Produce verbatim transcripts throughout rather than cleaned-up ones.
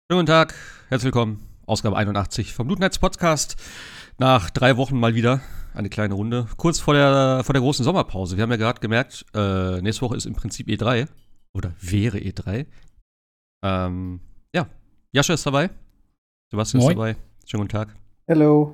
Schönen guten Tag, herzlich willkommen. Ausgabe einundachtzig vom Loot Nights Podcast. Nach drei Wochen mal wieder eine kleine Runde. Kurz vor der, vor der großen Sommerpause. Wir haben ja gerade gemerkt, äh, nächste Woche ist im Prinzip E drei. Oder wäre E drei. Ähm, ja, Jascha ist dabei. Sebastian Moin. ist dabei. Schönen guten Tag. Hello.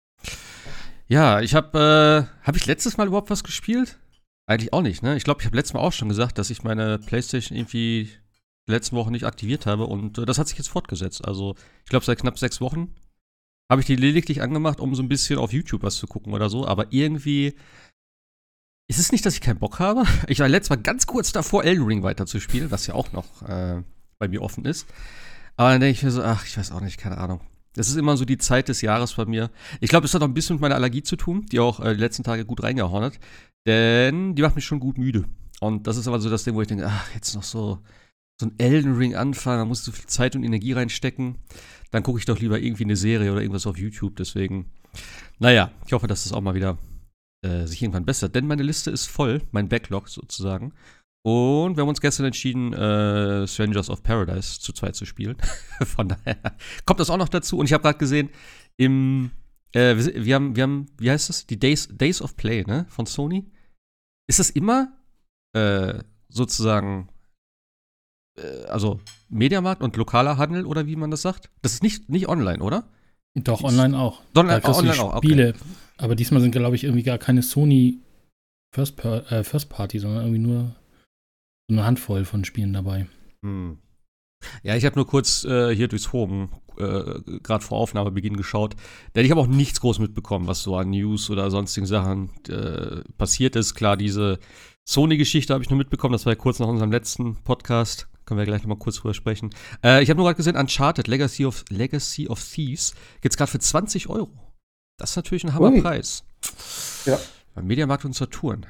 Ja, ich habe, äh, habe ich letztes Mal überhaupt was gespielt? Eigentlich auch nicht, ne? Ich glaube, ich habe letztes Mal auch schon gesagt, dass ich meine PlayStation irgendwie die letzten Wochen nicht aktiviert habe und äh, das hat sich jetzt fortgesetzt. Also, ich glaube, seit knapp sechs Wochen habe ich die lediglich angemacht, um so ein bisschen auf YouTube was zu gucken oder so, aber irgendwie ist es nicht, dass ich keinen Bock habe. Ich war letztes Mal ganz kurz davor, Elden Ring weiterzuspielen, was ja auch noch äh, bei mir offen ist. Aber dann denke ich mir so, ach, ich weiß auch nicht, keine Ahnung. Das ist immer so die Zeit des Jahres bei mir. Ich glaube, es hat auch ein bisschen mit meiner Allergie zu tun, die auch äh, die letzten Tage gut reingehauen hat. Denn die macht mich schon gut müde. Und das ist aber so das Ding, wo ich denke, ach, jetzt noch so, so ein Elden Ring anfangen, da musst du viel Zeit und Energie reinstecken. Dann gucke ich doch lieber irgendwie eine Serie oder irgendwas auf YouTube. Deswegen, naja, ich hoffe, dass das auch mal wieder äh, sich irgendwann bessert. Denn meine Liste ist voll, mein Backlog sozusagen. Und wir haben uns gestern entschieden, äh, Strangers of Paradise zu zweit zu spielen. Von daher kommt das auch noch dazu. Und ich habe gerade gesehen, im, äh, wir, wir, haben, wir haben, wie heißt das? Die Days, Days of Play, ne? Von Sony. Ist das immer äh, sozusagen, äh, also Mediamarkt und lokaler Handel oder wie man das sagt? Das ist nicht, nicht online, oder? Doch, online auch. Don- Da kriegst du online die auch, okay. Spiele. Aber diesmal sind, glaube ich, irgendwie gar keine Sony First, per, äh, First Party, sondern irgendwie nur so eine Handvoll von Spielen dabei. Hm. Ja, ich habe nur kurz äh, hier durchs Forum äh, gerade vor Aufnahmebeginn geschaut, denn ich habe auch nichts groß mitbekommen, was so an News oder sonstigen Sachen äh, passiert ist. Klar, diese Sony-Geschichte habe ich nur mitbekommen, das war ja kurz nach unserem letzten Podcast. Können wir gleich noch mal kurz drüber sprechen. Äh, ich habe nur gerade gesehen, Uncharted Legacy of, Legacy of Thieves geht's gerade für zwanzig Euro. Das ist natürlich ein Hammerpreis. Ja. Beim Mediamarkt und Saturn.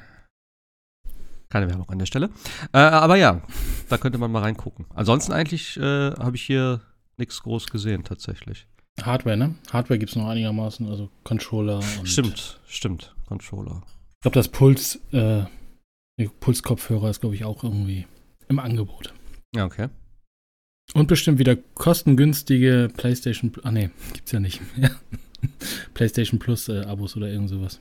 Keine Werbung an der Stelle. Äh, aber ja, da könnte man mal reingucken. Ansonsten eigentlich äh, habe ich hier nichts groß gesehen, tatsächlich. Hardware, ne? Hardware gibt es noch einigermaßen, also Controller und. Stimmt, stimmt. Controller. Ich glaube, das Puls, äh, Puls-Kopfhörer ist, glaube ich, auch irgendwie im Angebot. Ja, okay. Und bestimmt wieder kostengünstige PlayStation. Ah, ne, gibt's ja nicht. PlayStation Plus äh, Abos oder irgend sowas.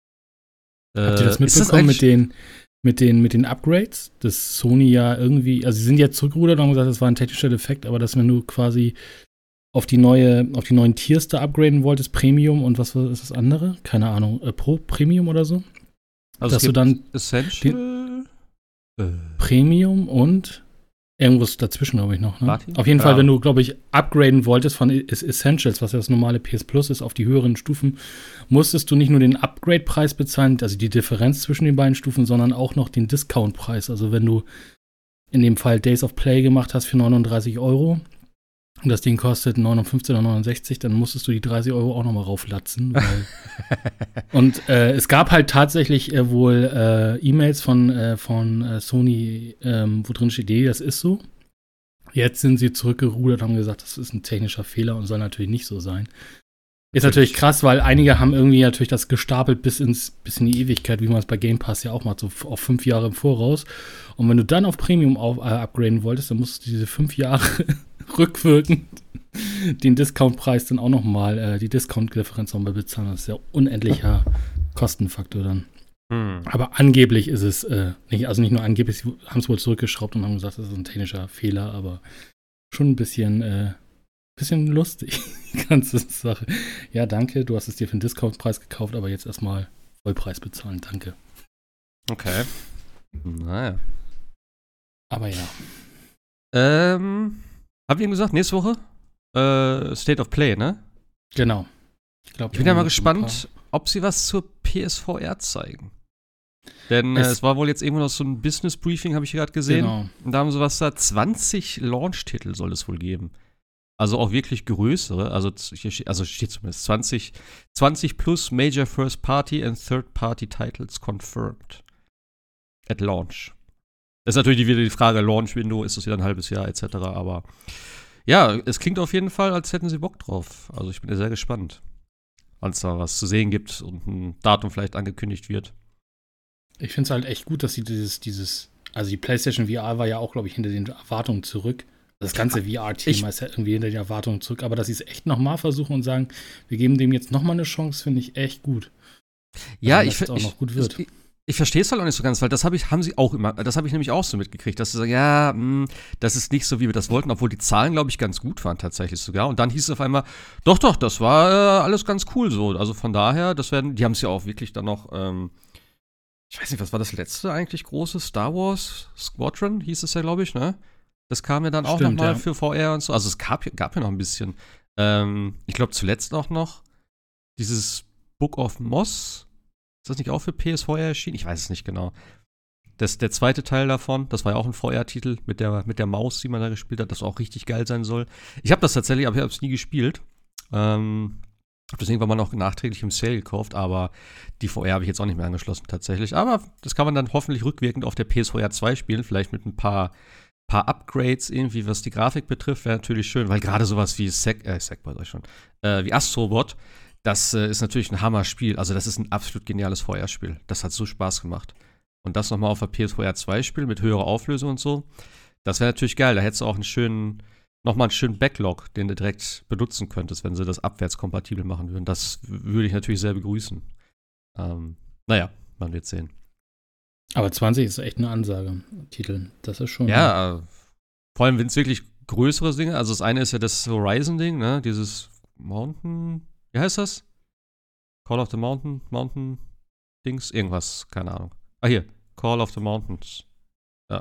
Äh, Habt ihr das ist mitbekommen eigentlich- mit den, mit, den, mit den Upgrades? Dass Sony ja irgendwie, also sie sind jetzt zurückgerudert und haben gesagt, das war ein technischer Defekt, aber dass wenn du quasi auf die neue, auf die neuen Tiers da upgraden wolltest, Premium und was ist das andere? Keine Ahnung, äh, Pro, Premium oder so? Also dass es du gibt dann Essential. Äh, Premium und irgendwas dazwischen, glaube ich, noch. Ne? Platin? Auf jeden Ja. Fall, wenn du, glaube ich, upgraden wolltest von Essentials, was ja das normale P S Plus ist, auf die höheren Stufen, musstest du nicht nur den Upgrade-Preis bezahlen, also die Differenz zwischen den beiden Stufen, sondern auch noch den Discount-Preis. Also wenn du in dem Fall Days of Play gemacht hast für neununddreißig Euro und das Ding kostet neunundfünfzig oder neunundsechzig, dann musstest du die dreißig Euro auch nochmal rauflatzen. Weil und äh, es gab halt tatsächlich äh, wohl äh, E-Mails von, äh, von äh, Sony, ähm, wo drin steht, nee, das ist so. Jetzt sind sie zurückgerudert und haben gesagt, das ist ein technischer Fehler und soll natürlich nicht so sein. Ist natürlich krass, weil einige haben irgendwie natürlich das gestapelt bis ins bis in die Ewigkeit, wie man es bei Game Pass ja auch macht, so f- auf fünf Jahre im Voraus. Und wenn du dann auf Premium auf, äh, upgraden wolltest, dann musst du diese fünf Jahre rückwirkend den Discountpreis dann auch nochmal, äh, die Discount-Differenz nochmal bezahlen. Das ist ja unendlicher Kostenfaktor dann. hm. Aber angeblich ist es, äh, nicht, also nicht nur angeblich, sie haben es wohl zurückgeschraubt und haben gesagt, das ist ein technischer Fehler, aber schon ein bisschen, äh, bisschen lustig, die ganze Sache. Ja, danke, du hast es dir für den Discountpreis gekauft, aber jetzt erstmal Vollpreis bezahlen, danke. Okay. Naja. Aber ja. Ähm, haben wir ihm gesagt, nächste Woche? Äh, State of Play, ne? Genau. Ich, glaub, Ich bin ja mal wir haben gespannt, ob sie was zur P S V R zeigen. Denn äh, Es- es war wohl jetzt irgendwo noch so ein Business-Briefing, habe ich gerade ein gesehen. paar- Genau. Und da haben sie was da, zwanzig Launch-Titel soll es wohl geben. Also auch wirklich größere, also z- hier steht, also steht zumindest zwanzig, zwanzig plus Major First Party and Third Party Titles confirmed. At Launch. Das ist natürlich die- wieder die Frage, Launch-Window, ist das wieder ein halbes Jahr, et cetera. Aber ja, es klingt auf jeden Fall, als hätten sie Bock drauf. Also ich bin ja sehr gespannt, wann es da was zu sehen gibt und ein Datum vielleicht angekündigt wird. Ich finde es halt echt gut, dass sie dieses, dieses, also die PlayStation V R war ja auch, glaube ich, hinter den Erwartungen zurück. Das ganze V R-Team Ich- ist ja irgendwie hinter den Erwartungen zurück. Aber dass sie es echt nochmal versuchen und sagen, wir geben dem jetzt nochmal eine Chance, finde ich echt gut. Ja, Also, ich, dass es auch ich, noch gut wird. ich, ich verstehe es halt auch nicht so ganz, weil das habe ich, haben sie auch immer, das habe ich nämlich auch so mitgekriegt, dass sie sagen, ja, mh, das ist nicht so, wie wir das wollten, obwohl die Zahlen, glaube ich, ganz gut waren tatsächlich sogar. Und dann hieß es auf einmal, doch, doch, das war äh, alles ganz cool so. Also von daher, das werden, die haben es ja auch wirklich dann noch, ähm, ich weiß nicht, was war das letzte eigentlich große? Star Wars Squadron hieß es ja, glaube ich, ne? Das kam ja dann auch Stimmt, nochmal ja. für V R und so. Also es gab, gab ja noch ein bisschen. Ähm, ich glaube zuletzt auch noch dieses Book of Moss. Ist das nicht auch für P S V R erschienen? Ich weiß es nicht genau. Das, der zweite Teil davon, das war ja auch ein V R-Titel mit der, mit der Maus, die man da gespielt hat, das auch richtig geil sein soll. Ich habe das tatsächlich, aber ich habe es nie gespielt. Ähm, habe das irgendwann mal noch nachträglich im Sale gekauft, aber die V R habe ich jetzt auch nicht mehr angeschlossen tatsächlich. Aber das kann man dann hoffentlich rückwirkend auf der P S V R zwei spielen, vielleicht mit ein paar, paar Upgrades irgendwie, was die Grafik betrifft, wäre natürlich schön, weil gerade sowas wie Sack, äh, Sackboy sag ich schon, äh, wie Astrobot, das äh, ist natürlich ein Hammer-Spiel. Also das ist ein absolut geniales V R-Spiel. Das hat so Spaß gemacht. Und das nochmal auf der P S V R zwei spielen mit höherer Auflösung und so, das wäre natürlich geil. Da hättest du auch einen schönen, nochmal einen schönen Backlog, den du direkt benutzen könntest, wenn sie das abwärtskompatibel machen würden. Das w- würde ich natürlich sehr begrüßen. Ähm, naja, man wird sehen. Aber zwanzig ist echt eine Ansage, Titel. Das ist schon. Ja, äh, vor allem, wenn es wirklich größere Dinge, also das eine ist ja das Horizon-Ding, ne, dieses Mountain, wie heißt das? Call of the Mountain, Mountain Dings, irgendwas, keine Ahnung. Ah, hier, Call of the Mountains. Ja.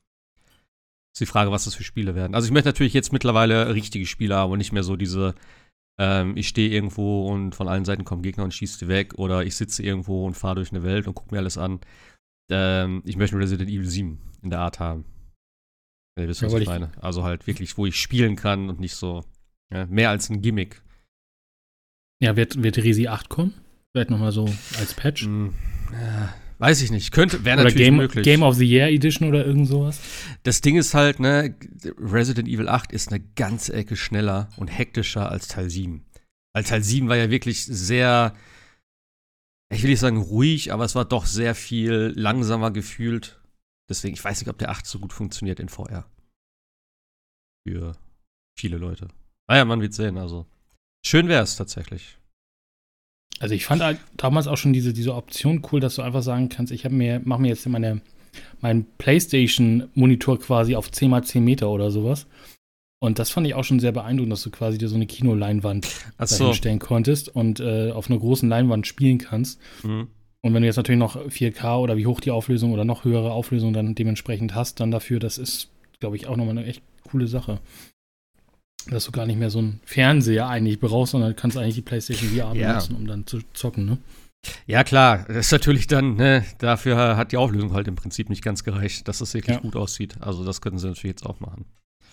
Ist die Frage, was das für Spiele werden. Also ich möchte natürlich jetzt mittlerweile richtige Spiele haben und nicht mehr so diese, ähm, ich stehe irgendwo und von allen Seiten kommen Gegner und schießt die weg oder ich sitze irgendwo und fahre durch eine Welt und gucke mir alles an. Ähm, ich möchte Resident Evil sieben in der Art haben. Ihr wisst, Ja, was weil ich ich- meine. Also halt wirklich, wo ich spielen kann und nicht so, ja, mehr als ein Gimmick. Ja, wird, wird Resi acht kommen? Vielleicht nochmal so als Patch? Hm, ja, weiß ich nicht. Könnte, wäre Oder natürlich Game, möglich. Game of the Year Edition oder irgend sowas? Das Ding ist halt, ne, Resident Evil acht ist eine ganze Ecke schneller und hektischer als Teil sieben. Weil Teil sieben war ja wirklich sehr, ich will nicht sagen ruhig, aber es war doch sehr viel langsamer gefühlt. Deswegen, ich weiß nicht, ob der acht so gut funktioniert in V R. Für viele Leute. Naja, man wird sehen, also. Schön wäre es tatsächlich. Also ich fand halt damals auch schon diese, diese Option cool, dass du einfach sagen kannst, ich habe mir, mache mir jetzt meine, meinen PlayStation-Monitor quasi auf zehn mal zehn Meter oder sowas. Und das fand ich auch schon sehr beeindruckend, dass du quasi dir so eine Kinoleinwand Ach so. dahinstellen konntest und äh, auf einer großen Leinwand spielen kannst. Mhm. Und wenn du jetzt natürlich noch vier K oder wie hoch die Auflösung oder noch höhere Auflösung dann dementsprechend hast, dann dafür, das ist, glaube ich, auch nochmal eine echt coole Sache. Dass du gar nicht mehr so einen Fernseher eigentlich brauchst, sondern kannst eigentlich die PlayStation V R Ja. benutzen, um dann zu zocken, ne? Ja, klar, das ist natürlich dann, ne, dafür hat die Auflösung halt im Prinzip nicht ganz gereicht, dass es wirklich Ja. gut aussieht. Also das könnten sie natürlich jetzt auch machen.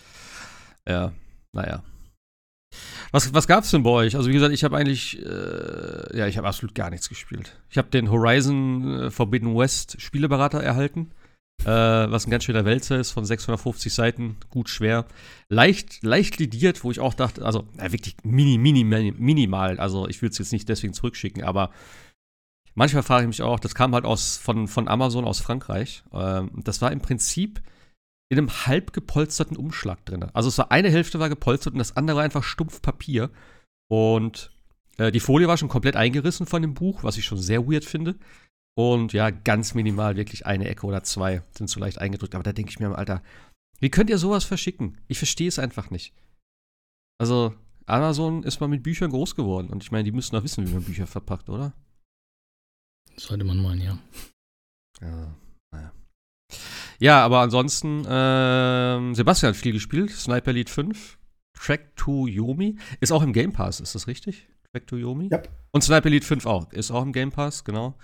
Ja, naja. Was, was gab's denn bei euch? Also wie gesagt, ich habe eigentlich, äh, ja, ich habe absolut gar nichts gespielt. Ich habe den Horizon äh, Forbidden West Spieleberater erhalten, äh, was ein ganz schöner Wälzer ist, von sechshundertfünfzig Seiten, gut schwer. Leicht, leicht lidiert, wo ich auch dachte, also ja, wirklich mini, mini, mini, minimal, also ich würde es jetzt nicht deswegen zurückschicken, aber manchmal frage ich mich auch, das kam halt aus, von, von Amazon aus Frankreich. Ähm, das war im Prinzip in einem halb gepolsterten Umschlag drin. Also es war eine Hälfte war gepolstert und das andere war einfach stumpf Papier. Und äh, die Folie war schon komplett eingerissen von dem Buch, was ich schon sehr weird finde. Und ja, ganz minimal, wirklich eine Ecke oder zwei sind so leicht eingedrückt. Aber da denke ich mir, Alter, wie könnt ihr sowas verschicken? Ich verstehe es einfach nicht. Also, Amazon ist mal mit Büchern groß geworden. Und ich meine, die müssen doch wissen, wie man Bücher verpackt, oder? Sollte man meinen, ja. Ja, naja. Ja, aber ansonsten, ähm, Sebastian hat viel gespielt. Sniper Elite fünf, Track to Yomi. Ist auch im Game Pass, ist das richtig? Track to Yomi? Ja. Und Sniper Elite fünf auch. Ist auch im Game Pass, genau.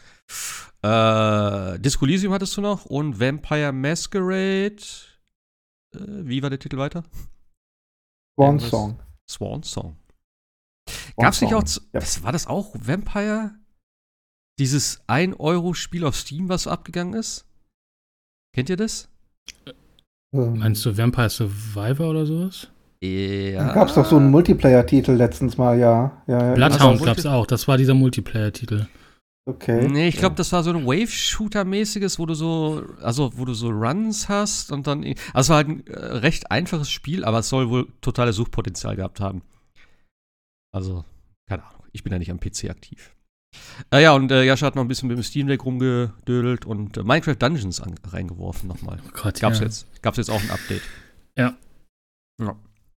Äh, Disco Elysium hattest du noch und Vampire Masquerade. Äh, wie war der Titel weiter? Swan Irgendwas- Song. Swan Song. Swan Gab's nicht Song. auch, z- Ja. was, war das auch Vampire? Dieses ein Euro Spiel auf Steam, was so abgegangen ist? Kennt ihr das? Ähm, Meinst du Vampire Survivor oder sowas? Ja. Da gab es doch so einen Multiplayer-Titel letztens mal, ja. ja, ja Bloodhound Also, gab's auch. Das war dieser Multiplayer-Titel. Okay. Nee, ich glaube, das war so ein Wave-Shooter-mäßiges, wo du so, also wo du so Runs hast und dann. Also es war halt ein äh, recht einfaches Spiel, aber es soll wohl totales Suchpotenzial gehabt haben. Also, keine Ahnung, ich bin ja nicht am P C aktiv. Äh, ja, und äh, Jascha hat noch ein bisschen mit dem Steam Deck rumgedödelt und äh, Minecraft Dungeons an, reingeworfen nochmal. Oh Gott, Gab's ja. jetzt, gab's jetzt auch ein Update. Ja. Ja,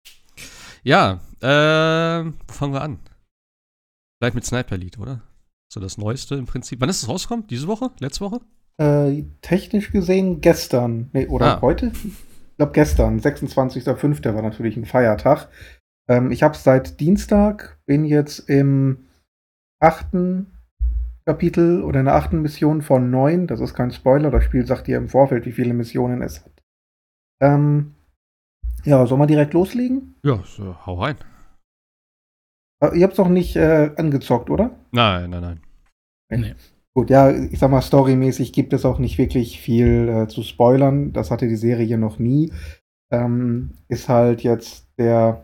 ja äh, wo fangen wir an? Vielleicht mit Sniper Elite, oder? So das Neueste im Prinzip. Wann ist es rausgekommen? Diese Woche? Letzte Woche? Äh, technisch gesehen gestern. Nee, oder Ah. heute? Ich glaube gestern. sechsundzwanzigster fünfter war natürlich ein Feiertag. Ähm, ich habe es seit Dienstag, bin jetzt im achten Kapitel oder in der achten Mission von neun. Das ist kein Spoiler, das Spiel sagt dir im Vorfeld, wie viele Missionen es hat. Ähm, ja, soll man direkt loslegen? Ja, so, hau rein. Äh, Ihr habt es noch nicht äh, angezockt, oder? Nein, nein, nein. Nee. Gut, ja, ich sag mal, storymäßig gibt es auch nicht wirklich viel äh, zu spoilern. Das hatte die Serie noch nie. Ähm, ist halt jetzt der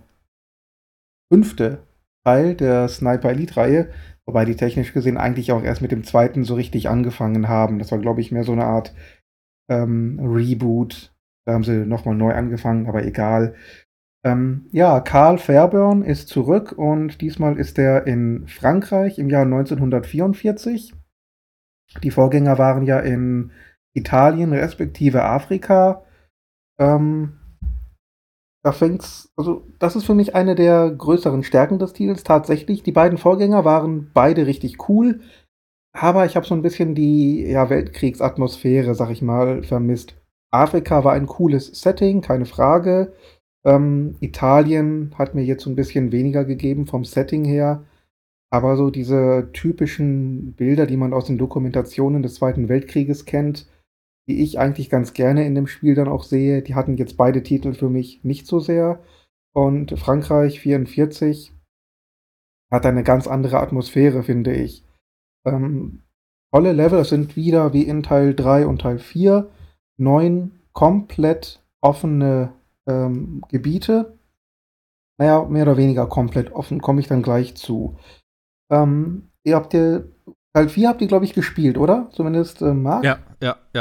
fünfte Teil der Sniper Elite-Reihe, wobei die technisch gesehen eigentlich auch erst mit dem zweiten so richtig angefangen haben. Das war, glaube ich, mehr so eine Art ähm, Reboot. Da haben sie nochmal neu angefangen, aber egal. Ähm, ja, Carl Fairburn ist zurück und diesmal ist er in Frankreich im Jahr neunzehnhundertvierundvierzig. Die Vorgänger waren ja in Italien respektive Afrika. Ähm, da fängt's, also das ist für mich eine der größeren Stärken des Titels tatsächlich. Die beiden Vorgänger waren beide richtig cool, aber ich habe so ein bisschen die ja, Weltkriegsatmosphäre, sag ich mal, vermisst. Afrika war ein cooles Setting, keine Frage. Ähm, Italien hat mir jetzt so ein bisschen weniger gegeben vom Setting her. Aber so diese typischen Bilder, die man aus den Dokumentationen des Zweiten Weltkrieges kennt, die ich eigentlich ganz gerne in dem Spiel dann auch sehe, die hatten jetzt beide Titel für mich nicht so sehr. Und Frankreich vierundvierzig hat eine ganz andere Atmosphäre, finde ich. Ähm, tolle Level, es sind wieder wie in Teil drei und Teil vier neun komplett offene ähm, Gebiete. Naja, mehr oder weniger komplett offen, komme ich dann gleich zu. Ähm, ihr habt ja, Teil vier habt ihr, glaube ich, gespielt, oder? Zumindest äh, Marc? Ja, ja, ja.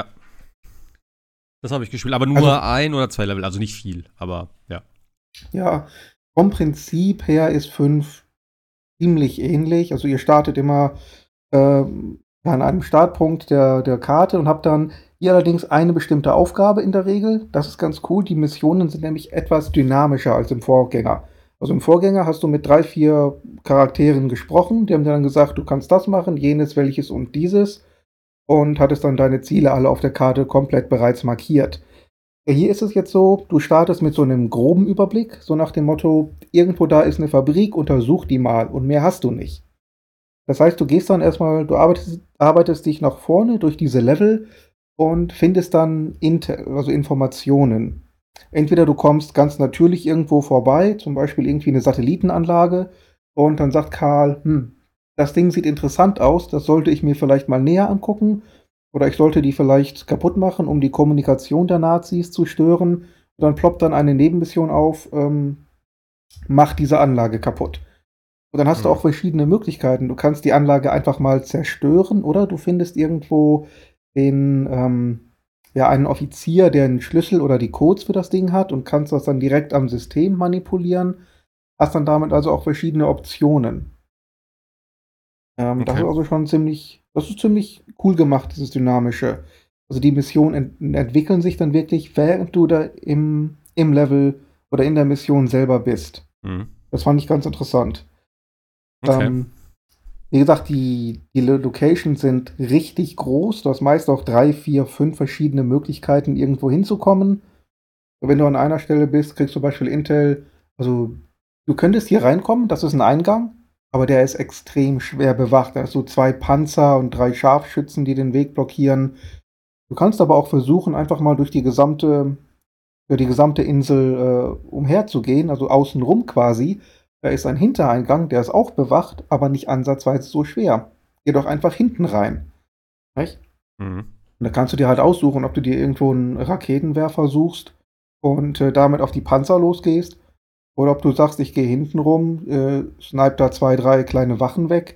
Das habe ich gespielt, aber nur Also- ein oder zwei Level, also nicht viel, aber ja. Ja, vom Prinzip her ist fünf ziemlich ähnlich. Also ihr startet immer ähm, an einem Startpunkt der, der Karte und habt dann hier allerdings eine bestimmte Aufgabe in der Regel. Das ist ganz cool. Die Missionen sind nämlich etwas dynamischer als im Vorgänger. Also im Vorgänger hast du mit drei, vier Charakteren gesprochen. Die haben dir dann gesagt, du kannst das machen, jenes, welches und dieses. Und hattest dann deine Ziele alle auf der Karte komplett bereits markiert. Hier ist es jetzt so, du startest mit so einem groben Überblick, so nach dem Motto, irgendwo da ist eine Fabrik, untersuch die mal und mehr hast du nicht. Das heißt, du gehst dann erstmal, du arbeitest, arbeitest dich nach vorne durch diese Level und findest dann Intel, also Informationen. Entweder du kommst ganz natürlich irgendwo vorbei, zum Beispiel irgendwie eine Satellitenanlage, und dann sagt Karl, hm, das Ding sieht interessant aus, das sollte ich mir vielleicht mal näher angucken. Oder ich sollte die vielleicht kaputt machen, um die Kommunikation der Nazis zu stören. Und dann ploppt dann eine Nebenmission auf, ähm, mach diese Anlage kaputt. Und dann hast du Mhm. auch verschiedene Möglichkeiten. Du kannst die Anlage einfach mal zerstören oder du findest irgendwo den, ähm, ja, einen Offizier, der einen Schlüssel oder die Codes für das Ding hat und kannst das dann direkt am System manipulieren. Hast dann damit also auch verschiedene Optionen. Ähm, Das Okay. ist also schon ziemlich, das ist ziemlich cool gemacht, dieses Dynamische. Also die Missionen ent entwickeln sich dann wirklich, während du da im, im Level oder in der Mission selber bist. Mhm. Das fand ich ganz interessant. Okay. Ähm, wie gesagt, die, die Locations sind richtig groß. Du hast meist auch drei, vier, fünf verschiedene Möglichkeiten, irgendwo hinzukommen. Wenn du an einer Stelle bist, kriegst du zum Beispiel Intel, also du könntest hier reinkommen, das ist ein Eingang, aber der ist extrem schwer bewacht. Da hast du zwei Panzer und drei Scharfschützen, die den Weg blockieren. Du kannst aber auch versuchen, einfach mal durch die gesamte, durch die gesamte Insel äh, umherzugehen, also außenrum quasi. Da ist ein Hintereingang, der ist auch bewacht, aber nicht ansatzweise so schwer. Geh doch einfach hinten rein. Nicht? Mhm. Und da kannst du dir halt aussuchen, ob du dir irgendwo einen Raketenwerfer suchst und äh, damit auf die Panzer losgehst. Oder ob du sagst, ich gehe hinten rum, äh, snipe da zwei, drei kleine Wachen weg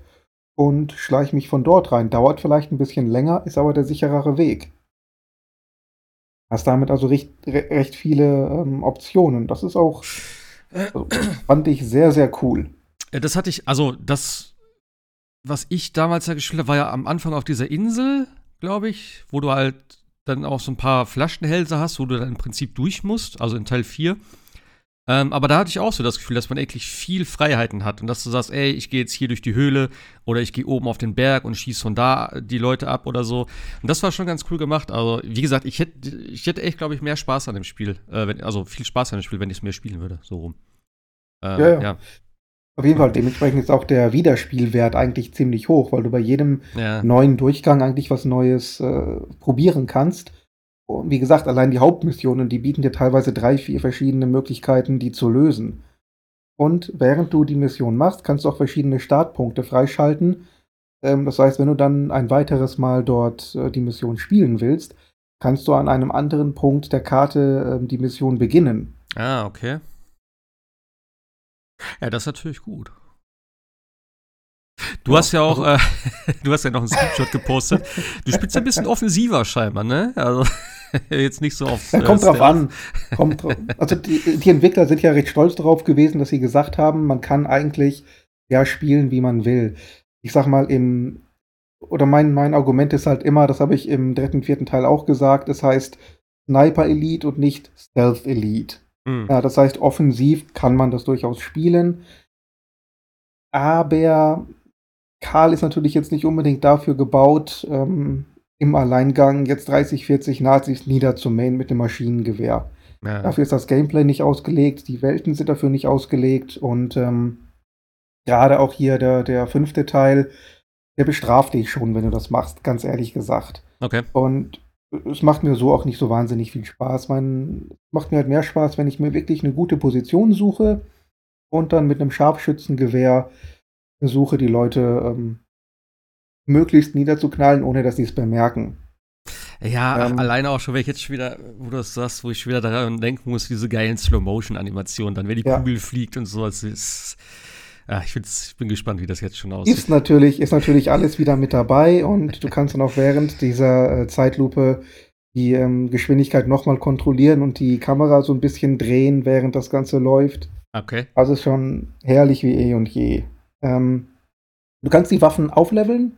und schleiche mich von dort rein. Dauert vielleicht ein bisschen länger, ist aber der sicherere Weg. Hast damit also recht, re recht viele ähm, Optionen. Das ist auch, also, fand ich sehr, sehr cool. Das hatte ich, also das, was ich damals ja gespielt habe, war ja am Anfang auf dieser Insel, glaube ich, wo du halt dann auch so ein paar Flaschenhälse hast, wo du dann im Prinzip durch musst, also in Teil vier. Ähm, aber da hatte ich auch so das Gefühl, dass man wirklich viel Freiheiten hat und dass du sagst, ey, ich gehe jetzt hier durch die Höhle oder ich gehe oben auf den Berg und schieße von da die Leute ab oder so. Und das war schon ganz cool gemacht. Also, wie gesagt, ich hätte ich hätte echt, glaube ich, mehr Spaß an dem Spiel. Äh, wenn, also viel Spaß an dem Spiel, wenn ich es mehr spielen würde, so rum. Ähm, Ja, ja. ja. Auf jeden Fall, dementsprechend ist auch der Wiederspielwert eigentlich ziemlich hoch, weil du bei jedem Ja. neuen Durchgang eigentlich was Neues äh, probieren kannst. Und wie gesagt, allein die Hauptmissionen, die bieten dir teilweise drei, vier verschiedene Möglichkeiten, die zu lösen. Und während du die Mission machst, kannst du auch verschiedene Startpunkte freischalten. Ähm, das heißt, wenn du dann ein weiteres Mal dort äh, die Mission spielen willst, kannst du an einem anderen Punkt der Karte äh, die Mission beginnen. Ah, okay. Ja, das ist natürlich gut. Du Ja, hast ja auch, also- äh, du hast ja noch einen Screenshot gepostet. Du spielst ja ein bisschen offensiver scheinbar, ne? Also jetzt nicht so aufs. Ja, kommt äh, drauf Stealth. an. Kommt drauf. Also die, die Entwickler sind ja recht stolz darauf gewesen, dass sie gesagt haben, man kann eigentlich ja spielen, wie man will. Ich sag mal, im oder mein, mein Argument ist halt immer, das habe ich im dritten, vierten Teil auch gesagt, es heißt Sniper Elite und nicht Stealth Elite. Hm. Ja, das heißt, offensiv kann man das durchaus spielen. Aber Karl ist natürlich jetzt nicht unbedingt dafür gebaut, ähm, im Alleingang jetzt dreißig, vierzig Nazis niederzumähen mit dem Maschinengewehr. Ja. Dafür ist das Gameplay nicht ausgelegt, die Welten sind dafür nicht ausgelegt und ähm, gerade auch hier der, der fünfte Teil, der bestraft dich schon, wenn du das machst, ganz ehrlich gesagt. Okay. Und es macht mir so auch nicht so wahnsinnig viel Spaß. Man macht mir halt mehr Spaß, wenn ich mir wirklich eine gute Position suche und dann mit einem Scharfschützengewehr versuche, die Leute ähm, möglichst niederzuknallen, ohne dass sie es bemerken. Ja, Ähm. alleine auch schon, wenn ich jetzt schon wieder, wo du das sagst, wo ich schon wieder daran denken muss, diese geilen Slow-Motion-Animationen, dann, wenn die Ja. Kugel fliegt und so. Das ist, ja, ich, find's, ich bin gespannt, wie das jetzt schon aussieht. Ist natürlich, ist natürlich alles wieder mit dabei und du kannst dann auch während dieser äh, Zeitlupe die ähm, Geschwindigkeit nochmal kontrollieren und die Kamera so ein bisschen drehen, während das Ganze läuft. Okay. Also ist schon herrlich wie eh und je. Ähm, du kannst die Waffen aufleveln.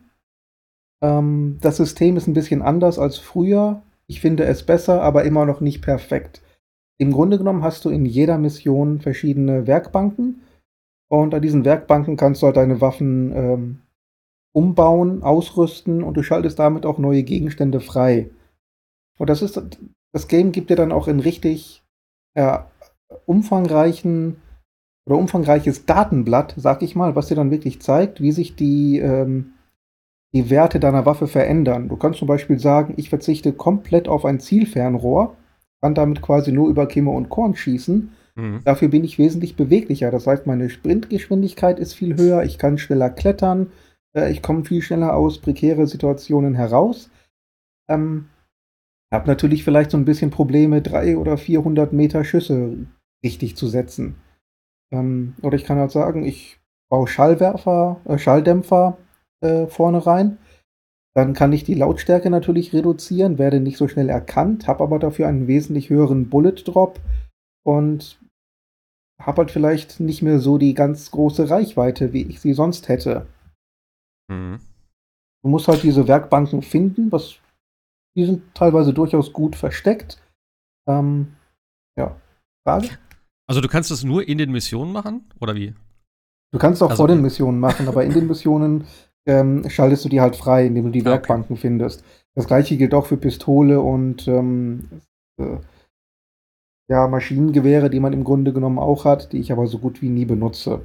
Ähm, das System ist ein bisschen anders als früher. Ich finde es besser, aber immer noch nicht perfekt. Im Grunde genommen hast du in jeder Mission verschiedene Werkbanken. Und an diesen Werkbanken kannst du halt deine Waffen ähm, umbauen, ausrüsten und du schaltest damit auch neue Gegenstände frei. Und das ist, das Game gibt dir dann auch in richtig ja, umfangreichen oder umfangreiches Datenblatt, sag ich mal, was dir dann wirklich zeigt, wie sich die, ähm, die Werte deiner Waffe verändern. Du kannst zum Beispiel sagen, ich verzichte komplett auf ein Zielfernrohr, kann damit quasi nur über Kimme und Korn schießen. Mhm. Dafür bin ich wesentlich beweglicher. Das heißt, meine Sprintgeschwindigkeit ist viel höher, ich kann schneller klettern, äh, ich komme viel schneller aus prekäre Situationen heraus. Ähm, habe natürlich vielleicht so ein bisschen Probleme, dreihundert oder vierhundert Meter Schüsse richtig zu setzen. Ähm, oder ich kann halt sagen, ich baue Schallwerfer, äh, Schalldämpfer äh, vorne rein. Dann kann ich die Lautstärke natürlich reduzieren, werde nicht so schnell erkannt, habe aber dafür einen wesentlich höheren Bullet Drop und habe halt vielleicht nicht mehr so die ganz große Reichweite, wie ich sie sonst hätte. Mhm. Du musst halt diese Werkbanken finden, was die sind teilweise durchaus gut versteckt. Ähm, ja. Frage? Also du kannst das nur in den Missionen machen, oder wie? Du kannst auch Also- vor den Missionen machen, aber in den Missionen ähm, schaltest du die halt frei, indem du die Ah, okay. Werkbanken findest. Das gleiche gilt auch für Pistole und ähm, äh, ja, Maschinengewehre, die man im Grunde genommen auch hat, die ich aber so gut wie nie benutze.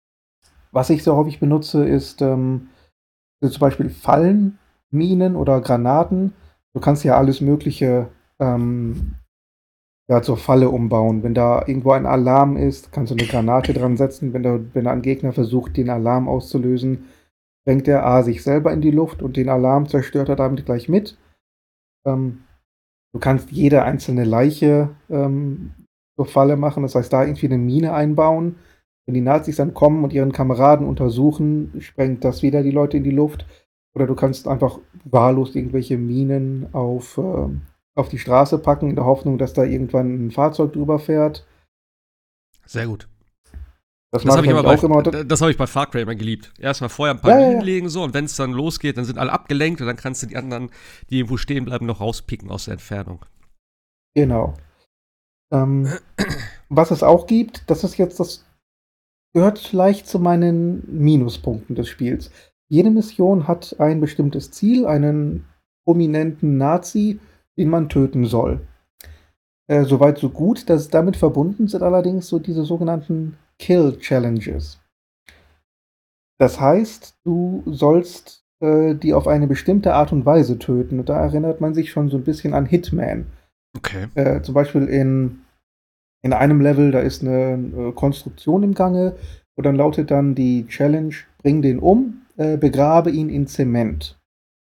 Was ich sehr häufig benutze, ist ähm, sind zum Beispiel Fallen, Minen oder Granaten. Du kannst ja alles Mögliche ähm, ja, zur Falle umbauen. Wenn da irgendwo ein Alarm ist, kannst du eine Granate dran setzen. Wenn, da, wenn ein Gegner versucht, den Alarm auszulösen, bringt er A sich selber in die Luft und den Alarm zerstört er damit gleich mit. Ähm, du kannst jede einzelne Leiche ähm, zur Falle machen. Das heißt, da irgendwie eine Mine einbauen. Wenn die Nazis dann kommen und ihren Kameraden untersuchen, sprengt das wieder die Leute in die Luft. Oder du kannst einfach wahllos irgendwelche Minen auf, äh, auf die Straße packen, in der Hoffnung, dass da irgendwann ein Fahrzeug drüber fährt. Sehr gut. Das, Das mache habe ich ich, nämlich aber auch bei, immer. das hab ich bei Far Cry immer geliebt. Erstmal vorher ein paar Ja, ja, Minen ja. legen so und wenn es dann losgeht, dann sind alle abgelenkt und dann kannst du die anderen, die irgendwo stehen bleiben, noch rauspicken aus der Entfernung. Genau. Ähm, was es auch gibt, das ist jetzt das, gehört vielleicht zu meinen Minuspunkten des Spiels. Jede Mission hat ein bestimmtes Ziel, einen prominenten Nazi, den man töten soll. Äh, soweit so gut, dass damit verbunden sind allerdings so diese sogenannten Kill-Challenges. Das heißt, du sollst äh, die auf eine bestimmte Art und Weise töten. Und da erinnert man sich schon so ein bisschen an Hitman. Okay. Äh, zum Beispiel in, in einem Level, da ist eine äh, Konstruktion im Gange und dann lautet dann die Challenge, bring den um, äh, begrabe ihn in Zement.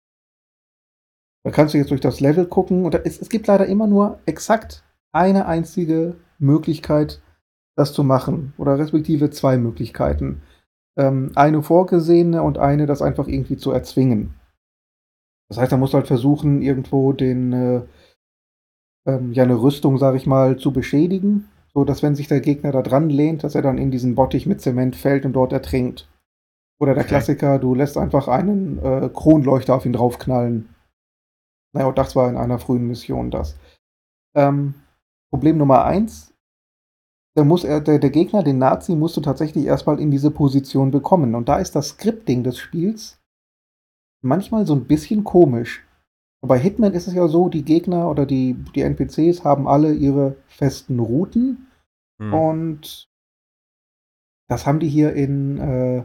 Da kannst du jetzt durch das Level gucken und da, es, es gibt leider immer nur exakt eine einzige Möglichkeit, das zu machen. Oder respektive zwei Möglichkeiten. Ähm, eine vorgesehene und eine, das einfach irgendwie zu erzwingen. Das heißt, da musst du halt versuchen, irgendwo den, äh, ähm, ja, eine Rüstung, sag ich mal, zu beschädigen, so dass wenn sich der Gegner da dran lehnt, dass er dann in diesen Bottich mit Zement fällt und dort ertrinkt. Oder der Okay. Klassiker, du lässt einfach einen äh, Kronleuchter auf ihn draufknallen. Naja, und das war in einer frühen Mission das. Ähm, Problem Nummer eins, da muss er, der, der Gegner, den Nazi, musst du tatsächlich erstmal in diese Position bekommen. Und da ist das Scripting des Spiels manchmal so ein bisschen komisch. Bei Hitman ist es ja so, die Gegner oder die, die N P Cs haben alle ihre festen Routen. Hm. Und das haben die hier in, äh,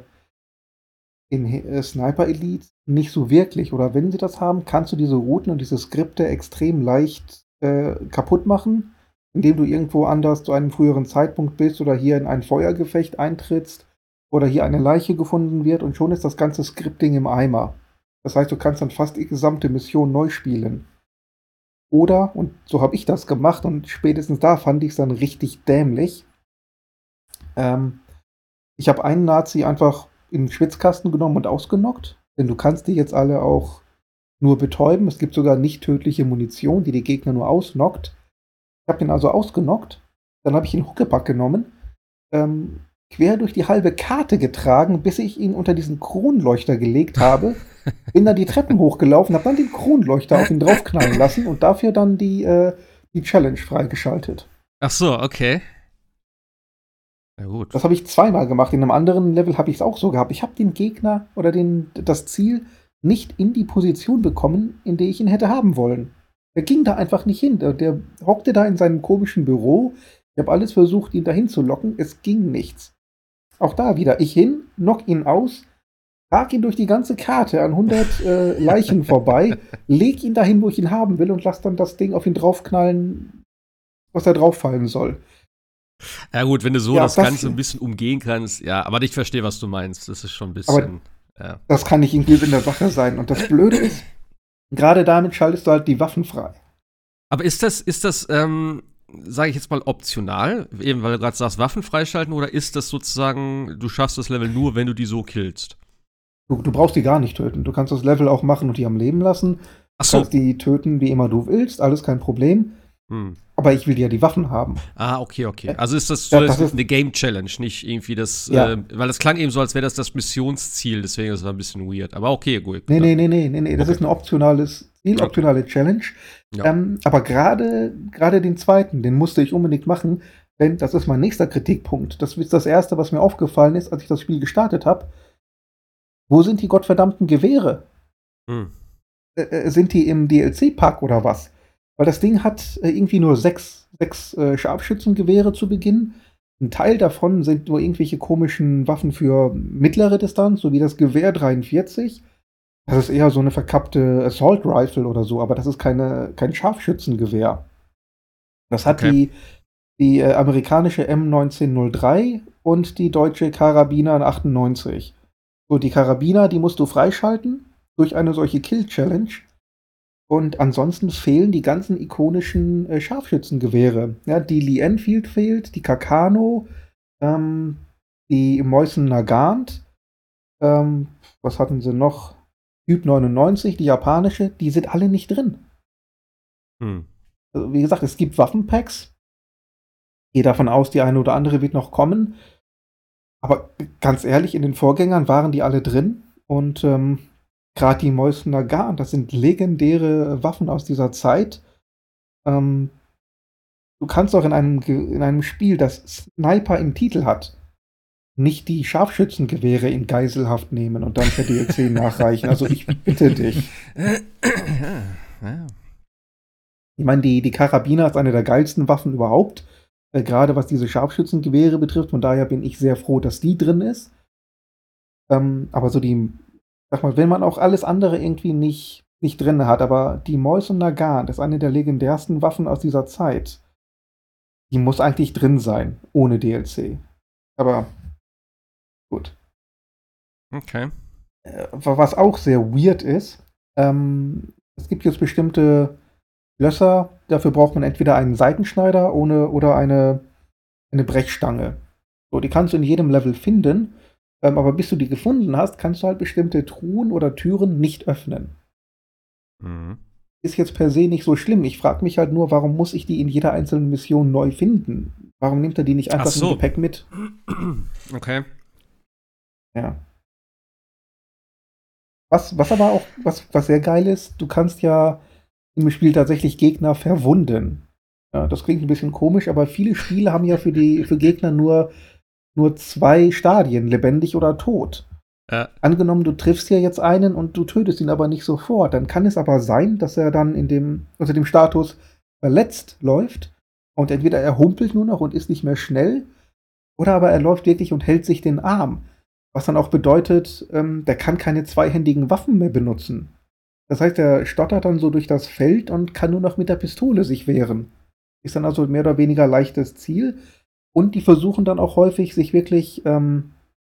in äh, Sniper Elite nicht so wirklich. Oder wenn sie das haben, kannst du diese Routen und diese Skripte extrem leicht äh, kaputt machen, indem du irgendwo anders zu einem früheren Zeitpunkt bist oder hier in ein Feuergefecht eintrittst oder hier eine Leiche gefunden wird und schon ist das ganze Scripting im Eimer. Das heißt, du kannst dann fast die gesamte Mission neu spielen. Oder, und so habe ich das gemacht und spätestens da fand ich es dann richtig dämlich, ähm, ich habe einen Nazi einfach in den Schwitzkasten genommen und ausgenockt, denn du kannst die jetzt alle auch nur betäuben. Es gibt sogar nicht tödliche Munition, die die Gegner nur ausnockt. Ich habe den also ausgenockt, dann habe ich ihn Huckepack genommen, ähm, quer durch die halbe Karte getragen, bis ich ihn unter diesen Kronleuchter gelegt habe, bin dann die Treppen hochgelaufen, habe dann den Kronleuchter auf ihn draufknallen lassen und dafür dann die, äh, die Challenge freigeschaltet. Ach so, okay. Na gut. Das habe ich zweimal gemacht. In einem anderen Level habe ich es auch so gehabt. Ich habe den Gegner oder den, das Ziel nicht in die Position bekommen, in der ich ihn hätte haben wollen. Er ging da einfach nicht hin. Der, der hockte da in seinem komischen Büro. Ich habe alles versucht, ihn dahin zu locken. Es ging nichts. Auch da wieder. Ich hin, knock ihn aus, trag ihn durch die ganze Karte an hundert äh, Leichen vorbei, leg ihn dahin, wo ich ihn haben will und lass dann das Ding auf ihn draufknallen, was da drauffallen soll. Ja gut, wenn du so Ja, das das- Ganze ein bisschen umgehen kannst, ja, aber ich verstehe, was du meinst. Das ist schon ein bisschen, ja. Das kann nicht irgendwie in der Sache sein. Und das Blöde ist, gerade damit schaltest du halt die Waffen frei. Aber ist das, ist das, ähm, sage ich jetzt mal, optional, eben weil du gerade sagst, Waffen freischalten, oder ist das sozusagen, du schaffst das Level nur, wenn du die so killst? Du, du brauchst die gar nicht töten. Du kannst das Level auch machen und die am Leben lassen. Ach Du so. kannst die töten, wie immer du willst. Alles kein Problem. Hm. Aber ich will ja die Waffen haben. Ah, okay, okay. Also ist das so Ja, das das ist- eine Game Challenge, nicht irgendwie das, Ja. äh, weil das klang eben so, als wäre das das Missionsziel, deswegen ist das ein bisschen weird. Aber okay, gut. Nee, nee, nee, nee, nee, nee. Das Okay. ist ein optionales Ziel, Okay. optionale Challenge. Ja. Ähm, aber gerade gerade den zweiten, den musste ich unbedingt machen, denn das ist mein nächster Kritikpunkt. Das ist das Erste, was mir aufgefallen ist, als ich das Spiel gestartet habe. Wo sind die gottverdammten Gewehre? Hm. Äh, äh, sind die im D L C-Pack oder was? Weil das Ding hat äh, irgendwie nur sechs, sechs äh, Scharfschützengewehre zu Beginn. Ein Teil davon sind nur irgendwelche komischen Waffen für mittlere Distanz, so wie das Gewehr dreiundvierzig. Das ist eher so eine verkappte Assault Rifle oder so, aber das ist keine, kein Scharfschützengewehr. Das hat Okay. die, die äh, amerikanische M neunzehnhundertdrei und die deutsche Karabiner achtundneunzig. So, die Karabiner, die musst du freischalten durch eine solche Kill-Challenge. Und ansonsten fehlen die ganzen ikonischen äh, Scharfschützengewehre. Ja, die Lee Enfield fehlt, die Kakano, ähm, die Moisen Nagant, ähm, was hatten sie noch? Typ neunundneunzig, die japanische, die sind alle nicht drin. Hm. Also, wie gesagt, es gibt Waffenpacks. Ich gehe davon aus, die eine oder andere wird noch kommen. Aber ganz ehrlich, in den Vorgängern waren die alle drin. Und ähm, gerade die Moisen Nagant, das sind legendäre Waffen aus dieser Zeit. Ähm, du kannst auch in einem, Ge- in einem Spiel, das Sniper im Titel hat, nicht die Scharfschützengewehre in Geiselhaft nehmen und dann per D L C nachreichen. Also ich bitte dich. ja, ja. Ich meine, die, die Karabiner ist eine der geilsten Waffen überhaupt. Äh, gerade was diese Scharfschützengewehre betrifft. Von daher bin ich sehr froh, dass die drin ist. Ähm, aber so die, sag mal, wenn man auch alles andere irgendwie nicht, nicht drin hat, aber die Moisen Nagant ist eine der legendärsten Waffen aus dieser Zeit. Die muss eigentlich drin sein, ohne D L C. Aber gut. Okay. Äh, was auch sehr weird ist, ähm, es gibt jetzt bestimmte Schlösser, dafür braucht man entweder einen Seitenschneider ohne, oder eine, eine Brechstange. So, die kannst du in jedem Level finden, ähm, aber bis du die gefunden hast, kannst du halt bestimmte Truhen oder Türen nicht öffnen. Mhm. Ist jetzt per se nicht so schlimm. Ich frage mich halt nur, warum muss ich die in jeder einzelnen Mission neu finden? Warum nimmt er die nicht einfach Ach so. im Gepäck mit? Okay. Ja. Was, was aber auch, was, was sehr geil ist, du kannst ja im Spiel tatsächlich Gegner verwunden. Ja, das klingt ein bisschen komisch, aber viele Spiele haben ja für die für Gegner nur, nur zwei Stadien, lebendig oder tot. Ja. Angenommen, du triffst ja jetzt einen und du tötest ihn aber nicht sofort, dann kann es aber sein, dass er dann in dem, unter dem Status verletzt läuft und entweder er humpelt nur noch und ist nicht mehr schnell, oder aber er läuft wirklich und hält sich den Arm. Was dann auch bedeutet, ähm, der kann keine zweihändigen Waffen mehr benutzen. Das heißt, er stottert dann so durch das Feld und kann nur noch mit der Pistole sich wehren. Ist dann also mehr oder weniger leichtes Ziel. Und die versuchen dann auch häufig, sich wirklich ähm,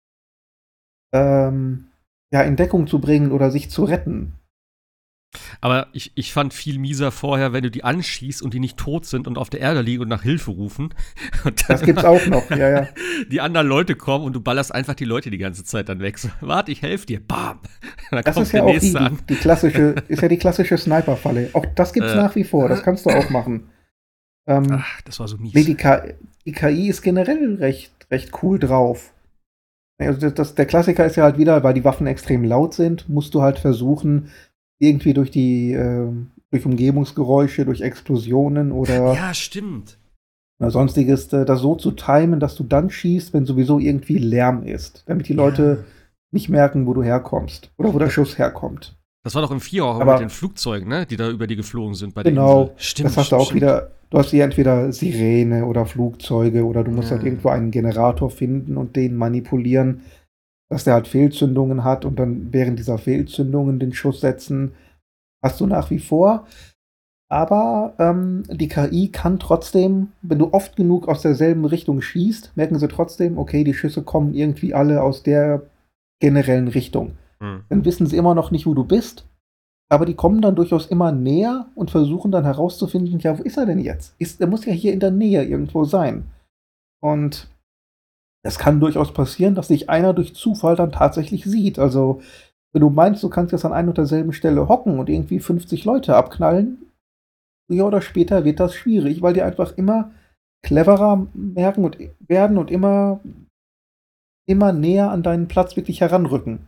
ähm, ja, in Deckung zu bringen oder sich zu retten. Aber ich, ich fand viel mieser vorher, wenn du die anschießt und die nicht tot sind und auf der Erde liegen und nach Hilfe rufen. Und Das gibt's auch noch, ja, ja. Die anderen Leute kommen und du ballerst einfach die Leute die ganze Zeit dann weg. So, warte, ich helfe dir. Bam. Dann Das kommt ist ja der auch die, nächste an. die, die klassische, ist ja die klassische Sniper-Falle. Auch das gibt's Äh. nach wie vor, das kannst du auch machen. Ähm, Ach, das war so mies. nee, die, K- die K I ist generell recht, recht cool drauf. Also das, das, der Klassiker ist ja halt wieder, weil die Waffen extrem laut sind, musst du halt versuchen, irgendwie durch die äh, durch Umgebungsgeräusche, durch Explosionen oder Ja, stimmt. oder sonstiges, äh, das so zu timen, dass du dann schießt, wenn sowieso irgendwie Lärm ist, damit die Leute nicht merken, wo du herkommst oder wo der Schuss herkommt. Das war doch im Vier auch Aber- mit den Flugzeugen, ne? Die da über die geflogen sind bei der Genau, Insel. Stimmt, das hast du stimmt, auch stimmt. wieder, du hast hier entweder Sirene oder Flugzeuge oder du musst Ja. halt irgendwo einen Generator finden und den manipulieren, dass der halt Fehlzündungen hat und dann während dieser Fehlzündungen den Schuss setzen. Hast du nach wie vor. Aber ähm, die K I kann trotzdem, wenn du oft genug aus derselben Richtung schießt, merken sie trotzdem, okay, die Schüsse kommen irgendwie alle aus der generellen Richtung. Hm. Dann wissen sie immer noch nicht, wo du bist. Aber die kommen dann durchaus immer näher und versuchen dann herauszufinden, ja, wo ist er denn jetzt? Ist, er muss ja hier in der Nähe irgendwo sein. Und es kann durchaus passieren, dass sich einer durch Zufall dann tatsächlich sieht. Also, wenn du meinst, du kannst jetzt an einer und derselben Stelle hocken und irgendwie fünfzig Leute abknallen, früher oder später wird das schwierig, weil die einfach immer cleverer merken und werden und immer, immer näher an deinen Platz wirklich heranrücken.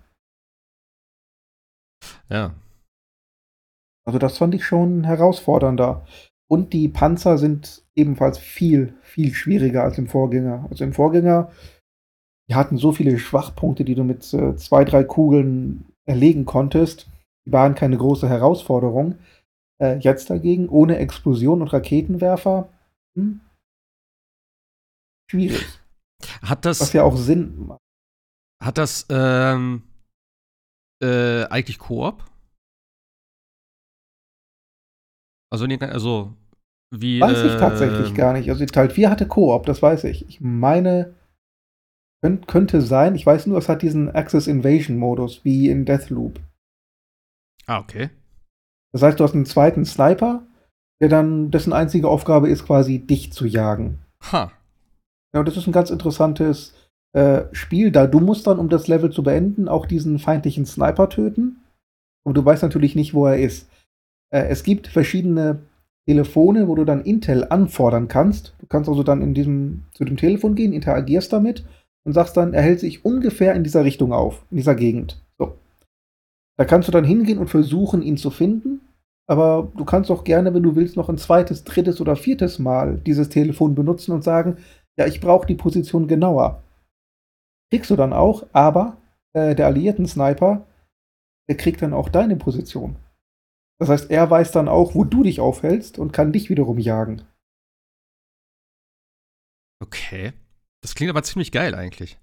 Ja. Also das fand ich schon herausfordernder. Und die Panzer sind ebenfalls viel, viel schwieriger als im Vorgänger. Also im Vorgänger, die hatten so viele Schwachpunkte, die du mit äh, zwei, drei Kugeln erlegen konntest. Die waren keine große Herausforderung. Äh, jetzt dagegen, ohne Explosion und Raketenwerfer, hm, schwierig. Hat das, Was ja auch Sinn macht. hat das ähm, äh, eigentlich Koop? Also, nee, also wie. Weiß ich tatsächlich ähm, gar nicht. Also Teil vier hatte Koop, das weiß ich. Ich meine, könnt, könnte sein. Ich weiß nur, es hat diesen Axis Invasion Modus, wie in Deathloop. Ah, okay. Das heißt, du hast einen zweiten Sniper, der dann, dessen einzige Aufgabe ist, quasi dich zu jagen. Ha. Ja, und das ist ein ganz interessantes, äh, Spiel, da du musst dann, um das Level zu beenden, auch diesen feindlichen Sniper töten. Und du weißt natürlich nicht, wo er ist. Äh, es gibt verschiedene Telefone, wo du dann Intel anfordern kannst. Du kannst also dann in diesem, zu dem Telefon gehen, interagierst damit und sagst dann, er hält sich ungefähr in dieser Richtung auf, in dieser Gegend. So. Da kannst du dann hingehen und versuchen, ihn zu finden. Aber du kannst auch gerne, wenn du willst, noch ein zweites, drittes oder viertes Mal dieses Telefon benutzen und sagen, ja, ich brauche die Position genauer. Kriegst du dann auch, aber äh, der alliierten Sniper, der kriegt dann auch deine Position. Das heißt, er weiß dann auch, wo du dich aufhältst und kann dich wiederum jagen. Okay. Das klingt aber ziemlich geil eigentlich.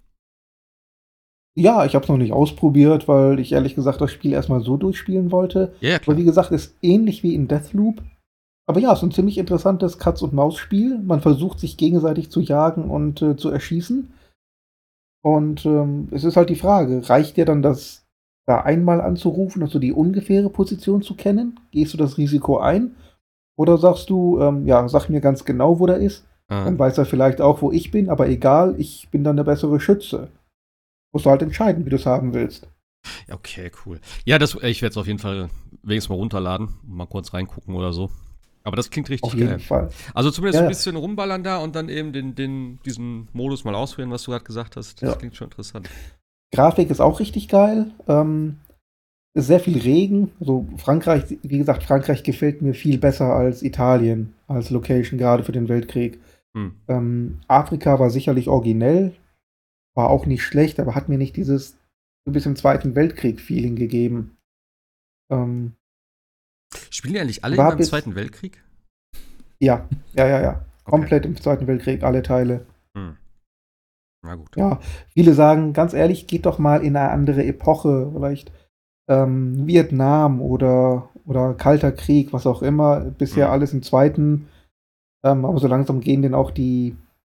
Ja, ich habe es noch nicht ausprobiert, weil ich ehrlich gesagt das Spiel erstmal so durchspielen wollte. Ja, ja, klar. Aber wie gesagt, ist ähnlich wie in Deathloop. Aber ja, es ist ein ziemlich interessantes Katz-und-Maus-Spiel. Man versucht sich gegenseitig zu jagen und äh, zu erschießen. Und ähm, es ist halt die Frage, reicht dir dann das da einmal anzurufen, also die ungefähre Position zu kennen? Gehst du das Risiko ein? Oder sagst du, ähm, ja, sag mir ganz genau, wo der ist. Ah. Dann weiß er vielleicht auch, wo ich bin, aber egal, ich bin dann der bessere Schütze. Musst du halt entscheiden, wie du es haben willst. Okay, cool. Ja, das, ich werde es auf jeden Fall wenigstens mal runterladen und mal kurz reingucken oder so. Aber das klingt richtig Auf jeden geil. Fall. Also zumindest Ja, ein ja. bisschen rumballern da und dann eben den, den, diesen Modus mal auswählen, was du gerade gesagt hast. Das Ja. klingt schon interessant. Grafik ist auch richtig geil. Ähm, ist sehr viel Regen. Also Frankreich, wie gesagt, Frankreich gefällt mir viel besser als Italien, als Location, gerade für den Weltkrieg. Hm. Ähm, Afrika war sicherlich originell, war auch nicht schlecht, aber hat mir nicht dieses so ein bisschen Zweiten Weltkrieg-Feeling gegeben. Ähm, Spielen die eigentlich alle War immer im bis- Zweiten Weltkrieg? ja, ja, ja, ja. Okay. Komplett im Zweiten Weltkrieg, alle Teile. Hm. Na gut. Ja, viele sagen, ganz ehrlich, geht doch mal in eine andere Epoche, vielleicht ähm, Vietnam oder, oder Kalter Krieg, was auch immer. Bisher Mhm. alles im Zweiten. Ähm, aber so langsam gehen denn auch die,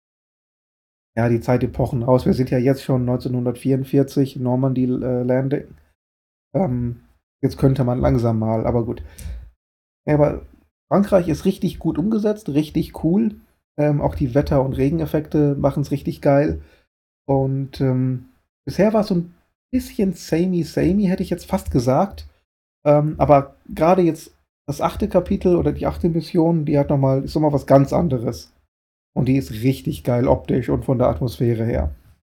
ja, die Zeitepochen aus. Wir sind ja jetzt schon neunzehnhundertvierundvierzig, Normandy äh, Landing. Ähm, jetzt könnte man langsam mal, aber gut. Ja, aber Frankreich ist richtig gut umgesetzt, richtig cool. Ähm, auch die Wetter- und Regeneffekte machen es richtig geil. Und ähm, bisher war es so ein bisschen samey-samey, hätte ich jetzt fast gesagt. Ähm, aber gerade jetzt das achte Kapitel oder die achte Mission, die hat noch mal, ist nochmal was ganz anderes. Und die ist richtig geil optisch und von der Atmosphäre her.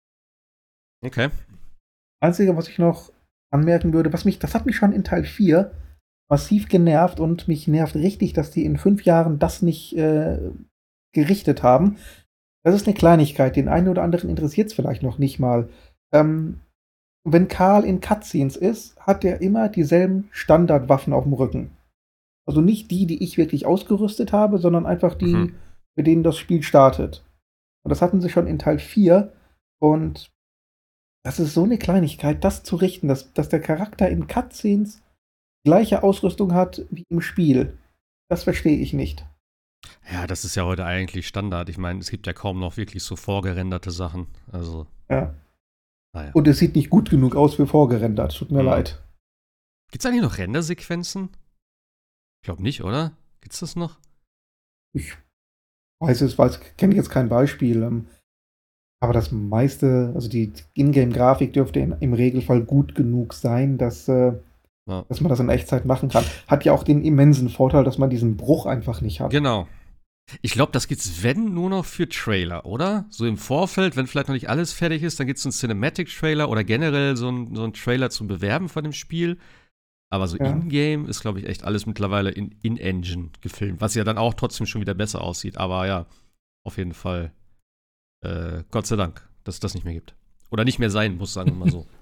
Okay. Einzige, was ich noch anmerken würde, was mich, das hat mich schon in Teil vier massiv genervt und mich nervt richtig, dass die in fünf Jahren das nicht äh, gerichtet haben. Das ist eine Kleinigkeit, den einen oder anderen interessiert es vielleicht noch nicht mal. Ähm, wenn Karl in Cutscenes ist, hat er immer dieselben Standardwaffen auf dem Rücken. Also nicht die, die ich wirklich ausgerüstet habe, sondern einfach die, Mhm. mit denen das Spiel startet. Und das hatten sie schon in Teil vier. Und das ist so eine Kleinigkeit, das zu richten, dass, dass der Charakter in Cutscenes gleiche Ausrüstung hat wie im Spiel. Das verstehe ich nicht. Ja, das ist ja heute eigentlich Standard. Ich meine, es gibt ja kaum noch wirklich so vorgerenderte Sachen. Also, Ja. naja. Und es sieht nicht gut genug aus für vorgerendert. Tut mir Mhm. leid. Gibt's eigentlich noch Rendersequenzen? Ich glaube nicht, oder? Gibt's das noch? Ich weiß es, weiß, kenne jetzt kein Beispiel. ähm, Aber das meiste, also die Ingame-Grafik dürfte in, im Regelfall gut genug sein, dass, äh, Ja. dass man das in Echtzeit machen kann. Hat ja auch den immensen Vorteil, dass man diesen Bruch einfach nicht hat. Genau. Ich glaube, das gibt's, wenn, nur noch für Trailer, oder? So im Vorfeld, wenn vielleicht noch nicht alles fertig ist, dann gibt's einen Cinematic-Trailer oder generell so einen so einen Trailer zum Bewerben von dem Spiel. Aber so Ja. in-game ist, glaube ich, echt alles mittlerweile in In-Engine gefilmt, was ja dann auch trotzdem schon wieder besser aussieht. Aber ja, auf jeden Fall, äh, Gott sei Dank, dass es das nicht mehr gibt. Oder nicht mehr sein muss, sagen wir mal so.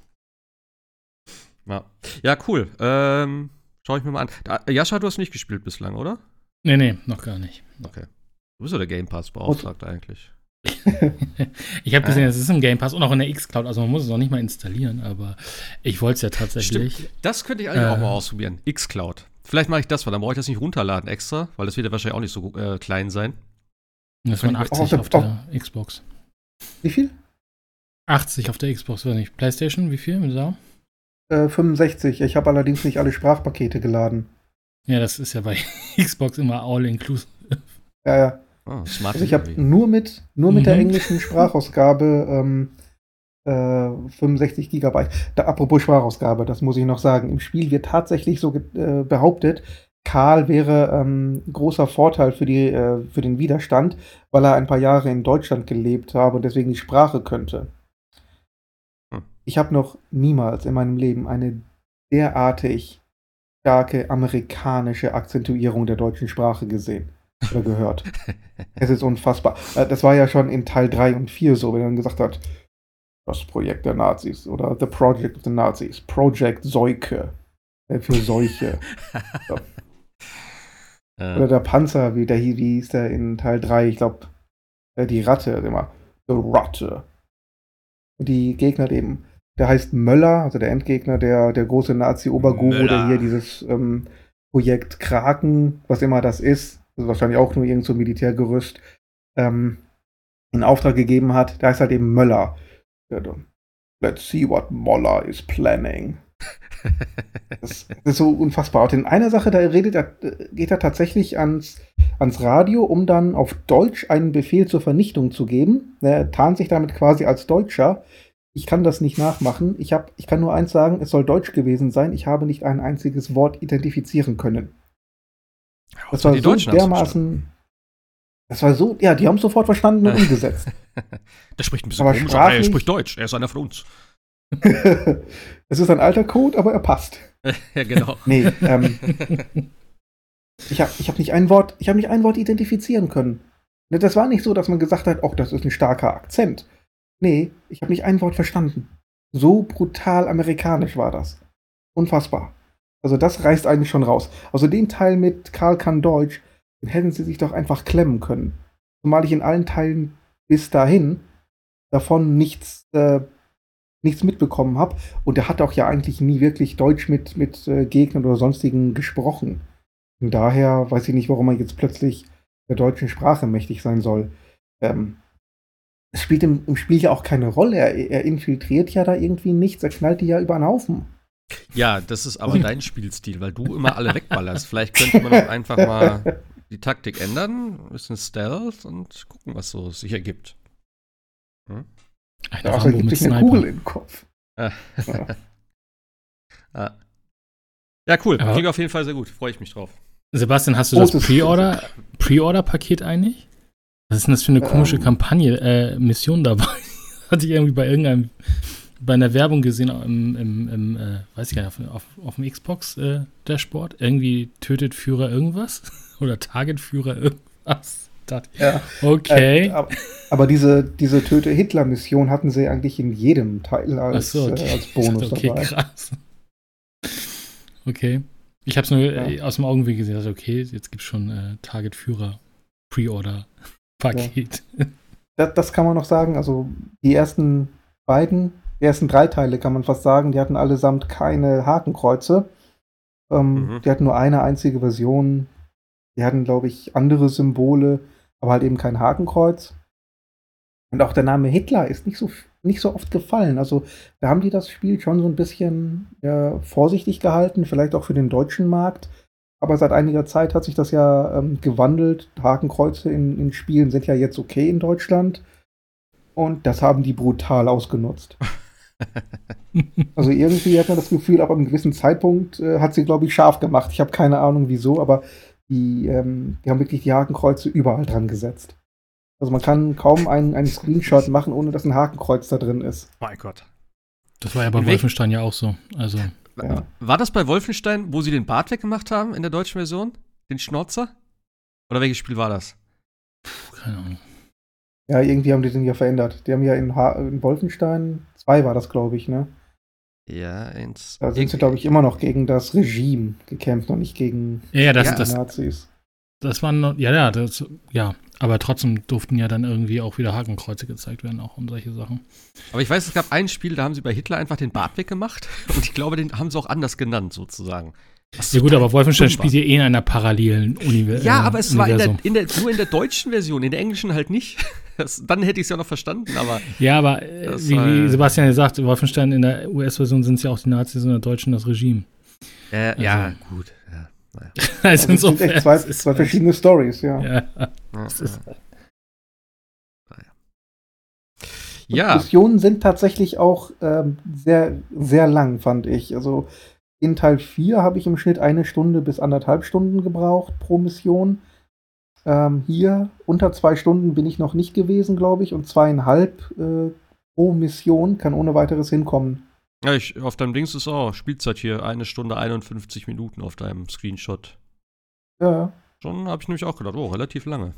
Ja. Ja, cool. Ähm, schau ich mir mal an. Da, Jascha, du hast nicht gespielt bislang, oder? Nee, nee, noch gar nicht. Okay. Du bist ja der Game Pass-Beauftragte eigentlich. Ich habe gesehen, es ist im Game Pass und auch in der X-Cloud, also man muss es auch nicht mal installieren, aber ich wollte es ja tatsächlich. Das könnte ich eigentlich Äh. auch mal ausprobieren. Xcloud. Vielleicht mache ich das, weil dann brauche ich das nicht runterladen extra, weil das wird ja wahrscheinlich auch nicht so äh, klein sein. Das waren Kann ich- achtzig Oh, auf der Xbox. Wie viel? achtzig auf der Xbox, weiß nicht. PlayStation, wie viel? Mit Sau? Äh, fünfundsechzig. Ich habe allerdings nicht alle Sprachpakete geladen. Ja, das ist ja bei Xbox immer all inclusive. Ja, ja. Oh, smart. Also ich habe irgendwie. nur mit, nur mit der Mhm. englischen Sprachausgabe ähm, äh, fünfundsechzig Gigabyte. Da, apropos Sprachausgabe, das muss ich noch sagen. Im Spiel wird tatsächlich so äh, behauptet, Karl wäre ähm, großer Vorteil für, die, äh, für den Widerstand, weil er ein paar Jahre in Deutschland gelebt habe und deswegen die Sprache könnte. Hm. Ich habe noch niemals in meinem Leben eine derartig starke amerikanische Akzentuierung der deutschen Sprache gesehen oder gehört. Es ist unfassbar. Äh, Das war ja schon in Teil drei und vier so, wenn er dann gesagt hat, das Projekt der Nazis oder The Project of the Nazis, Project Seuche, äh, für Seuche. So. Äh, Oder der Panzer, wie, der, wie hieß der in Teil drei, ich glaube, die Ratte, immer, The Ratte. Und die Gegner eben, der heißt Möller, also der Endgegner, der, der große Nazi-Oberguru, der hier dieses ähm, Projekt Kraken, was immer das ist, also wahrscheinlich auch nur irgend so ein Militärgerüst, ähm, in Auftrag gegeben hat, der heißt halt eben Möller. Let's see what Moller is planning. Das, das ist so unfassbar. Und in einer Sache, da redet er, geht er tatsächlich ans, ans Radio, um dann auf Deutsch einen Befehl zur Vernichtung zu geben. Er tarnt sich damit quasi als Deutscher. Ich kann das nicht nachmachen. Ich, hab, ich kann nur eins sagen, es soll Deutsch gewesen sein. Ich habe nicht ein einziges Wort identifizieren können. Das war die so Deutschen haben's dermaßen. Das war so, ja, die haben es sofort verstanden und umgesetzt. Der spricht ein bisschen Aber komisch, aber er sprachlich- spricht Deutsch. Er ist einer von uns. Es ist ein alter Code, aber er passt. Ja, genau. Nee, ähm, ich habe ich hab nicht ein Wort, ich habe nicht ein Wort identifizieren können. Ne, Das war nicht so, dass man gesagt hat, oh, das ist ein starker Akzent. Nee, ich habe nicht ein Wort verstanden. So brutal amerikanisch war das. Unfassbar. Also das reißt eigentlich schon raus. Also den Teil mit Karl kann Deutsch, den hätten sie sich doch einfach klemmen können. Zumal ich in allen Teilen bis dahin davon nichts, äh, nichts mitbekommen habe. Und er hat auch ja eigentlich nie wirklich Deutsch mit, mit äh, Gegnern oder sonstigen gesprochen. Und daher weiß ich nicht, warum er jetzt plötzlich der deutschen Sprache mächtig sein soll. Ähm, es spielt im, im Spiel ja auch keine Rolle. Er, er infiltriert ja da irgendwie nichts. Er knallt die ja über den Haufen. Ja, das ist aber dein Spielstil, weil du immer alle wegballerst. Vielleicht könnte man auch einfach mal die Taktik ändern, ein bisschen Stealth und gucken, was so sich ergibt. Hm? Ach, Da ergibt sich eine Kugel in den Kopf. Ah. Ja. Ah. Ja, cool. Aber- Klingt auf jeden Fall sehr gut. Freue ich mich drauf. Sebastian, hast du das Großes- Pre-Order, Pre-Order-Paket eigentlich? Was ist denn das für eine komische Ähm. Kampagne, äh, Mission dabei? Hatte ich irgendwie bei irgendeinem, bei einer Werbung gesehen, im, im, im äh, weiß ich gar nicht, auf, auf dem Xbox-Dashboard. Irgendwie tötet Führer irgendwas? Oder Target-Führer irgendwas? Dachte ich, Ja. okay. Äh, aber, aber diese, diese Töte-Hitler-Mission hatten sie eigentlich in jedem Teil als, Ach so, okay. äh, als Bonus okay, dabei. krass. Okay. Ich habe es nur Ja. äh, aus dem Augenwinkel gesehen. Also okay, jetzt gibt es schon äh, Target-Führer Pre-Order-Paket. Das, das kann man noch sagen. Also die ersten beiden, die ersten drei Teile kann man fast sagen, die hatten allesamt keine Hakenkreuze. Ähm, Mhm. Die hatten nur eine einzige Version. Die hatten, glaube ich, andere Symbole, aber halt eben kein Hakenkreuz. Und auch der Name Hitler ist nicht so, nicht so oft gefallen. Also da haben die das Spiel schon so ein bisschen ja, vorsichtig gehalten, vielleicht auch für den deutschen Markt. Aber seit einiger Zeit hat sich das ja ähm, gewandelt. Hakenkreuze in, in Spielen sind ja jetzt okay in Deutschland. Und das haben die brutal ausgenutzt. Also irgendwie hat man das Gefühl, ab einem gewissen Zeitpunkt äh, hat sie, glaube ich, scharf gemacht. Ich habe keine Ahnung wieso, aber die, ähm, die haben wirklich die Hakenkreuze überall dran gesetzt. Also man kann kaum einen, einen Screenshot machen, ohne dass ein Hakenkreuz da drin ist. Mein Gott. Das war ja bei In welch- Wolfenstein ja auch so. Also, Ja. War das bei Wolfenstein, wo sie den Bart weggemacht haben in der deutschen Version? Den Schnauzer? Oder welches Spiel war das? keine Ahnung. Ja, irgendwie haben die den ja verändert. Die haben ja in, ha in Wolfenstein zwei war das, glaube ich, ne? Ja, ins. Da sind sie, glaube ich, immer noch gegen das Regime gekämpft und nicht gegen Ja, ja, das, Ja. die das, Nazis. das waren, noch- ja, ja, das, ja. Aber trotzdem durften ja dann irgendwie auch wieder Hakenkreuze gezeigt werden, auch und solche Sachen. Aber ich weiß, es gab ein Spiel, da haben sie bei Hitler einfach den Bart weggemacht. Und ich glaube, den haben sie auch anders genannt, sozusagen. Was Ja gut, total aber Wolfenstein dumm war. spielt ja eh in einer parallelen Universum. Ja, aber es war in der, Universum. in der, nur in der deutschen Version, in der englischen halt nicht. Das, dann hätte ich es ja noch verstanden, aber Ja, aber äh, Das wie, war- wie Sebastian ja sagt, Wolfenstein in der U S-Version sind es ja auch die Nazis und in der deutschen das Regime. äh, ja, Also- gut. Ja, naja. Also, Also es sind insofern echt zwei, es ist zwei halt- verschiedene Stories, ja. Ja. Ja, ist- ja. Ja. Missionen sind tatsächlich auch ähm, sehr, sehr lang, fand ich. Also in Teil vier habe ich im Schnitt eine Stunde bis anderthalb Stunden gebraucht pro Mission. Ähm, hier unter zwei Stunden bin ich noch nicht gewesen, glaube ich, und zweieinhalb äh, pro Mission kann ohne weiteres hinkommen. Ja, ich, auf deinem Dings ist auch Spielzeit hier eine Stunde einundfünfzig Minuten auf deinem Screenshot. Ja. Schon habe ich nämlich auch gedacht, oh, relativ lange.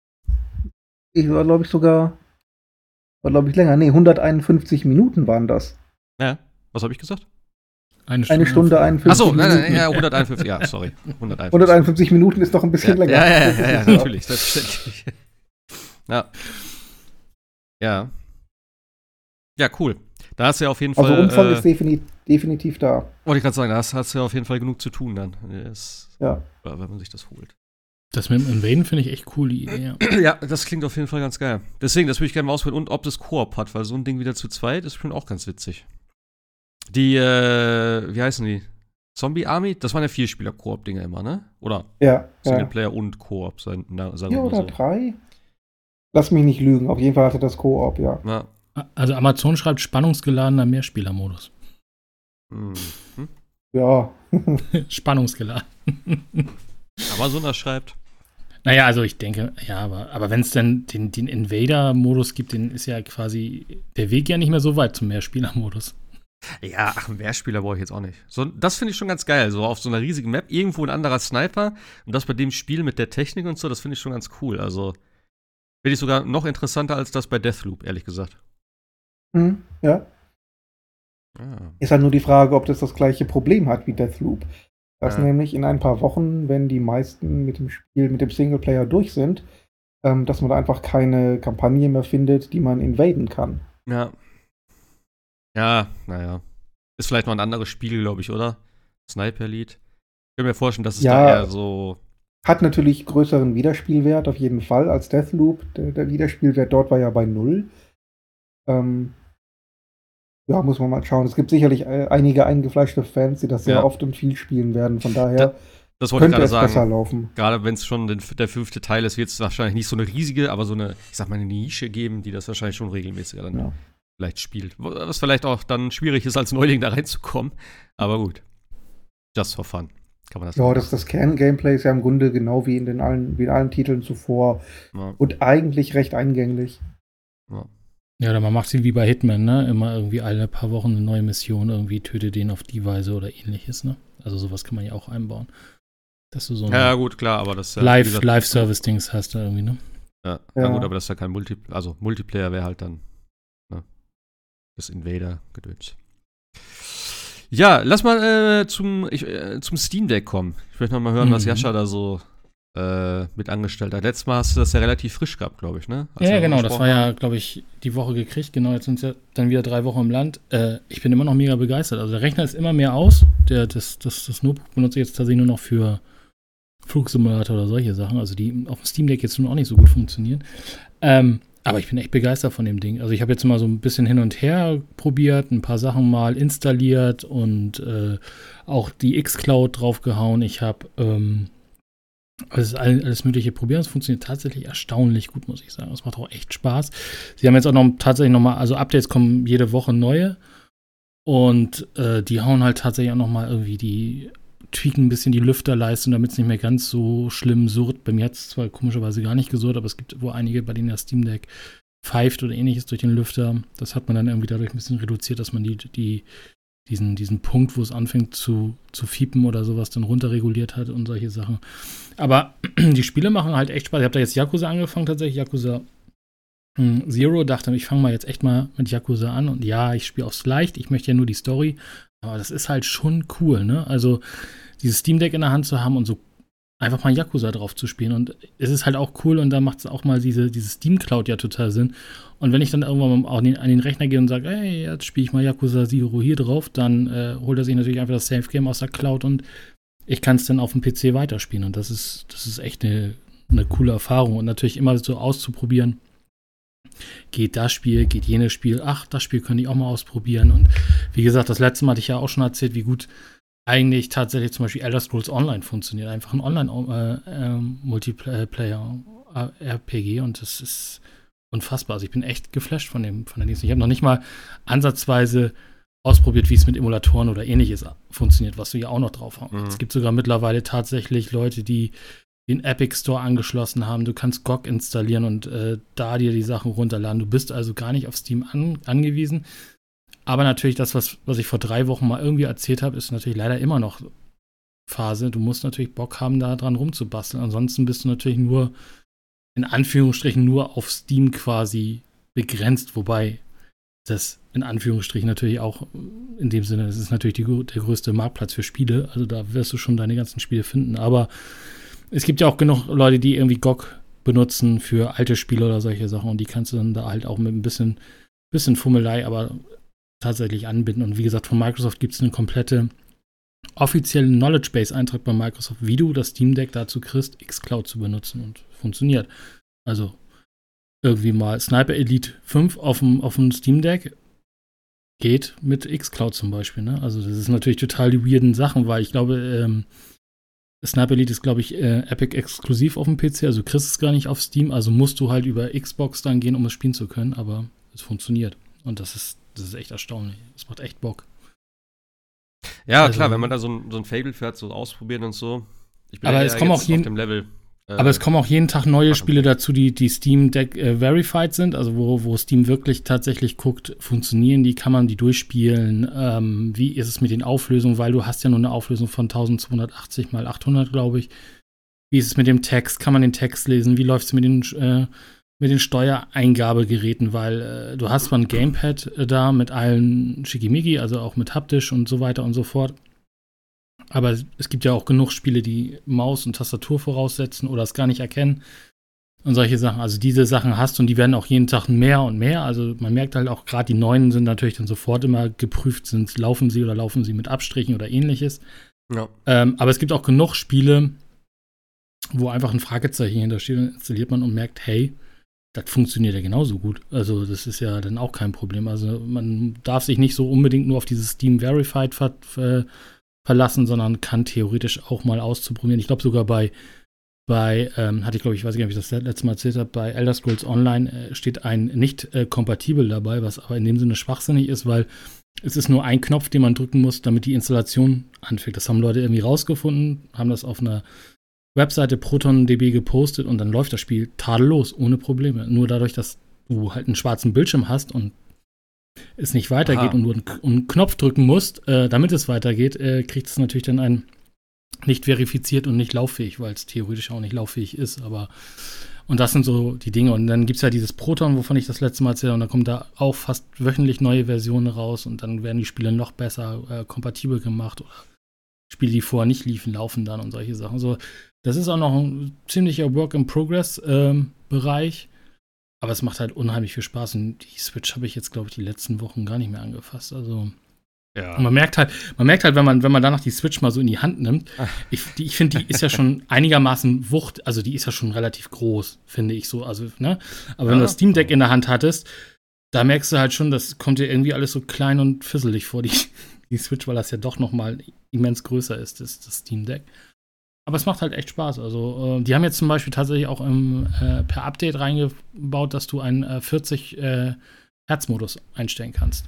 Ich war, glaube ich, sogar, war, glaube ich, länger. Nee, hunderteinundfünfzig Minuten waren das. Ja, was habe ich gesagt? Eine Eine Stunde einundfünfzig Achso, nein, Minuten. nein, ja, hunderteinundfünfzig, ja, sorry. hunderteinundfünfzig. hunderteinundfünfzig Minuten ist doch ein bisschen ja, länger. Ja, ja, ja, ja, natürlich, selbstverständlich. Ja. Ja. Ja, cool. Da hast du ja auf jeden Fall. Also Umfang äh, ist defini- definitiv da. Wollte ich gerade sagen, da hast, hast du ja auf jeden Fall genug zu tun dann. Das, Ja. Wenn man sich das holt. Das mit dem Invaden finde ich echt cool, die Idee. Ja. Ja, das klingt auf jeden Fall ganz geil. Deswegen, das würde ich gerne mal ausprobieren. Und ob das Koop hat, weil so ein Ding wieder zu zweit ist schon auch ganz witzig. Die, äh, wie heißen die? Zombie Army? Das waren ja Vierspieler-Koop-Dinger immer, ne? Oder Ja. Singleplayer ja. und Koop, sagen wir Vier mal oder so. drei? Lass mich nicht lügen. Auf jeden Fall hatte das Koop, ja. Ja. Also Amazon schreibt spannungsgeladener Mehrspielermodus. Mhm. Ja. Spannungsgeladen. Amazon schreibt. Naja, also ich denke, ja, aber, aber wenn es dann den, den Invader-Modus gibt, dann ist ja quasi der Weg ja nicht mehr so weit zum Mehrspieler-Modus. Ja, ach, einen Mehrspieler brauche ich jetzt auch nicht. So, das finde ich schon ganz geil. So auf so einer riesigen Map, irgendwo ein anderer Sniper und das bei dem Spiel mit der Technik und so, das finde ich schon ganz cool. Also finde ich sogar noch interessanter als das bei Deathloop, ehrlich gesagt. Hm, ja. Ah. Ist halt nur die Frage, ob das das gleiche Problem hat wie Deathloop. Dass Ja. nämlich in ein paar Wochen, wenn die meisten mit dem Spiel, mit dem Singleplayer durch sind, ähm, dass man da einfach keine Kampagne mehr findet, die man invaden kann. Ja. Ja, naja. Ist vielleicht noch ein anderes Spiel, glaube ich, oder? Sniper Elite. Ich kann mir vorstellen, dass es Ja. da eher so. Hat natürlich größeren Wiederspielwert auf jeden Fall als Deathloop. Der, der Wiederspielwert dort war ja bei null. Ähm, ja, muss man mal schauen. Es gibt sicherlich äh, einige eingefleischte Fans, die das sehr Ja. oft und viel spielen werden. Von daher Da, das wollte ich könnte gerade es besser sagen. laufen. Gerade wenn es schon den, der fünfte Teil ist, wird es wahrscheinlich nicht so eine riesige, aber so eine, ich sag mal, eine Nische geben, die das wahrscheinlich schon regelmäßiger dann Ja. vielleicht spielt. Was vielleicht auch dann schwierig ist, als Neuling da reinzukommen. Aber gut. Just for fun. Kann man das Ja, machen. das, das Kern-Gameplay ist ja im Grunde genau wie in den allen, wie in allen Titeln zuvor Ja. und eigentlich recht eingänglich. Ja. Ja, oder man macht sie wie bei Hitman, ne? Immer irgendwie alle paar Wochen eine neue Mission, irgendwie töte den auf die Weise oder ähnliches, ne? Also sowas kann man ja auch einbauen. Dass du so Ja, ein gut, klar, aber das ist ja, wie Live, gesagt, Live-Service-Dings hast da irgendwie, ne? Ja, ja. Ja. gut, aber das ist ja kein Multi, also Multiplayer wäre halt dann ne, das Invader-Gedöns. Ja, lass mal äh, zum, ich, äh, zum Steam Deck kommen. Ich möchte noch mal hören, was Mhm. Jascha da so äh, mit angestellt hat. Letztes Mal hast du das ja relativ frisch gehabt, glaube ich, ne? Als Ja, wir genau, das gesprochen war ja, haben. glaube ich, die Woche gekriegt. Genau, jetzt sind es ja dann wieder drei Wochen im Land. Äh, ich bin immer noch mega begeistert. Also der Rechner ist immer mehr aus. Der, das, das, das Notebook benutze ich jetzt tatsächlich nur noch für Flugsimulator oder solche Sachen. Also die auf dem Steam Deck jetzt nun auch nicht so gut funktionieren. Ähm, aber ich bin echt begeistert von dem Ding. Also ich habe jetzt mal so ein bisschen hin und her probiert, ein paar Sachen mal installiert und äh, auch die xCloud draufgehauen. Ich habe ähm, alles, alles mögliche probiert. Es funktioniert tatsächlich erstaunlich gut, muss ich sagen. Es macht auch echt Spaß. Sie haben jetzt auch noch tatsächlich nochmal, also Updates kommen jede Woche neue und äh, die hauen halt tatsächlich auch nochmal irgendwie die tweaken ein bisschen die Lüfterleistung, damit es nicht mehr ganz so schlimm surrt. Bei mir hat es zwar komischerweise gar nicht gesurrt, aber es gibt wohl einige, bei denen das Steam Deck pfeift oder ähnliches durch den Lüfter. Das hat man dann irgendwie dadurch ein bisschen reduziert, dass man die, die, diesen, diesen Punkt, wo es anfängt zu, zu fiepen oder sowas, dann runterreguliert hat und solche Sachen. Aber die Spiele machen halt echt Spaß. Ich habe da jetzt Yakuza angefangen, tatsächlich, Yakuza hm, Zero, dachte, ich fange mal jetzt echt mal mit Yakuza an und ja, ich spiele aufs Leicht, ich möchte ja nur die Story, aber das ist halt schon cool, ne? Also dieses Steam Deck in der Hand zu haben und so einfach mal Yakuza drauf zu spielen. Und es ist halt auch cool und da macht es auch mal diese, diese Steam Cloud ja total Sinn. Und wenn ich dann irgendwann mal an den, an den Rechner gehe und sage, hey, jetzt spiele ich mal Yakuza Zero hier drauf, dann äh, holt er sich natürlich einfach das Safe Game aus der Cloud und ich kann es dann auf dem P C weiterspielen. Und das ist, das ist echt eine, eine coole Erfahrung. Und natürlich immer so auszuprobieren, geht das Spiel, geht jenes Spiel, ach, das Spiel könnte ich auch mal ausprobieren. Und wie gesagt, das letzte Mal hatte ich ja auch schon erzählt, wie gut eigentlich tatsächlich zum Beispiel Elder Scrolls Online funktioniert. Einfach ein Online-Multiplayer-R P G und das ist unfassbar. Also ich bin echt geflasht von dem, von der Dienst. Ich habe noch nicht mal ansatzweise ausprobiert, wie es mit Emulatoren oder ähnliches funktioniert, was du ja auch noch drauf hast. Mhm. Es gibt sogar mittlerweile tatsächlich Leute, die den Epic Store angeschlossen haben. Du kannst G O G installieren und äh, da dir die Sachen runterladen. Du bist also gar nicht auf Steam an, angewiesen. Aber natürlich das, was, was ich vor drei Wochen mal irgendwie erzählt habe, ist natürlich leider immer noch Phase. Du musst natürlich Bock haben, da dran rumzubasteln. Ansonsten bist du natürlich nur, in Anführungsstrichen, nur auf Steam quasi begrenzt. Wobei das in Anführungsstrichen natürlich auch in dem Sinne, das ist natürlich die, der größte Marktplatz für Spiele. Also da wirst du schon deine ganzen Spiele finden. Aber es gibt ja auch genug Leute, die irgendwie G O G benutzen für alte Spiele oder solche Sachen. Und die kannst du dann da halt auch mit ein bisschen, bisschen Fummelei, aber tatsächlich anbinden. Und wie gesagt, von Microsoft gibt es eine komplette offizielle Knowledge Base Eintrag bei Microsoft, wie du das Steam Deck dazu kriegst, xCloud zu benutzen, und funktioniert. Also irgendwie mal Sniper Elite fünf auf dem, auf dem Steam Deck geht mit xCloud zum Beispiel. Ne? Also das ist natürlich total die weirden Sachen, weil ich glaube, ähm, Sniper Elite ist, glaube ich, äh, Epic exklusiv auf dem P C, also du kriegst es gar nicht auf Steam, also musst du halt über Xbox dann gehen, um es spielen zu können, aber es funktioniert. Und das ist, das ist echt erstaunlich. Es macht echt Bock. Ja, also, klar, wenn man da so ein, so ein Fable für hat, so ausprobieren und so. Ich bin aber ja es kommen auch jeden, auf dem Level. Äh, aber es kommen auch jeden Tag neue Spiele dazu, die, die Steam Deck äh, verified sind, also wo, wo Steam wirklich tatsächlich guckt, funktionieren die, kann man die durchspielen, ähm, wie ist es mit den Auflösungen, weil du hast ja nur eine Auflösung von zwölfhundertachtzig mal achthundert, glaube ich. Wie ist es mit dem Text, kann man den Text lesen, wie läuft es mit den äh, mit den Steuereingabegeräten, weil äh, du hast zwar ein Gamepad äh, da mit allen Schickimicki, also auch mit haptisch und so weiter und so fort. Aber es gibt ja auch genug Spiele, die Maus und Tastatur voraussetzen oder es gar nicht erkennen und solche Sachen. Also diese Sachen hast du und die werden auch jeden Tag mehr und mehr. Also man merkt halt auch, gerade die neuen sind natürlich dann sofort immer geprüft, sind, laufen sie oder laufen sie mit Abstrichen oder ähnliches. Ja. Ähm, aber es gibt auch genug Spiele, wo einfach ein Fragezeichen hintersteht und installiert man und merkt, hey, das funktioniert ja genauso gut. Also das ist ja dann auch kein Problem. Also man darf sich nicht so unbedingt nur auf dieses Steam Verified ver- ver- verlassen, sondern kann theoretisch auch mal auszuprobieren. Ich glaube sogar bei, bei ähm, hatte ich glaube ich, weiß ich gar nicht, ob ich das letzte Mal erzählt habe, bei Elder Scrolls Online äh, steht ein nicht äh, kompatibel dabei, was aber in dem Sinne schwachsinnig ist, weil es ist nur ein Knopf, den man drücken muss, damit die Installation anfängt. Das haben Leute irgendwie rausgefunden, haben das auf einer Webseite ProtonDB gepostet und dann läuft das Spiel tadellos, ohne Probleme. Nur dadurch, dass du halt einen schwarzen Bildschirm hast und es nicht weitergeht Aha. und du einen, einen Knopf drücken musst, äh, damit es weitergeht, äh, kriegt es natürlich dann ein nicht verifiziert und nicht lauffähig, weil es theoretisch auch nicht lauffähig ist. Aber und das sind so die Dinge. Und dann gibt es ja dieses Proton, wovon ich das letzte Mal erzählt habe, und da kommen da auch fast wöchentlich neue Versionen raus und dann werden die Spiele noch besser äh, kompatibel gemacht oder Spiele, die vorher nicht liefen, laufen dann und solche Sachen. So, das ist auch noch ein ziemlicher Work-in-Progress-Bereich. Ähm, aber es macht halt unheimlich viel Spaß. Und die Switch habe ich jetzt, glaube ich, die letzten Wochen gar nicht mehr angefasst. Also, ja. Und man merkt halt, man merkt halt, wenn man, wenn man danach die Switch mal so in die Hand nimmt, ich, die, ich finde, die ist ja schon einigermaßen wucht, also die ist ja schon relativ groß, finde ich so. Also, ne? Aber ja. wenn du das Steam Deck in der Hand hattest, da merkst du halt schon, das kommt dir irgendwie alles so klein und fisselig vor, die, die Switch, weil das ja doch noch mal immens größer ist, das, das Steam Deck. Aber es macht halt echt Spaß. Also, äh, die haben jetzt zum Beispiel tatsächlich auch im, äh, per Update reingebaut, dass du einen äh, vierzig äh, Hertz-Modus einstellen kannst.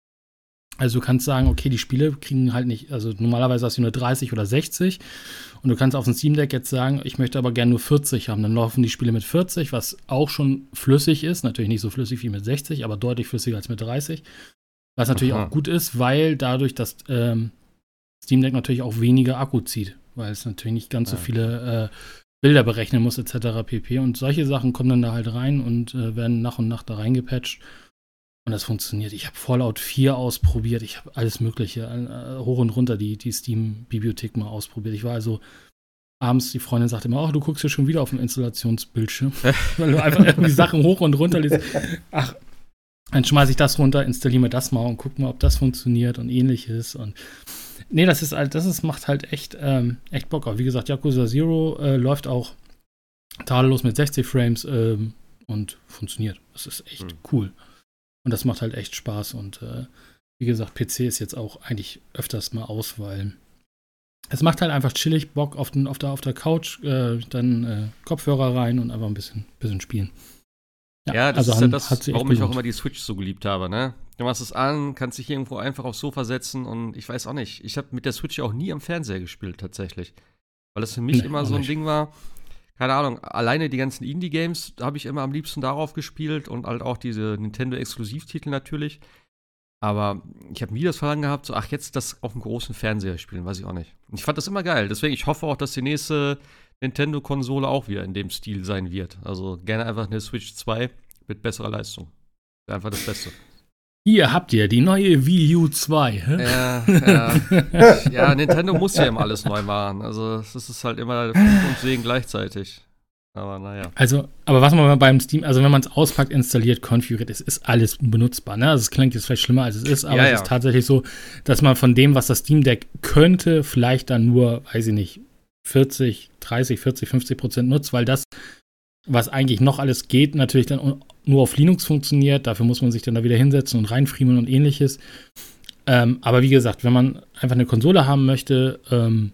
Also du kannst sagen, okay, die Spiele kriegen halt nicht, also normalerweise hast du nur dreißig oder sechzig und du kannst auf dem Steam Deck jetzt sagen, ich möchte aber gerne nur vierzig haben. Dann laufen die Spiele mit vierzig, was auch schon flüssig ist, natürlich nicht so flüssig wie mit sechzig, aber deutlich flüssiger als mit dreißig. Was natürlich Aha. auch gut ist, weil dadurch das ähm, Steam Deck natürlich auch weniger Akku zieht, weil es natürlich nicht ganz ja. so viele äh, Bilder berechnen muss et cetera pp. Und solche Sachen kommen dann da halt rein und äh, werden nach und nach da reingepatcht. Und das funktioniert. Ich habe Fallout vier ausprobiert. Ich habe alles Mögliche äh, hoch und runter die, die Steam-Bibliothek mal ausprobiert. Ich war also abends, die Freundin sagte immer, ach, du guckst ja schon wieder auf dem Installationsbildschirm. Weil du einfach irgendwie Sachen hoch und runter liest. Ach, dann schmeiße ich das runter, installiere mir das mal und guck mal, ob das funktioniert und ähnliches. Und nee, das ist halt, das ist, macht halt echt, ähm, echt Bock. Aber wie gesagt, Yakuza Zero äh, läuft auch tadellos mit sechzig Frames ähm, und funktioniert. Das ist echt mhm. cool. Und das macht halt echt Spaß. Und äh, wie gesagt, P C ist jetzt auch eigentlich öfters mal aus, weil es macht halt einfach chillig Bock auf, den, auf, der, auf der Couch, äh, dann äh, Kopfhörer rein und einfach ein bisschen, bisschen spielen. Ja, ja, das also ist ja das, warum ich auch immer die Switch so geliebt habe, ne? Du machst es an, kannst dich irgendwo einfach aufs Sofa setzen und ich weiß auch nicht, ich habe mit der Switch ja auch nie am Fernseher gespielt, tatsächlich. Weil das für mich nee, immer so ein nicht. Ding war, keine Ahnung, alleine die ganzen Indie-Games habe ich immer am liebsten darauf gespielt und halt auch diese Nintendo-Exklusivtitel natürlich. Aber ich habe nie das Verlangen gehabt, so, ach, jetzt das auf dem großen Fernseher spielen, weiß ich auch nicht. Und ich fand das immer geil, deswegen, ich hoffe auch, dass die nächste Nintendo-Konsole auch wieder in dem Stil sein wird. Also gerne einfach eine Switch zwei mit besserer Leistung. Wäre einfach das Beste. Hier habt ihr die neue Wii U zwei. Hä? Ja, ja. Ja, Nintendo muss ja immer alles neu machen. Also das ist halt immer Fluch und Segen gleichzeitig. Aber naja. Also, aber was man beim Steam, also wenn man es auspackt, installiert, konfiguriert, es ist alles benutzbar. Ne? Also es klingt jetzt vielleicht schlimmer, als es ist, aber ja, es ja. ist tatsächlich so, dass man von dem, was das Steam Deck könnte, vielleicht dann nur, weiß ich nicht, vierzig, dreißig, vierzig, fünfzig Prozent nutzt, weil das, was eigentlich noch alles geht, natürlich dann nur auf Linux funktioniert. Dafür muss man sich dann da wieder hinsetzen und reinfriemeln und ähnliches. Ähm, aber wie gesagt, wenn man einfach eine Konsole haben möchte ähm,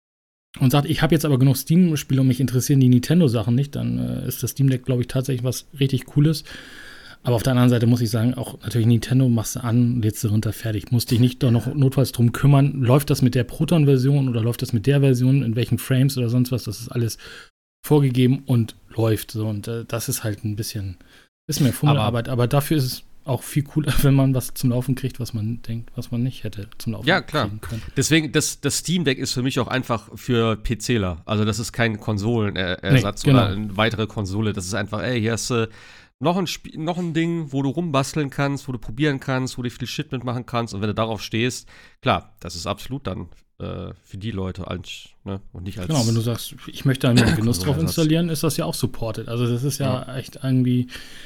und sagt, ich habe jetzt aber genug Steam-Spiele und mich interessieren die Nintendo-Sachen nicht, dann äh, ist das Steam Deck, glaube ich, tatsächlich was richtig Cooles. Aber auf der anderen Seite muss ich sagen, auch natürlich Nintendo machst du an, lädst du runter, fertig. Musst dich nicht doch noch notfalls drum kümmern. Läuft das mit der Proton-Version oder läuft das mit der Version, in welchen Frames oder sonst was, das ist alles vorgegeben und läuft. So. Und äh, das ist halt ein bisschen, bisschen mehr Fummelarbeit, aber, aber dafür ist es auch viel cooler, wenn man was zum Laufen kriegt, was man denkt, was man nicht hätte zum Laufen ja, klar. kriegen können. Deswegen, das, das Steam Deck ist für mich auch einfach für PCler. Also das ist kein Konsolenersatz nee, genau. oder eine weitere Konsole. Das ist einfach, ey, hier hast du noch ein, Sp- noch ein Ding, wo du rumbasteln kannst, wo du probieren kannst, wo du viel Shit mitmachen kannst. Und wenn du darauf stehst, klar, das ist absolut dann äh, für die Leute als, ne, und nicht als. Genau, wenn du sagst, ich möchte da einen Genuss drauf installieren, ist das ja auch supported. Also das ist ja, ja. echt irgendwie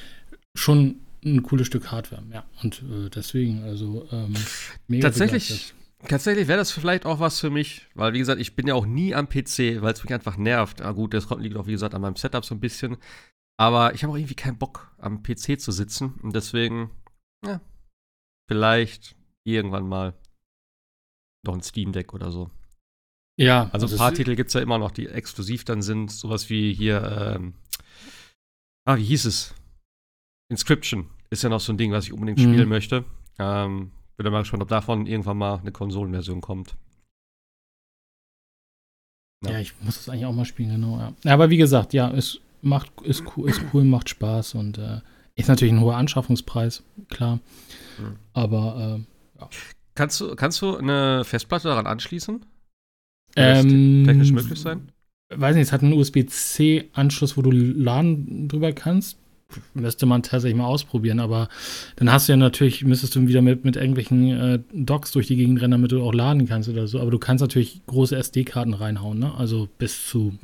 schon ein cooles Stück Hardware. Ja, und äh, deswegen, also ähm, mega Tatsächlich. begeistert. Tatsächlich wäre das vielleicht auch was für mich, weil, wie gesagt, ich bin ja auch nie am P C, weil es mich einfach nervt. Ah, gut, das liegt auch, wie gesagt, an meinem Setup so ein bisschen. Aber ich habe auch irgendwie keinen Bock, am P C zu sitzen. Und deswegen, ja, vielleicht irgendwann mal noch ein Steam Deck oder so. Ja. Also ein paar Titel gibt es ja immer noch, die exklusiv dann sind. Sowas wie hier, ähm, ah, wie hieß es? Inscription ist ja noch so ein Ding, was ich unbedingt mhm. spielen möchte. Ähm, bin dann mal gespannt, ob davon irgendwann mal eine Konsolenversion kommt. Ja. ja, ich muss das eigentlich auch mal spielen, genau. Ja. Aber wie gesagt, ja, ist Macht, ist, cool, ist cool, macht Spaß und äh, ist natürlich ein hoher Anschaffungspreis, klar. Mhm. Aber äh, ja. Kannst du, kannst du eine Festplatte daran anschließen? Ähm, das technisch möglich sein? Weiß nicht, es hat einen U S B C-Anschluss, wo du laden drüber kannst. Müsste man tatsächlich mal ausprobieren, aber dann hast du ja natürlich, müsstest du wieder mit, mit irgendwelchen äh, Docks durch die Gegend rennen, damit du auch laden kannst oder so. Aber du kannst natürlich große S D-Karten reinhauen, ne? Also bis zu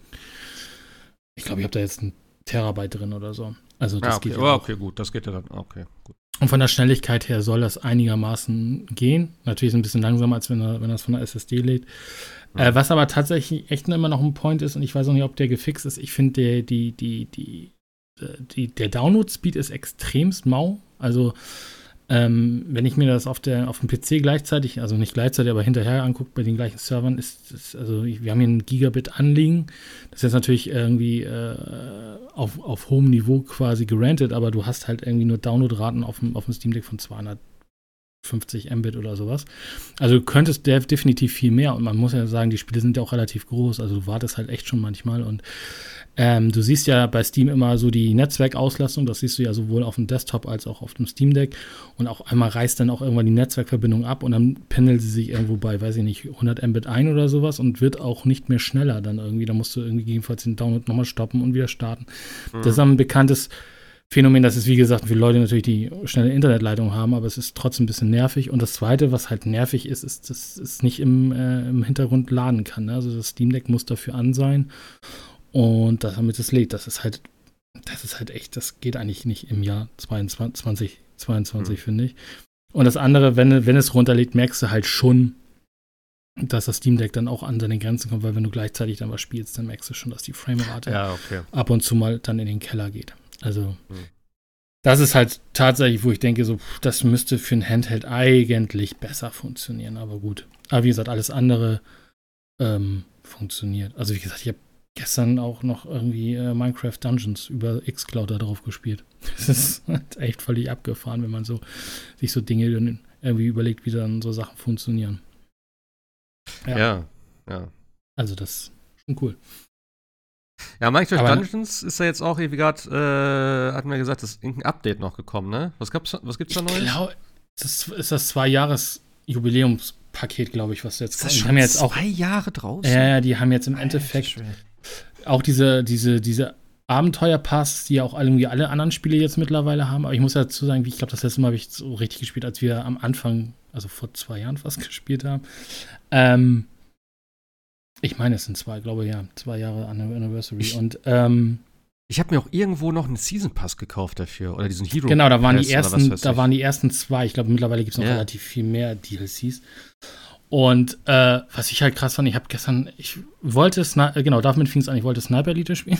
ich glaube, ich habe da jetzt ein Terabyte drin oder so. Also das ja, okay. geht ja oh, okay, gut, das geht ja dann. Okay, gut. Und von der Schnelligkeit her soll das einigermaßen gehen. Natürlich ist es ein bisschen langsamer, als wenn er, wenn das von der S S D lädt. Mhm. Äh, was aber tatsächlich echt immer noch ein Point ist, und ich weiß auch nicht, ob der gefixt ist, ich finde, die, die, die, die, der Download-Speed ist extremst mau. Also Ähm, wenn ich mir das auf, der, auf dem P C gleichzeitig, also nicht gleichzeitig, aber hinterher angucke bei den gleichen Servern, ist es, also wir haben hier ein Gigabit anliegen. Das ist jetzt natürlich irgendwie äh, auf, auf hohem Niveau quasi gerantet, aber du hast halt irgendwie nur Downloadraten auf dem, auf dem Steam Deck von zweihundertfünfzig Mbit oder sowas. Also du könntest def- definitiv viel mehr und man muss ja sagen, die Spiele sind ja auch relativ groß, also du wartest halt echt schon manchmal und Ähm, du siehst ja bei Steam immer so die Netzwerkauslastung, das siehst du ja sowohl auf dem Desktop als auch auf dem Steam Deck und auch einmal reißt dann auch irgendwann die Netzwerkverbindung ab und dann pendelt sie sich irgendwo bei, weiß ich nicht, hundert Mbit ein oder sowas und wird auch nicht mehr schneller dann irgendwie, da musst du irgendwie gegebenenfalls den Download nochmal stoppen und wieder starten. Mhm. Das ist ein bekanntes Phänomen, das ist wie gesagt für Leute natürlich, die schnelle Internetleitung haben, aber es ist trotzdem ein bisschen nervig und das Zweite, was halt nervig ist, ist, dass es nicht im, äh, im Hintergrund laden kann, ne? Also das Steam Deck muss dafür an sein. Und das, damit es lädt, das ist halt, das ist halt echt, das geht eigentlich nicht im Jahr zwanzig zweiundzwanzig, mhm. finde ich. Und das andere, wenn, wenn es runterlädt, merkst du halt schon, dass das Steam Deck dann auch an seine Grenzen kommt, weil wenn du gleichzeitig dann was spielst, dann merkst du schon, dass die Framerate ja, okay. ab und zu mal dann in den Keller geht. Also, mhm. das ist halt tatsächlich, wo ich denke, so, das müsste für ein Handheld eigentlich besser funktionieren, aber gut. Aber wie gesagt, alles andere ähm, funktioniert. Also wie gesagt, ich habe gestern auch noch irgendwie äh, Minecraft Dungeons über xCloud da drauf gespielt. Das ist echt völlig abgefahren, wenn man so sich so Dinge dann irgendwie überlegt, wie dann so Sachen funktionieren. Ja, ja. ja. Also das ist schon cool. Ja, Minecraft Aber Dungeons ist ja jetzt auch irgendwie gerade, äh, hatten wir gesagt, ist irgendein Update noch gekommen, ne? Was gab's, was gibt's da Neues? Ich glaube, das ist das Zwei-Jahres-Jubiläumspaket, glaube ich, was jetzt ist das kommt. schon Die haben jetzt zwei auch, Jahre draußen? Ja, ja, die haben jetzt im Endeffekt auch diese, diese, diese Abenteuerpass, die ja auch irgendwie alle anderen Spiele jetzt mittlerweile haben. Aber ich muss dazu sagen, ich glaube, das letzte Mal habe ich so richtig gespielt, als wir am Anfang, also vor zwei Jahren fast gespielt haben. Ähm, ich meine, es sind zwei, glaube ich, ja, zwei Jahre Anniversary. Ich, und ähm, ich habe mir auch irgendwo noch einen Season Pass gekauft dafür oder diesen Hero. Genau, da waren Pass die ersten, da ich. waren die ersten zwei. Ich glaube, mittlerweile gibt es noch ja. relativ viel mehr D L Cs. Und äh, was ich halt krass fand, ich habe gestern, ich wollte, Sni- genau, damit fing es an, ich wollte Sniper Elite spielen.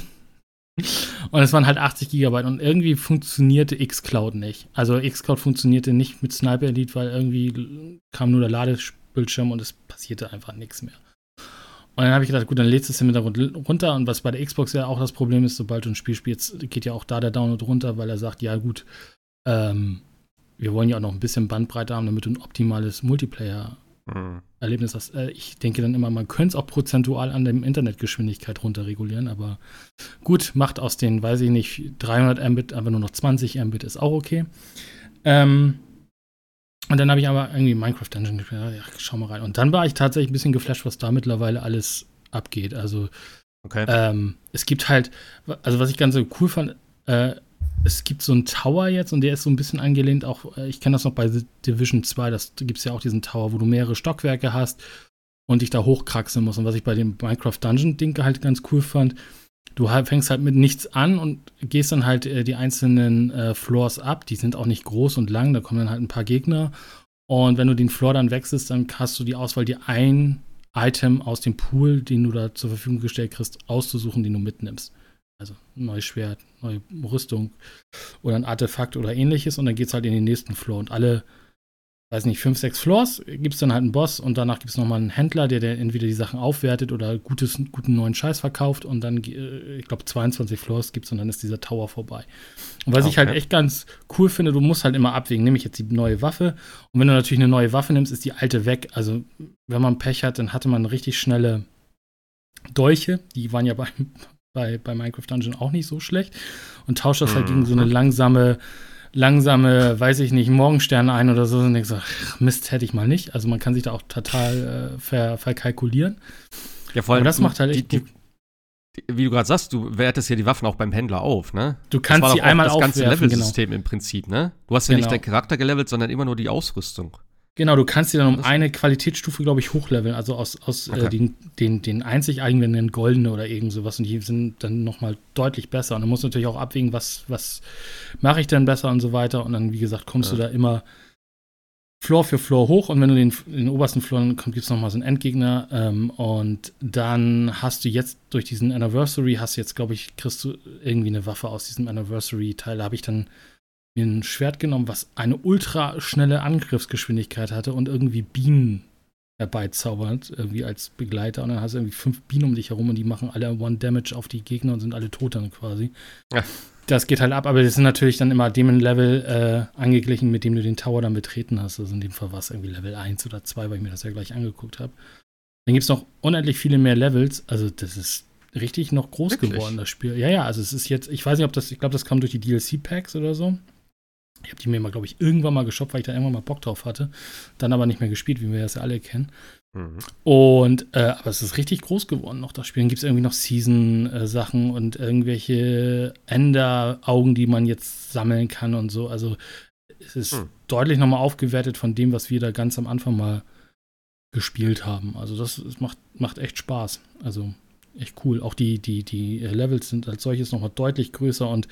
Und es waren halt achtzig Gigabyte und irgendwie funktionierte xCloud nicht. Also xCloud funktionierte nicht mit Sniper Elite, weil irgendwie kam nur der Ladebildschirm und es passierte einfach nichts mehr. Und dann habe ich gedacht, gut, dann lädst du es im Hintergrund runter. Und was bei der Xbox ja auch das Problem ist, sobald du ein Spiel spielst, geht ja auch da der Download runter, weil er sagt, ja gut, ähm, wir wollen ja auch noch ein bisschen Bandbreite haben, damit du ein optimales Multiplayer-Erlebnis mhm. hast. Äh, ich denke dann immer, man könnte es auch prozentual an der Internetgeschwindigkeit runterregulieren, aber gut, macht aus den, weiß ich nicht, dreihundert Mbit einfach nur noch zwanzig Mbit, ist auch okay. Ähm, Und dann habe ich aber irgendwie Minecraft Dungeon gespielt. Ja, schau mal rein. Und dann war ich tatsächlich ein bisschen geflasht, was da mittlerweile alles abgeht. Also, okay. ähm, es gibt halt, also was ich ganz so cool fand, äh, es gibt so einen Tower jetzt und der ist so ein bisschen angelehnt auch, äh, ich kenne das noch bei The Division zwei, da gibt es ja auch diesen Tower, wo du mehrere Stockwerke hast und dich da hochkraxeln musst. Und was ich bei dem Minecraft Dungeon-Ding halt ganz cool fand, du fängst halt mit nichts an und gehst dann halt äh, die einzelnen äh, Floors ab. Die sind auch nicht groß und lang, da kommen dann halt ein paar Gegner. Und wenn du den Floor dann wechselst, dann hast du die Auswahl, dir ein Item aus dem Pool, den du da zur Verfügung gestellt kriegst, auszusuchen, den du mitnimmst. Also ein neues Schwert, neue Rüstung oder ein Artefakt oder ähnliches. Und dann geht's halt in den nächsten Floor. Und alle, weiß nicht, fünf, sechs Floors gibt es dann halt einen Boss und danach gibt es nochmal einen Händler, der, der entweder die Sachen aufwertet oder gutes, guten neuen Scheiß verkauft und dann, äh, ich glaube, zweiundzwanzig Floors gibt es und dann ist dieser Tower vorbei. Und was okay. ich halt echt ganz cool finde, du musst halt immer abwägen, nehme ich jetzt die neue Waffe und wenn du natürlich eine neue Waffe nimmst, ist die alte weg. Also wenn man Pech hat, dann hatte man richtig schnelle Dolche, die waren ja bei, bei, bei Minecraft Dungeon auch nicht so schlecht und tauscht das halt gegen so eine langsame langsame, weiß ich nicht, Morgensterne ein oder so. Und ich so, ach, Mist, hätte ich mal nicht. Also man kann sich da auch total äh, ver, verkalkulieren. Ja, vor allem, aber das macht halt echt die, die, die, wie du gerade sagst, du wertest ja die Waffen auch beim Händler auf, ne? Du kannst das war sie einmal aufwerfen, das ganze Level-System genau. im Prinzip, ne? Du hast ja genau. nicht deinen Charakter gelevelt, sondern immer nur die Ausrüstung. Genau, du kannst sie dann um eine Qualitätsstufe, glaube ich, hochleveln. Also aus, aus okay. äh, den, den, den einzigartigen, wenn den goldene oder irgend sowas. Und die sind dann nochmal deutlich besser. Und du musst natürlich auch abwägen, was, was mache ich denn besser und so weiter. Und dann, wie gesagt, kommst ja. du da immer Floor für Floor hoch. Und wenn du den, den obersten Floor, dann gibt es nochmal so einen Endgegner. Ähm, und dann hast du jetzt durch diesen Anniversary, hast du jetzt, glaube ich, kriegst du irgendwie eine Waffe aus diesem Anniversary-Teil. Da habe ich dann mir ein Schwert genommen, was eine ultra schnelle Angriffsgeschwindigkeit hatte und irgendwie Bienen herbeizaubert, irgendwie als Begleiter. Und dann hast du irgendwie fünf Bienen um dich herum und die machen alle One Damage auf die Gegner und sind alle tot dann quasi. Ja. Das geht halt ab, aber das sind natürlich dann immer dem Level äh, angeglichen, mit dem du den Tower dann betreten hast. Also in dem Fall war es irgendwie Level eins oder zwei, weil ich mir das ja gleich angeguckt habe. Dann gibt es noch unendlich viele mehr Levels. Also das ist richtig noch groß Wirklich? geworden, das Spiel. Ja, ja, also es ist jetzt, ich weiß nicht, ob das, ich glaube, das kam durch die D L C-Packs oder so. Ich habe die mir mal, glaube ich, irgendwann mal geshoppt, weil ich da irgendwann mal Bock drauf hatte. Dann aber nicht mehr gespielt, wie wir das ja alle kennen. Mhm. Und, äh, aber es ist richtig groß geworden noch, das Spiel. Dann gibt es irgendwie noch Season-Sachen und irgendwelche Ender-Augen, die man jetzt sammeln kann und so. Also es ist mhm. deutlich nochmal aufgewertet von dem, was wir da ganz am Anfang mal gespielt haben. Also das, das macht, macht echt Spaß. Also echt cool. Auch die, die, die Levels sind als solches nochmal deutlich größer und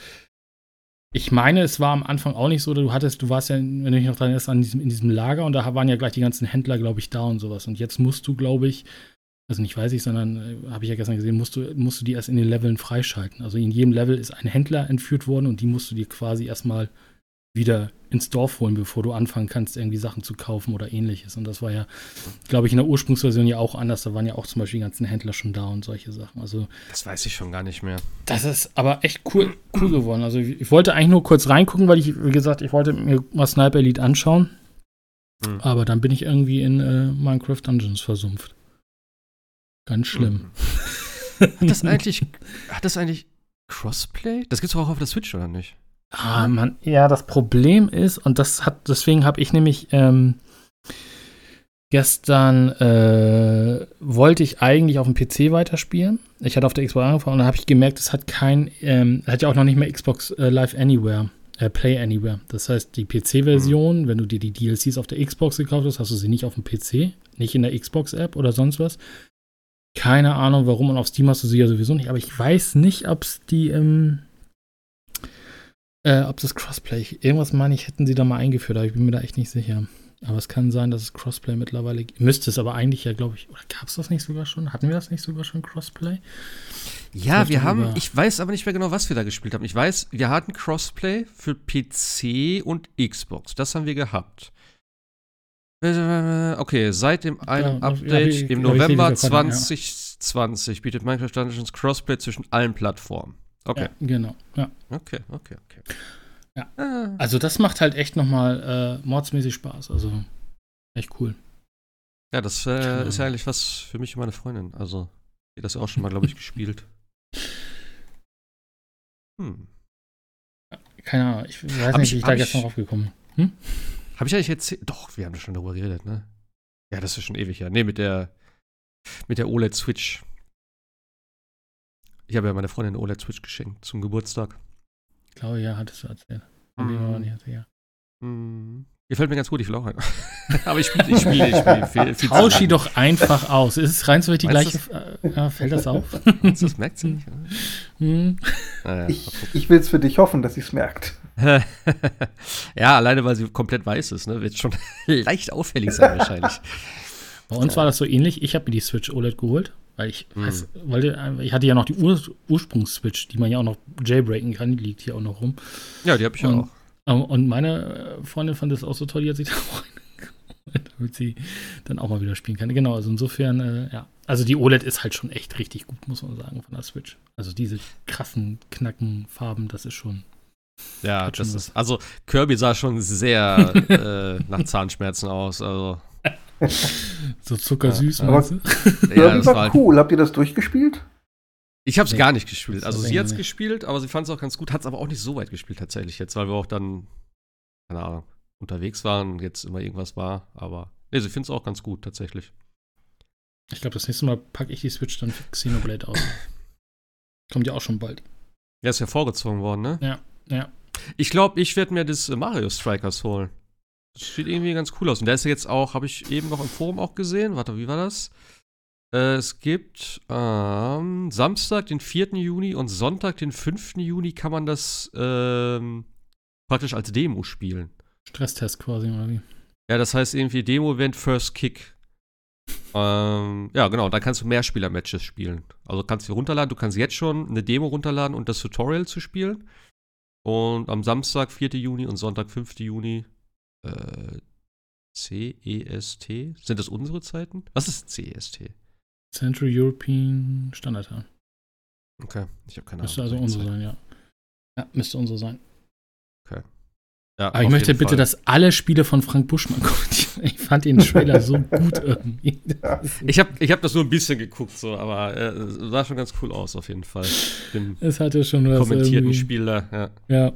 ich meine, es war am Anfang auch nicht so, du hattest, du warst ja, wenn du dich noch dran erinnerst, an diesem, in diesem Lager und da waren ja gleich die ganzen Händler, glaube ich, da und sowas. Und jetzt musst du, glaube ich, also nicht weiß ich, sondern äh, habe ich ja gestern gesehen, musst du, musst du die erst in den Leveln freischalten. Also in jedem Level ist ein Händler entführt worden und die musst du dir quasi erstmal wieder ins Dorf holen, bevor du anfangen kannst, irgendwie Sachen zu kaufen oder ähnliches. Und das war ja, glaube ich, in der Ursprungsversion ja auch anders. Da waren ja auch zum Beispiel die ganzen Händler schon da und solche Sachen. Also Das weiß ich schon gar nicht mehr. das ist aber echt cool, cool geworden. Also ich, ich wollte eigentlich nur kurz reingucken, weil ich, wie gesagt, ich wollte mir mal Sniper Elite anschauen. Hm. Aber dann bin ich irgendwie in äh, Minecraft Dungeons versumpft. Ganz schlimm. Hm. Hat das eigentlich, hat das eigentlich Crossplay? Das gibt's doch auch auf der Switch, oder nicht? Ah, Mann, ja, das Problem ist, und das hat, deswegen habe ich nämlich ähm, gestern äh, wollte ich eigentlich auf dem P C weiterspielen. Ich hatte auf der Xbox angefangen und dann habe ich gemerkt, es hat kein, ähm, hat ja auch noch nicht mehr Xbox äh, Live Anywhere, äh, Play Anywhere. Das heißt, die P C-Version, mhm. wenn du dir die D L Cs auf der Xbox gekauft hast, hast du sie nicht auf dem P C, nicht in der Xbox-App oder sonst was. Keine Ahnung, warum, und auf Steam hast du sie ja sowieso nicht, aber ich weiß nicht, ob es die, ähm, Äh, ob das Crossplay, irgendwas meine ich, hätten sie da mal eingeführt, aber ich bin mir da echt nicht sicher. Aber es kann sein, dass es Crossplay mittlerweile gibt. Müsste es aber eigentlich ja, glaube ich, oder gab es das nicht sogar schon? Hatten wir das nicht sogar schon, Crossplay? Ja, wir haben, ich weiß aber nicht mehr genau, was wir da gespielt haben. Ich weiß, wir hatten Crossplay für P C und Xbox. Das haben wir gehabt. Okay, seit dem einem Ja, Update ja, ich- im ja, ich sehe November die Verpackung, ja. zwanzig zwanzig bietet Minecraft Dungeons Crossplay zwischen allen Plattformen. Okay, Ja, genau, ja. okay, okay, okay. Ja. Ah. Also das macht halt echt nochmal äh, mordsmäßig Spaß, also echt cool. Ja, das äh, ist ja eigentlich was für mich und meine Freundin. Also, die hat das ja auch schon mal, glaube ich, gespielt. Hm. Keine Ahnung, ich weiß Hab nicht, ich- wie ich hab da ich- gestern drauf gekommen bin. Hm? Habe ich eigentlich erzählt? Doch, wir haben schon darüber geredet, ne? Ja, das ist schon ewig, ja. Nee, mit der, mit der O L E D-Switch. Ich habe ja meiner Freundin eine O L E D-Switch geschenkt zum Geburtstag. Ich glaube, ja, hattest du erzählt. Hab ich aber nicht erzählt. Hm. Ihr fällt mir ganz gut, ich will auch rein. Aber ich spiele, ich spiele, ich spiele viel, viel Tausch zu sie doch einfach aus. Ist es rein so die Meinst gleiche. Äh, ja, fällt das auf? lange. Das merkt sie nicht. Hm. Naja, Ich, ich will es für dich hoffen, dass sie es merkt. ja, alleine weil sie komplett weiß ist, ne? Wird schon leicht auffällig sein wahrscheinlich. Bei uns war das so ähnlich. Ich habe mir die Switch O L E D geholt, weil ich Mhm. weiß, wollte, ich hatte ja noch die Ur Ursprungs-Switch, die man ja auch noch jailbreaken kann, die liegt hier auch noch rum. Ja, die habe ich ja Und- auch. Und meine Freundin fand das auch so toll, die hat sich da auch geholt, damit sie dann auch mal wieder spielen kann. Genau, also insofern, äh, ja. Also die O L E D ist halt schon echt richtig gut, muss man sagen, von der Switch. Also diese krassen, knacken Farben, das ist schon. Ja, Hat schon das was. ist, also Kirby sah schon sehr äh, nach Zahnschmerzen aus. Also, So zuckersüß, Ja, meinst du? ja, Kirby das war war halt, cool. Habt ihr das durchgespielt? ich habe es Nee, gar nicht gespielt. das Also hab sie ich hat es nicht. gespielt, aber sie fand es auch ganz gut, hat es aber auch nicht so weit gespielt tatsächlich jetzt, weil wir auch dann, keine Ahnung, unterwegs waren und jetzt immer irgendwas war. Aber nee, sie findet es auch ganz gut tatsächlich. Ich glaube, das nächste Mal packe ich die Switch dann für Xenoblade aus. Kommt ja auch schon bald. Ja, ist ja vorgezogen worden, ne? Ja, ja. Ich glaube, ich werde mir das äh, Mario Strikers holen. Das sieht irgendwie ganz cool aus. Und der ist ja jetzt auch, habe ich eben noch im Forum auch gesehen. Warte, wie war das? Äh, es gibt am Samstag, den vierten Juni und Sonntag, den fünften Juni, kann man das ähm, praktisch als Demo spielen. Stresstest quasi, oder wie? Ja, das heißt irgendwie Demo-Event First Kick. ähm, ja, genau, da kannst du Mehrspieler-Matches spielen. Also kannst du runterladen, du kannst jetzt schon eine Demo runterladen und das Tutorial zu spielen. Und am Samstag, vierten Juni und Sonntag, fünften Juni, äh, C E S T? Sind das unsere Zeiten? Was ist C E S T? Central European Standard Time. Okay, ich habe keine Ahnung. Müsste also unsere sein, ja. Ja, müsste unsere sein. Ja, Aber ich auf möchte jeden bitte, Fall. dass alle Spiele von Frank Buschmann kommentieren. Ich fand den Trailer so gut irgendwie. Ich habe ich hab das nur ein bisschen geguckt, so, aber äh, es sah schon ganz cool aus, auf jeden Fall. Den Es hatte schon was kommentierten irgendwie. Spiel da, ja. Ja.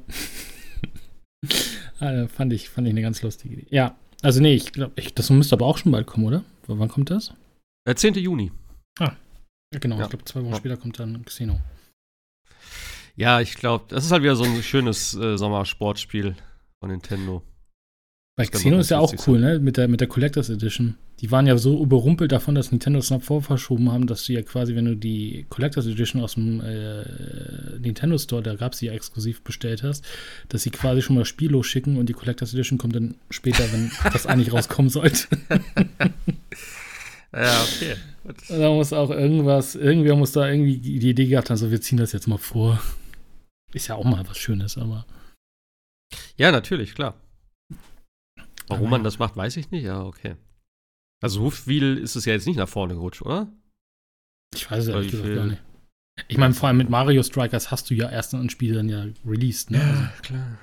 ah, fand, ich, fand ich eine ganz lustige Idee. Ja, also nee, ich glaube, das müsste aber auch schon bald kommen, oder? W wann kommt das? Äh, zehnten Juni. Ja, genau, Ja. ich glaube, zwei Wochen Ja. später kommt dann Xeno. Ja, ich glaube, das ist halt wieder so ein schönes äh, Sommersportspiel von Nintendo. Bei Das kann Xeno doch ist ja ganz auch lustig cool, ne? Mit der, mit der Collectors Edition. Die waren ja so überrumpelt davon, dass Nintendo es nach vor verschoben haben, dass du ja quasi, wenn du die Collectors Edition aus dem äh, Nintendo Store, da gab es die ja exklusiv bestellt hast, dass sie quasi schon mal das Spiel losschicken und die Collectors Edition kommt dann später, wenn das eigentlich rauskommen sollte. Ja, okay. Gut. Da muss auch irgendwas, irgendwer muss da irgendwie die Idee gehabt haben, so wir ziehen das jetzt mal vor. Ist ja auch mal was Schönes, aber Ja, natürlich, klar. Warum Aber man ja. das macht, weiß ich nicht, ja, okay. Also so viel ist es ja jetzt nicht nach vorne gerutscht, oder? Ich weiß es Oder ehrlich wie gesagt viel? gar nicht. Ich meine, vor allem mit Mario Strikers hast du ja erst ein Spiel dann ja released, ne? Also, klar.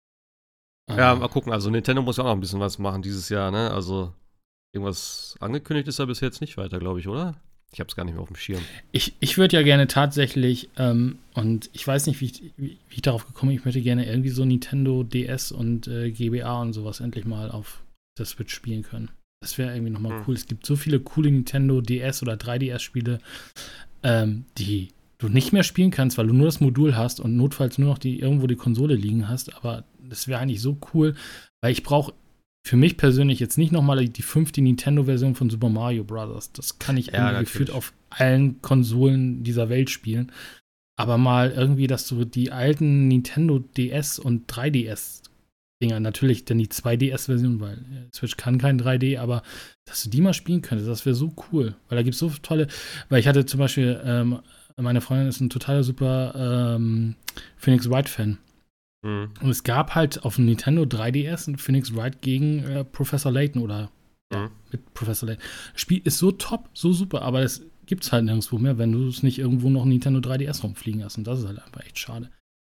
ähm, Ja, mal gucken. Also Nintendo muss ja auch noch ein bisschen was machen dieses Jahr, ne? Also irgendwas angekündigt ist ja bis jetzt nicht weiter, glaube ich, oder? Ich habe es gar nicht mehr auf dem Schirm. Ich, ich würde ja gerne tatsächlich, ähm, und ich weiß nicht, wie ich, wie ich darauf gekommen bin, ich möchte gerne irgendwie so Nintendo D S und äh, G B A und sowas endlich mal auf der Switch spielen können. Das wäre irgendwie nochmal Hm. cool. Es gibt so viele coole Nintendo D S oder drei D S-Spiele, ähm, die du nicht mehr spielen kannst, weil du nur das Modul hast und notfalls nur noch die irgendwo die Konsole liegen hast. Aber das wäre eigentlich so cool, weil ich brauche für mich persönlich jetzt nicht nochmal die fünfte Nintendo-Version von Super Mario Bros. Das kann ich Ja, irgendwie natürlich. gefühlt auf allen Konsolen dieser Welt spielen. Aber mal irgendwie, dass du die alten Nintendo D S und drei D S-Dinger, natürlich dann die zwei D S-Version, weil äh, Switch kann kein drei D, aber dass du die mal spielen könntest, das wäre so cool. Weil da gibt es so tolle, weil ich hatte zum Beispiel, ähm, meine Freundin ist ein totaler super ähm, Phoenix Wright-Fan. Hm. Und es gab halt auf dem Nintendo drei D S ein Phoenix Wright gegen äh, Professor Layton oder ja, Mhm. mit Professor Layton. Das Spiel ist so top, so super, aber das gibt's halt nirgendwo mehr, wenn du es nicht irgendwo noch ein Nintendo drei D S rumfliegen hast. Und das ist halt einfach echt schade.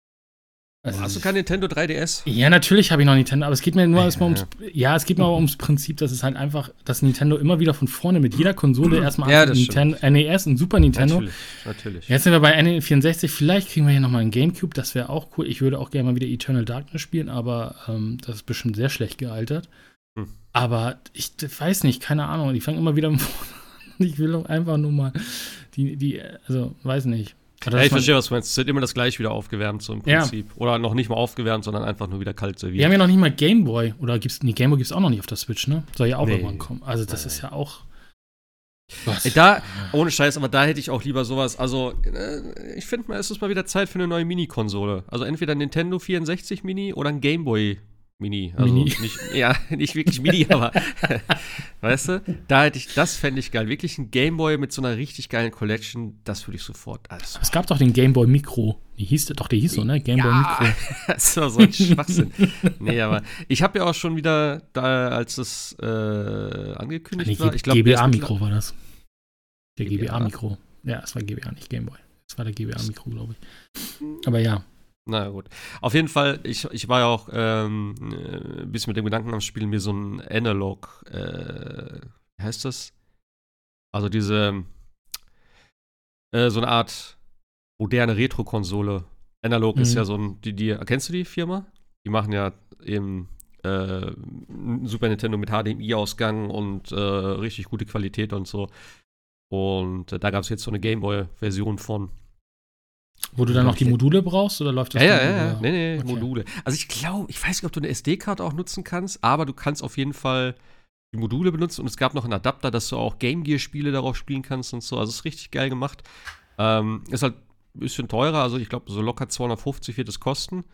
Also, Hast du kein Nintendo drei D S? ja, natürlich habe ich noch Nintendo, aber es geht mir nur Ja, erstmal ums, ja, es geht mir aber ums Prinzip, dass es halt einfach, dass Nintendo immer wieder von vorne mit jeder Konsole erstmal Ja, anfängt, das Nintendo, N E S und Super Nintendo. Natürlich, natürlich. Jetzt sind wir bei N E vierundsechzig, vielleicht kriegen wir hier nochmal einen Gamecube, das wäre auch cool. Ich würde auch gerne mal wieder Eternal Darkness spielen, aber ähm, das ist bestimmt sehr schlecht gealtert. Hm. Aber ich weiß nicht, keine Ahnung, die fangen immer wieder von vorne an. Ich will doch einfach nur mal die, die, also weiß nicht. Oder Ja, dass ich man- verstehe, was du meinst. Es wird immer das gleiche wieder aufgewärmt, so im Ja. Prinzip. Oder noch nicht mal aufgewärmt, sondern einfach nur wieder kalt serviert. Wir haben ja noch nicht mal Gameboy. Oder gibt's, nee, Gameboy gibt's auch noch nicht auf der Switch, ne? Soll ja auch Nee. irgendwann kommen. Also das Nein, ist ja auch. Was? Ey, da, ohne Scheiß, aber da hätte ich auch lieber sowas. Also, äh, ich finde mal, es ist mal wieder Zeit für eine neue Mini-Konsole. Also entweder ein Nintendo vierundsechzig Mini oder ein Game Boy Mini. Also Mini. nicht, ja, nicht wirklich Mini, aber weißt du, da hätte ich, das fände ich geil. Wirklich ein Game Boy mit so einer richtig geilen Collection, das würde ich sofort. Also, Es gab doch den Gameboy Micro. Die hieß doch, der hieß so, ne? Gameboy ja, Micro. das war so ein Schwachsinn. Nee, aber ich habe ja auch schon wieder, da, als es äh, angekündigt Nee, war, ich glaube, G B A-Mikro war das. Der G B A? G B A-Mikro. Ja, es war G B A, nicht Gameboy. Es war der G B A-Mikro, glaube ich. Aber ja. Na gut. Auf jeden Fall, ich, ich war ja auch ähm, äh, ein bisschen mit dem Gedanken am Spielen, mir so ein Analog, äh, wie heißt das? Also diese, äh, so eine Art moderne Retro-Konsole. Analog Mhm. ist ja so ein, die, die, kennst du die Firma? Die machen ja eben äh, ein Super Nintendo mit H D M I-Ausgang und äh, richtig gute Qualität und so. Und äh, da gab es jetzt so eine Gameboy-Version von. Wo du dann noch die Module brauchst oder läuft das Ja, ja, dann ja, ja. über- Nee, nee, Okay. Module. Also ich glaube, ich weiß nicht, ob du eine S D-Karte auch nutzen kannst, aber du kannst auf jeden Fall die Module benutzen und es gab noch einen Adapter, dass du auch Game Gear-Spiele darauf spielen kannst und so. Also es ist richtig geil gemacht. Ähm, ist halt ein bisschen teurer, also ich glaube, so locker zweihundertfünfzig wird es kosten.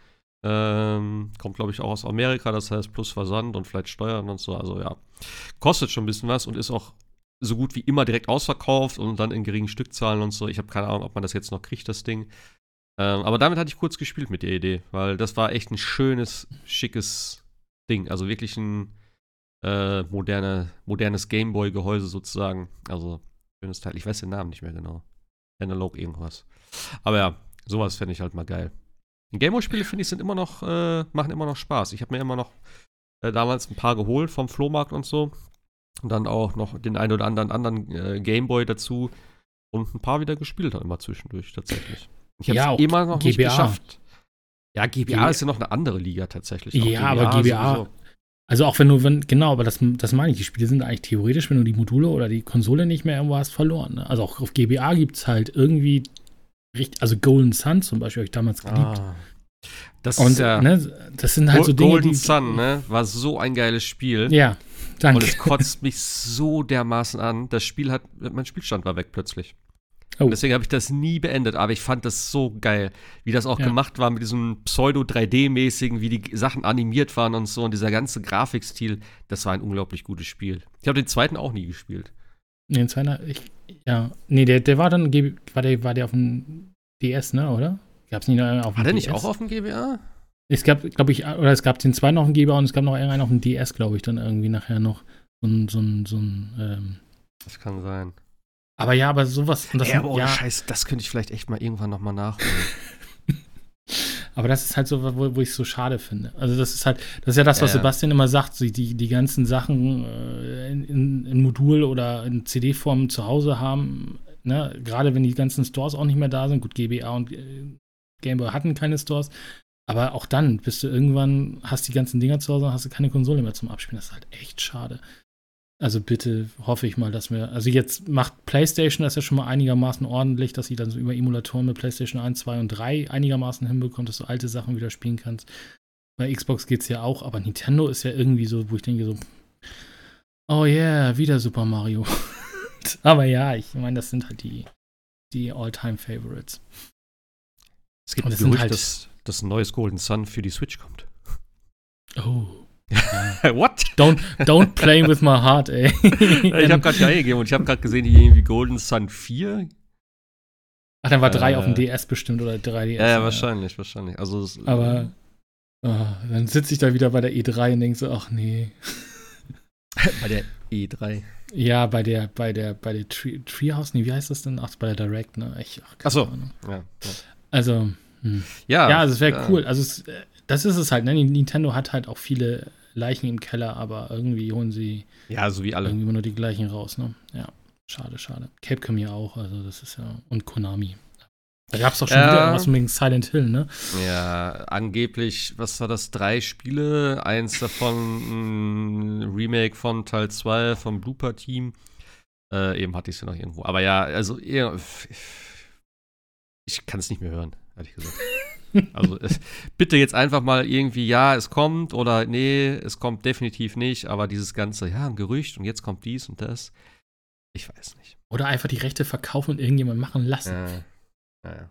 Ähm, kommt, glaube ich, auch aus Amerika, das heißt plus Versand und vielleicht Steuern und so. Also ja, kostet schon ein bisschen was und ist auch so gut wie immer direkt ausverkauft und dann in geringen Stückzahlen und so. Ich habe keine Ahnung, ob man das jetzt noch kriegt, das Ding. Ähm, aber damit hatte ich kurz gespielt mit der Idee, weil das war echt ein schönes, schickes Ding. Also wirklich ein äh, moderne, modernes Gameboy-Gehäuse sozusagen. Also schönes Teil. Ich weiß den Namen nicht mehr genau. Analog irgendwas. Aber ja, sowas fände ich halt mal geil. Die Gameboy-Spiele, finde ich, sind immer noch, äh, machen immer noch Spaß. Ich habe mir immer noch äh, damals ein paar geholt vom Flohmarkt und so. Und dann auch noch den einen oder anderen anderen äh, Gameboy dazu und ein paar wieder gespielt dann immer zwischendurch tatsächlich. Ich habe es Ja, auch immer noch G B A. nicht geschafft. Ja, G B A G B A ist ja noch eine andere Liga tatsächlich. Auch Ja, aber G B A sowieso. Also auch wenn du, wenn, genau, aber das, das meine ich, die Spiele sind eigentlich theoretisch, wenn du die Module oder die Konsole nicht mehr irgendwo hast, verloren. Ne? Also auch auf G B A gibt es halt irgendwie, richtig, also Golden Sun zum Beispiel, habe ich damals geliebt. Ah. Das Und ist ja ne, das sind halt so Dinge, Golden die. Sun, ne? War so ein geiles Spiel. Ja, danke. Und es kotzt mich so dermaßen an. Das Spiel hat, mein Spielstand war weg plötzlich. Oh. Und deswegen habe ich das nie beendet, aber ich fand das so geil, wie das auch Ja. gemacht war mit diesem Pseudo-drei D-mäßigen, wie die Sachen animiert waren und so und dieser ganze Grafikstil, das war ein unglaublich gutes Spiel. Ich habe den zweiten auch nie gespielt. Nee, den zweiten, ich, ja. Nee, der, der war dann, war der, war der auf dem D S, ne, oder? Gab's nicht noch auf dem War der D S? nicht auch auf dem G B A? Es gab, glaube ich, oder es gab den zweiten auf dem G B A und es gab noch irgendeinen auf dem D S, glaube ich, dann irgendwie nachher noch. So ein, so ein, so ein, ähm. Das kann sein. Aber ja, aber sowas. Und das Ey, aber ohne ja, Scheiß, das könnte ich vielleicht echt mal irgendwann nochmal nachholen. Aber das ist halt so, wo, wo ich es so schade finde. Also das ist halt, das ist ja das, was Ja. Sebastian immer sagt, so die, die ganzen Sachen äh, in, in, in Modul oder in C D-Form zu Hause haben, ne? Gerade wenn die ganzen Stores auch nicht mehr da sind. Gut, G B A und äh, Game Boy hatten keine Stores. Aber auch dann bist du irgendwann, hast die ganzen Dinger zu Hause und hast du keine Konsole mehr zum Abspielen. Das ist halt echt schade. Also bitte hoffe ich mal, dass wir, also jetzt macht PlayStation das ja schon mal einigermaßen ordentlich, dass sie dann so über Emulatoren mit PlayStation eins, zwei und drei einigermaßen hinbekommt, dass du alte Sachen wieder spielen kannst. Bei Xbox geht's ja auch, aber Nintendo ist ja irgendwie so, wo ich denke so, oh yeah, wieder Super Mario. Aber ja, ich meine, das sind halt die, die All-Time-Favorites. Es gibt Und ein das sind Gerücht, halt- dass, dass ein neues Golden Sun für die Switch kommt. Oh. What? Don't, don't play with my heart, ey. Ich habe gerade hier eingegeben und ich habe gerade gesehen, hier irgendwie Golden Sun vier. Ach, dann war drei äh, auf dem D S bestimmt oder drei D S. Ja, ja, wahrscheinlich, wahrscheinlich. Also, es- Aber oh, dann sitze ich da wieder bei der E drei und denke so, ach nee. bei der E drei. Ja, bei der, bei der, bei der Tree, Treehouse, nee, wie heißt das denn? Ach, bei der Direct, ne? Ich, ach, keine Ach so. Ahnung. Ja, ja. Also, hm. ja, ja, also es wäre ja. cool. Also es, äh, das ist es halt, ne? Nintendo hat halt auch viele Leichen im Keller, aber irgendwie holen sie Ja, so wie alle. irgendwie immer nur die gleichen raus, ne? Ja, schade, schade. Capcom ja auch, also das ist ja, und Konami. Da gab es doch schon Ja. wieder irgendwas mit Silent Hill, ne? Ja, angeblich, was war das? Drei Spiele. Eins davon ein Remake von Teil zwei vom Blooper-Team. Äh, eben hatte ich es ja noch irgendwo. Aber ja, also eher, ich kann es nicht mehr hören, ehrlich gesagt. Also äh, bitte jetzt einfach mal irgendwie, ja, es kommt oder nee, es kommt definitiv nicht. Aber dieses ganze, ja, ein Gerücht und jetzt kommt dies und das. Ich weiß nicht. Oder einfach die Rechte verkaufen und irgendjemand machen lassen. Äh, naja.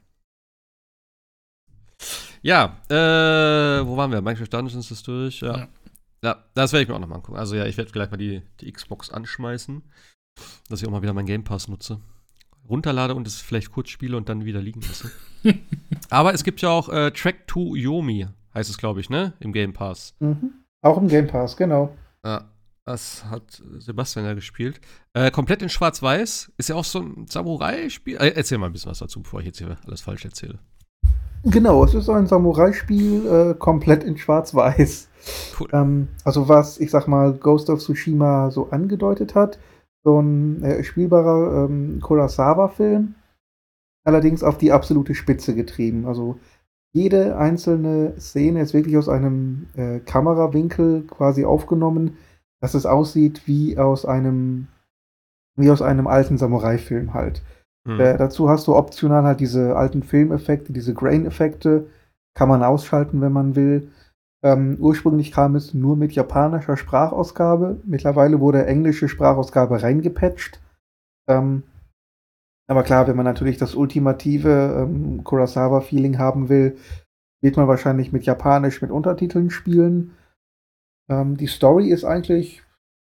Ja, äh, wo waren wir? Minecraft Dungeons ist durch, ja. Ja. Ja, das werde ich mir auch nochmal angucken. Also ja, ich werde gleich mal die, die Xbox anschmeißen, dass ich auch mal wieder meinen Game Pass nutze. Runterlade und es vielleicht kurz spiele und dann wieder liegen lasse. Aber es gibt ja auch äh, Track to Yomi, heißt es, glaube ich, ne? Im Game Pass. Mhm. Auch im Game Pass, genau. Ja, das hat Sebastian ja gespielt. Äh, komplett in Schwarz-Weiß. Ist ja auch so ein Samurai-Spiel. Äh, erzähl mal ein bisschen was dazu, bevor ich jetzt hier alles falsch erzähle. Genau, es ist ein Samurai-Spiel, äh, komplett in Schwarz-Weiß. Cool. Ähm, also was, ich sag mal, Ghost of Tsushima so angedeutet hat, so ein äh, spielbarer ähm, Kurosawa-Film, allerdings auf die absolute Spitze getrieben. Also jede einzelne Szene ist wirklich aus einem äh, Kamerawinkel quasi aufgenommen, dass es aussieht wie aus einem wie aus einem alten Samurai-Film halt. Hm. Äh, dazu hast du optional halt diese alten Filmeffekte, diese Grain-Effekte, kann man ausschalten, wenn man will. Ähm, ursprünglich kam es nur mit japanischer Sprachausgabe. Mittlerweile wurde englische Sprachausgabe reingepatcht. Ähm, aber klar, wenn man natürlich das ultimative ähm, Kurosawa-Feeling haben will, wird man wahrscheinlich mit Japanisch mit Untertiteln spielen. Ähm, die Story ist eigentlich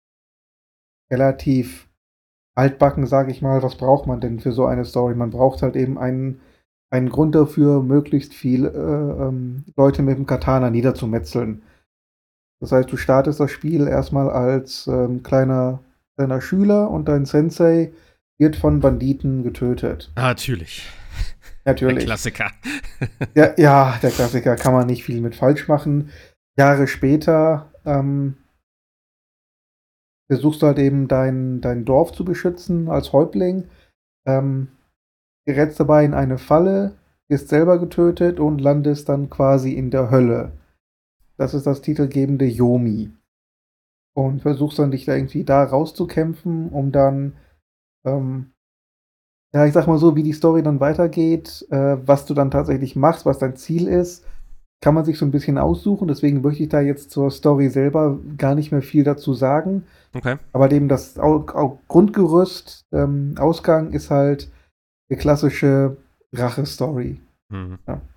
relativ altbacken, sage ich mal. Was braucht man denn für so eine Story? Man braucht halt eben einen, einen Grund dafür, möglichst viel äh, ähm, Leute mit dem Katana niederzumetzeln. Das heißt, du startest das Spiel erstmal als ähm, kleiner, kleiner Schüler und dein Sensei wird von Banditen getötet. Ah, natürlich. Natürlich. Der Klassiker. Ja, ja, der Klassiker, kann man nicht viel mit falsch machen. Jahre später ähm, versuchst du halt eben dein, dein Dorf zu beschützen als Häuptling. Ähm, gerätst dabei in eine Falle, wirst selber getötet und landest dann quasi in der Hölle. Das ist das titelgebende Yomi. Und versuchst dann dich da irgendwie da rauszukämpfen, um dann, ähm, ja, ich sag mal so, wie die Story dann weitergeht, äh, was du dann tatsächlich machst, was dein Ziel ist, kann man sich so ein bisschen aussuchen. Deswegen möchte ich da jetzt zur Story selber gar nicht mehr viel dazu sagen. Okay. Aber eben das Au- Au- Grundgerüst, ähm, Ausgang ist halt die klassische Rache-Story. Mhm.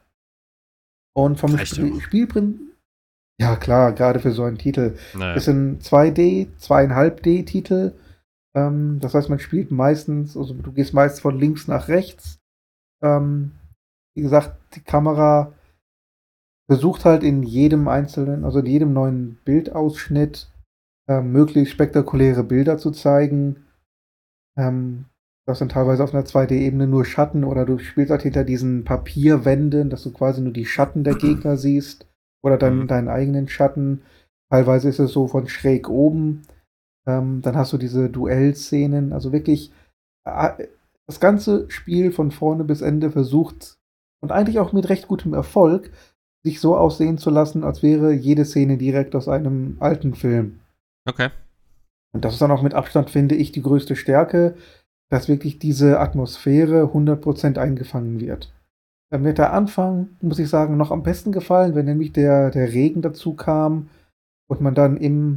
Und vom Reicht Sp ja auch. Spielprinzip, ja klar, gerade für so einen Titel. Naja. Ist ein zwei D, zwei Komma fünf D-Titel. Ähm, das heißt, man spielt meistens, also du gehst meist von links nach rechts. Ähm, wie gesagt, die Kamera versucht halt in jedem einzelnen, also in jedem neuen Bildausschnitt, äh, möglichst spektakuläre Bilder zu zeigen. Ähm, das sind teilweise auf einer zwei D-Ebene nur Schatten oder du spielst halt hinter diesen Papierwänden, dass du quasi nur die Schatten der Gegner siehst oder dann Mhm. deinen eigenen Schatten. Teilweise ist es so von schräg oben. Ähm, dann hast du diese Duellszenen. Also wirklich äh, das ganze Spiel von vorne bis Ende versucht und eigentlich auch mit recht gutem Erfolg, sich so aussehen zu lassen, als wäre jede Szene direkt aus einem alten Film. Okay. Und das ist dann auch mit Abstand, finde ich, die größte Stärke, dass wirklich diese Atmosphäre hundert Prozent eingefangen wird. Dann mir hat der Anfang, muss ich sagen, noch am besten gefallen, wenn nämlich der, der Regen dazu kam und man dann im,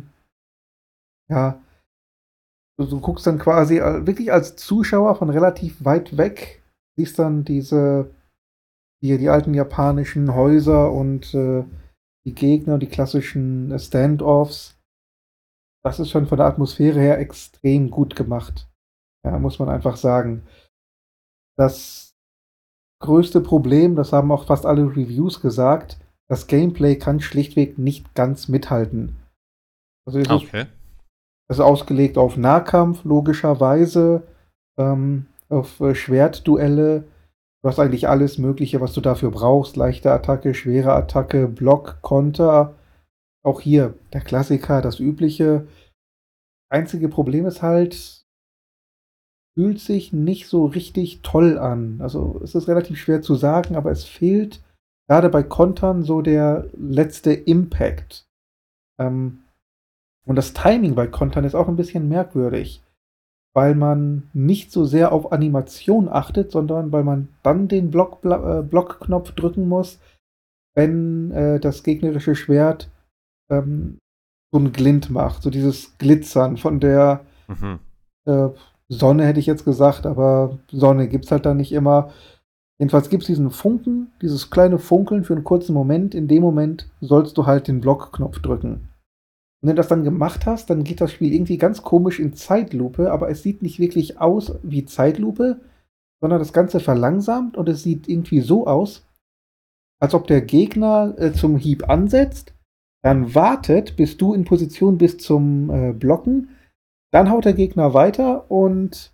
ja, du, du guckst dann quasi äh, wirklich als Zuschauer von relativ weit weg, siehst dann diese, die, die alten japanischen Häuser und äh, die Gegner, die klassischen äh, Standoffs. Das ist schon von der Atmosphäre her extrem gut gemacht. Ja, muss man einfach sagen. Das größte Problem, das haben auch fast alle Reviews gesagt, das Gameplay kann schlichtweg nicht ganz mithalten. Also es ist, Okay. es ist ausgelegt auf Nahkampf, logischerweise, ähm, auf äh, Schwertduelle. Du hast eigentlich alles Mögliche, was du dafür brauchst. Leichte Attacke, schwere Attacke, Block, Konter. Auch hier der Klassiker, das Übliche. Einzige Problem ist halt, fühlt sich nicht so richtig toll an. Also es ist relativ schwer zu sagen, aber es fehlt gerade bei Kontern so der letzte Impact. Ähm, und das Timing bei Kontern ist auch ein bisschen merkwürdig, weil man nicht so sehr auf Animation achtet, sondern weil man dann den Block, äh, Blockknopf drücken muss, wenn äh, das gegnerische Schwert ähm, so einen Glint macht, so dieses Glitzern von der Mhm. äh, Sonne, hätte ich jetzt gesagt, aber Sonne gibt's halt dann nicht immer. Jedenfalls gibt's diesen Funken, dieses kleine Funkeln für einen kurzen Moment. In dem Moment sollst du halt den Blockknopf drücken. Und wenn du das dann gemacht hast, dann geht das Spiel irgendwie ganz komisch in Zeitlupe, aber es sieht nicht wirklich aus wie Zeitlupe, sondern das Ganze verlangsamt und es sieht irgendwie so aus, als ob der Gegner äh, zum Hieb ansetzt, dann wartet, bis du in Position bist zum äh, Blocken, dann haut der Gegner weiter und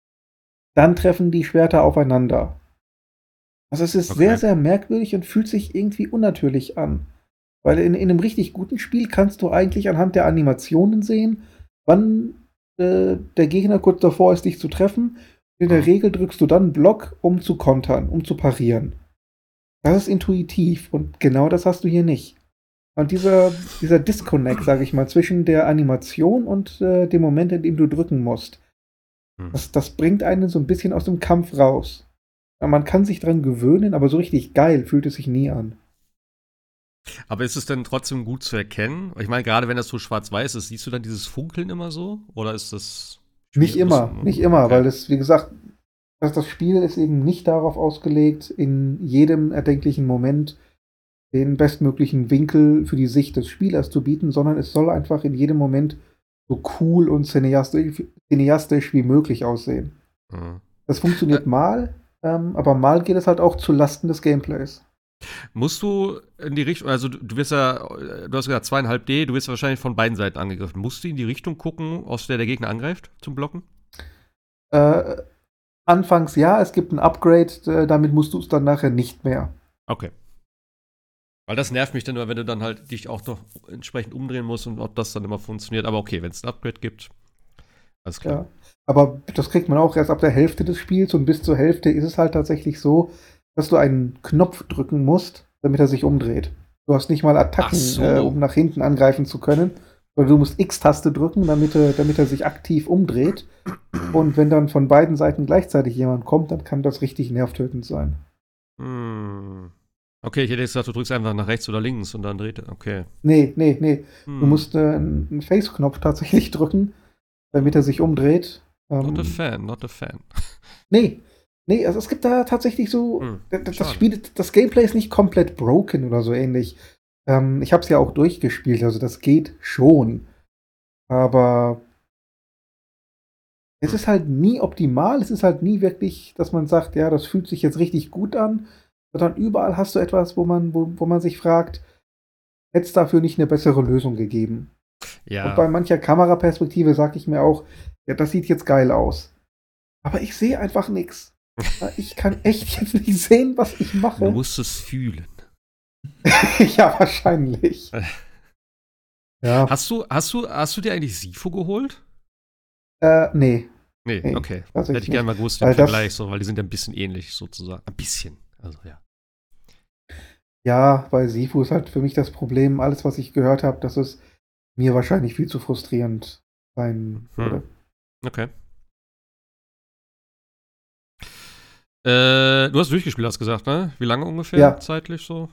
dann treffen die Schwerter aufeinander. Also es ist sehr, Okay. sehr merkwürdig und fühlt sich irgendwie unnatürlich an. Weil in, in einem richtig guten Spiel kannst du eigentlich anhand der Animationen sehen, wann äh, der Gegner kurz davor ist, dich zu treffen. In der Mhm. Regel drückst du dann Block, um zu kontern, um zu parieren. Das ist intuitiv und genau das hast du hier nicht. Und dieser, dieser Disconnect, sage ich mal, zwischen der Animation und äh, dem Moment, in dem du drücken musst, Mhm. das, das bringt einen so ein bisschen aus dem Kampf raus. Ja, man kann sich dran gewöhnen, aber so richtig geil fühlt es sich nie an. Aber ist es denn trotzdem gut zu erkennen? Ich meine, gerade wenn das so schwarz-weiß ist, siehst du dann dieses Funkeln immer so? Oder ist das Nicht Spiel, muss, immer, nicht immer, okay. weil es, wie gesagt, das, das Spiel ist eben nicht darauf ausgelegt, in jedem erdenklichen Moment den bestmöglichen Winkel für die Sicht des Spielers zu bieten, sondern es soll einfach in jedem Moment so cool und cineastisch, cineastisch wie möglich aussehen. Mhm. Das Äh, funktioniert mal, ähm, aber mal geht es halt auch zu Lasten des Gameplays. musst du in die Richtung, also du, du wirst ja, du hast gesagt zweieinhalb D, du wirst ja wahrscheinlich von beiden Seiten angegriffen. Musst du in die Richtung gucken, aus der der Gegner angreift, zum Blocken? Äh, Anfangs ja, es gibt ein Upgrade, äh, damit musst du es dann nachher nicht mehr. Okay. Weil das nervt mich dann immer, wenn du dann halt dich auch noch entsprechend umdrehen musst und ob das dann immer funktioniert. Aber okay, wenn es ein Upgrade gibt, alles klar. Ja. Aber das kriegt man auch erst ab der Hälfte des Spiels und bis zur Hälfte ist es halt tatsächlich so, dass du einen Knopf drücken musst, damit er sich umdreht. Du hast nicht mal Ach Attacken, äh, um so. nach hinten angreifen zu können, sondern du musst X-Taste drücken, damit er, damit er sich aktiv umdreht. Und wenn dann von beiden Seiten gleichzeitig jemand kommt, dann kann das richtig nervtötend sein. Hm. Okay, ich hätte jetzt gesagt, du drückst einfach nach rechts oder links und dann dreht er. Okay. Nee, nee, nee. Du Hm. musst äh, einen Face-Knopf tatsächlich drücken, damit er sich umdreht. Not a Ähm, fan, not a fan. Nee, nee, also es gibt da tatsächlich so, Hm. d- d- das Schade. Spiel, das Gameplay ist nicht komplett broken oder so ähnlich. Ähm, ich habe es ja auch durchgespielt, also das geht schon. Aber es Hm. ist halt nie optimal, es ist halt nie wirklich, dass man sagt, ja, das fühlt sich jetzt richtig gut an, sondern überall hast du etwas, wo man, wo, wo man sich fragt, hätte es dafür nicht eine bessere Lösung gegeben? Ja. Und bei mancher Kameraperspektive sage ich mir auch, ja, das sieht jetzt geil aus. Aber ich sehe einfach nichts. Ich kann echt jetzt nicht sehen, was ich mache. Du musst es fühlen. Ja, wahrscheinlich. Ja. Hast du, hast du, hast du dir eigentlich Sifu geholt? Äh, nee. Nee, Nee, okay. das Hätte ich ich gerne mal nicht. gewusst, den Weil das- Vergleich, so, weil die sind ja ein bisschen ähnlich sozusagen. Ein bisschen. Also, ja. Ja, bei Sifu ist halt für mich das Problem, alles, was ich gehört habe, dass es mir wahrscheinlich viel zu frustrierend sein Hm. würde. Okay. Äh, du hast durchgespielt, hast gesagt, ne? Wie lange ungefähr Ja. zeitlich so?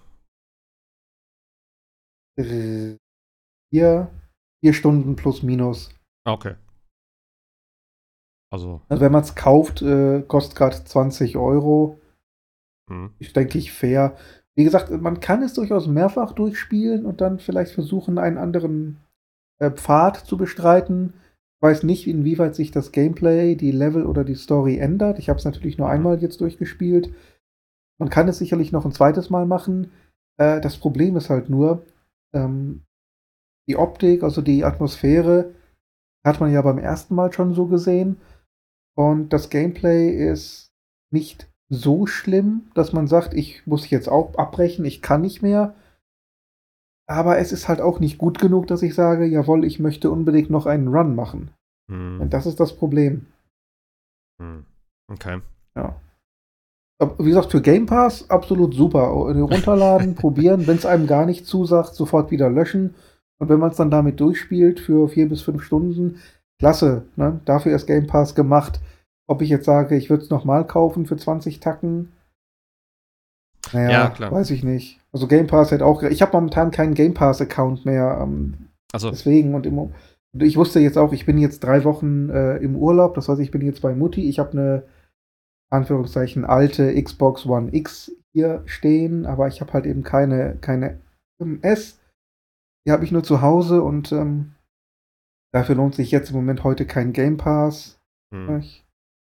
Äh, Vier, vier Stunden plus minus. Ah, okay. Also, Also wenn man es kauft, äh, kostet gerade zwanzig Euro. hm. Ist, denke ich, fair. Wie gesagt, man kann es durchaus mehrfach durchspielen und dann vielleicht versuchen, einen anderen äh, Pfad zu bestreiten. Ich weiß nicht, inwieweit sich das Gameplay, die Level oder die Story ändert. Ich habe es natürlich nur Mhm. einmal jetzt durchgespielt. Man kann es sicherlich noch ein zweites Mal machen. Äh, das Problem ist halt nur, ähm, die Optik, also die Atmosphäre, hat man ja beim ersten Mal schon so gesehen. Und das Gameplay ist nicht so schlimm, dass man sagt, ich muss jetzt auch abbrechen, ich kann nicht mehr. Aber es ist halt auch nicht gut genug, dass ich sage, jawohl, ich möchte unbedingt noch einen Run machen. Hm. Und das ist das Problem. Hm. Okay. Ja. Aber wie gesagt, für Game Pass absolut super. Runterladen, probieren. Wenn es einem gar nicht zusagt, sofort wieder löschen. Und wenn man es dann damit durchspielt für vier bis fünf Stunden, klasse. Ne? Dafür ist Game Pass gemacht. Ob ich jetzt sage, ich würde es nochmal kaufen für zwanzig Tacken, naja, Ja, klar. weiß ich nicht. Also Game Pass hätte auch. Ich habe momentan keinen Game Pass-Account mehr. Ähm, Also, deswegen und im, und ich wusste jetzt auch, ich bin jetzt drei Wochen äh, im Urlaub. Das heißt, ich bin jetzt bei Mutti. Ich habe eine Anführungszeichen alte Xbox One X hier stehen, aber ich habe halt eben keine, keine M S. Die habe ich nur zu Hause und ähm, dafür lohnt sich jetzt im Moment heute kein Game Pass. hm. Ich,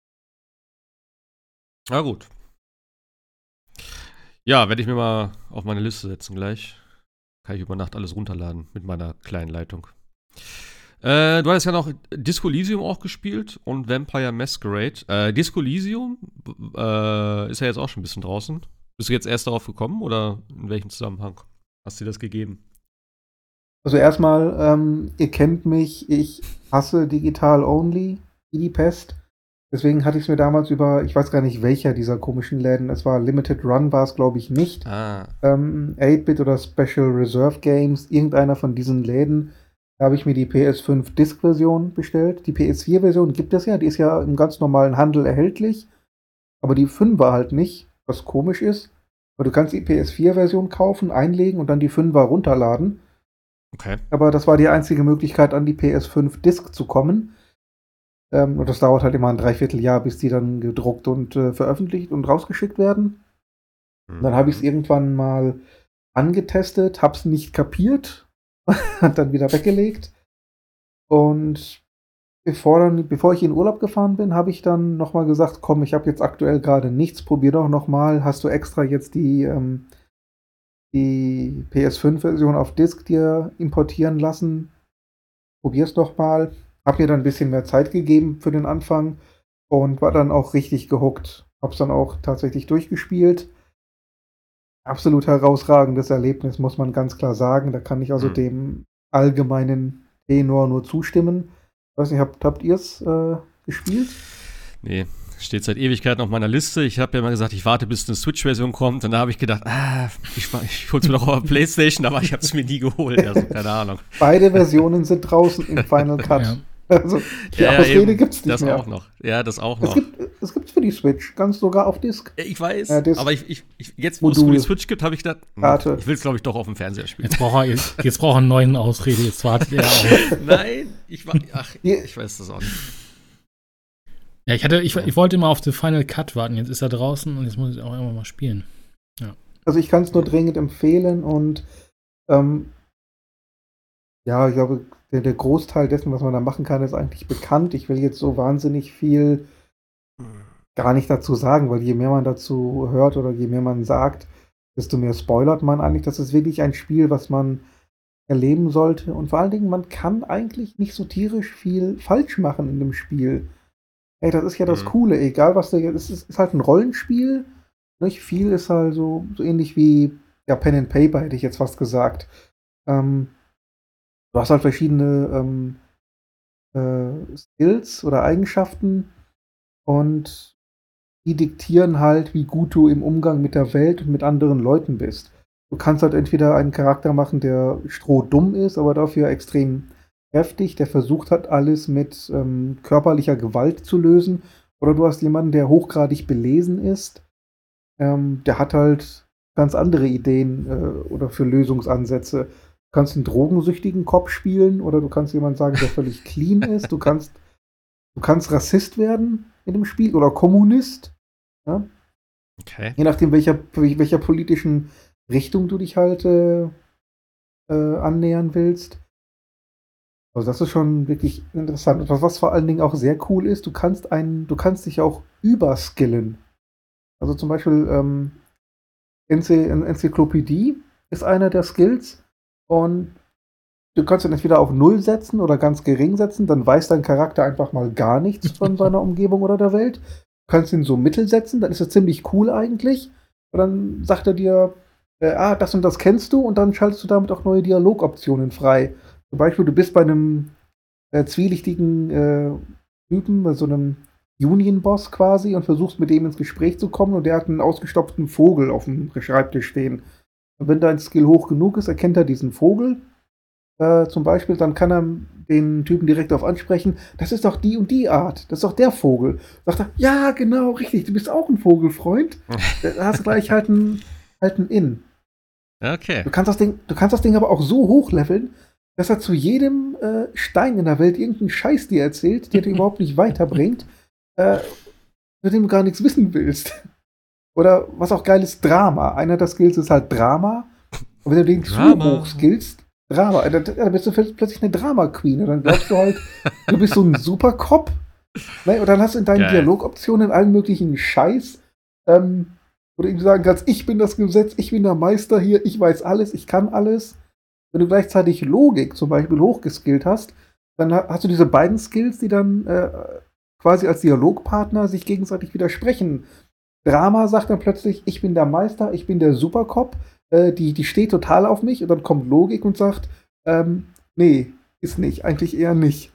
Na gut. Ja, werde ich mir mal auf meine Liste setzen gleich. Kann ich über Nacht alles runterladen mit meiner kleinen Leitung. Äh, du hast ja noch Disco Elysium auch gespielt und Vampire Masquerade. Äh, Disco Elysium äh, ist ja jetzt auch schon ein bisschen draußen. Bist du jetzt erst darauf gekommen oder in welchem Zusammenhang hast du dir das gegeben? also erstmal, ähm, ihr kennt mich, ich hasse Digital Only, wie die Pest. Deswegen hatte ich es mir damals über, ich weiß gar nicht welcher dieser komischen Läden, es war Limited Run, war es glaube ich nicht. Ah, Ähm, acht-Bit oder Special Reserve Games, irgendeiner von diesen Läden, da habe ich mir die P S fünf Disk-Version bestellt. Die P S vier-Version gibt es ja, die ist ja im ganz normalen Handel erhältlich, aber die fünfer halt nicht, was komisch ist. Aber du kannst die P S vier-Version kaufen, einlegen und dann die fünfer runterladen. okay. Aber das war die einzige Möglichkeit, an die P S fünf Disk zu kommen. Ähm, und das dauert halt immer ein Dreivierteljahr, bis die dann gedruckt und äh, veröffentlicht und rausgeschickt werden. Hm. Dann habe ich es irgendwann mal angetestet, hab's nicht kapiert, hat dann wieder weggelegt. Und bevor, dann, bevor ich in Urlaub gefahren bin, habe ich dann nochmal gesagt, komm, ich habe jetzt aktuell gerade nichts, probier doch nochmal. Hast du extra jetzt die, ähm, die P S fünf-Version auf Disk dir importieren lassen? Probier's doch mal. Hab mir dann ein bisschen mehr Zeit gegeben für den Anfang und war dann auch richtig gehuckt. Hab's dann auch tatsächlich durchgespielt. Absolut herausragendes Erlebnis, muss man ganz klar sagen. Da kann ich also Hm. dem allgemeinen Tenor nur zustimmen. Ich weiß nicht, habt, habt ihr es äh, gespielt? Nee, steht seit Ewigkeiten auf meiner Liste. Ich habe ja immer gesagt, ich warte, bis eine Switch-Version kommt. Und da habe ich gedacht, ah, ich, ich hol's mir doch auf der Playstation, aber ich habe es mir nie geholt. Also, keine Ahnung. Beide Versionen sind draußen im Final Cut. Ja. Also, die Ja, Ausrede eben, gibt's nicht das mehr. auch noch. Ja, das auch Es noch. gibt es gibt's für die Switch, ganz sogar auf Disk. Ich weiß, Ja, das aber ich, ich, ich, jetzt, wo es für Modul. die Switch gibt, habe ich gedacht, hm, Karte. ich will es, glaube ich, doch auf dem Fernseher spielen. Jetzt braucht er, jetzt, jetzt braucht er eine neue Ausrede, jetzt wartet er auf. Nein, ich, wa- ach, Ihr- ich weiß das auch nicht. Ja, ich, hatte, ich, ich wollte immer auf den Final Cut warten, jetzt ist er draußen und jetzt muss ich auch immer mal spielen. Also ich kann es nur dringend empfehlen und ähm, ja, ich glaube, der, der Großteil dessen, was man da machen kann, ist eigentlich bekannt. Ich will jetzt so wahnsinnig viel gar nicht dazu sagen, weil je mehr man dazu hört oder je mehr man sagt, desto mehr spoilert man eigentlich. Das ist wirklich ein Spiel, was man erleben sollte. Und vor allen Dingen, man kann eigentlich nicht so tierisch viel falsch machen in dem Spiel. Ey, das ist ja das Mhm. Coole, egal was da jetzt ist, es ist halt ein Rollenspiel. Nicht viel ist halt so, so ähnlich wie ja, Pen and Paper, hätte ich jetzt fast gesagt. Ähm, du hast halt verschiedene ähm, äh, Skills oder Eigenschaften und die diktieren halt, wie gut du im Umgang mit der Welt und mit anderen Leuten bist. Du kannst halt entweder einen Charakter machen, der strohdumm ist, aber dafür extrem heftig, der versucht hat, alles mit ähm, körperlicher Gewalt zu lösen. Oder du hast jemanden, der hochgradig belesen ist. Ähm, der hat halt ganz andere Ideen äh, oder für Lösungsansätze. Du kannst einen drogensüchtigen Kopf spielen oder du kannst jemanden sagen, der völlig clean ist. Du kannst, du kannst Rassist werden in dem Spiel oder Kommunist. Ja? Okay. Je nachdem, welcher, welcher politischen Richtung du dich halt äh, äh, annähern willst. Also das ist schon wirklich interessant. Und was, was vor allen Dingen auch sehr cool ist, du kannst einen, du kannst dich auch überskillen. Also zum Beispiel ähm, Enzy- Enzyklopädie ist einer der Skills und du kannst ihn entweder auf Null setzen oder ganz gering setzen, dann weiß dein Charakter einfach mal gar nichts von seiner Umgebung oder der Welt. Du kannst ihn so mittel setzen, dann ist er ziemlich cool eigentlich. Und dann sagt er dir, äh, ah, das und das kennst du und dann schaltest du damit auch neue Dialogoptionen frei. Zum Beispiel, du bist bei einem äh, zwielichtigen äh, Typen, bei so einem Union-Boss quasi und versuchst mit dem ins Gespräch zu kommen und der hat einen ausgestopften Vogel auf dem Schreibtisch stehen. Und wenn dein Skill hoch genug ist, erkennt er diesen Vogel. Äh, zum Beispiel, dann kann er den Typen direkt darauf ansprechen, das ist doch die und die Art, das ist doch der Vogel. Sagt er, ja, genau, richtig, du bist auch ein Vogelfreund. Da hast du gleich halt ein, halt ein In. Okay. Du kannst das Ding, du kannst das Ding aber auch so hochleveln, dass er zu jedem äh, Stein in der Welt irgendeinen Scheiß dir erzählt, der dir überhaupt nicht weiterbringt, äh, mit dem du gar nichts wissen willst. Oder was auch geil ist, Drama. Einer der Skills ist halt Drama. Und wenn du den zu Drama. hoch skillst, Drama, da, da bist du plötzlich eine Drama-Queen. Und dann glaubst du halt, du bist so ein Supercop. Ne? Und dann hast du in deinen Geil. Dialogoptionen allen möglichen Scheiß, ähm, wo du ihm sagen kannst, ich bin das Gesetz, ich bin der Meister hier, ich weiß alles, ich kann alles. Wenn du gleichzeitig Logik zum Beispiel hochgeskillt hast, dann ha- hast du diese beiden Skills, die dann äh, quasi als Dialogpartner sich gegenseitig widersprechen. Drama sagt dann plötzlich, ich bin der Meister, ich bin der Supercop, äh, die, die steht total auf mich und dann kommt Logik und sagt, ähm, nee, ist nicht, eigentlich eher nicht.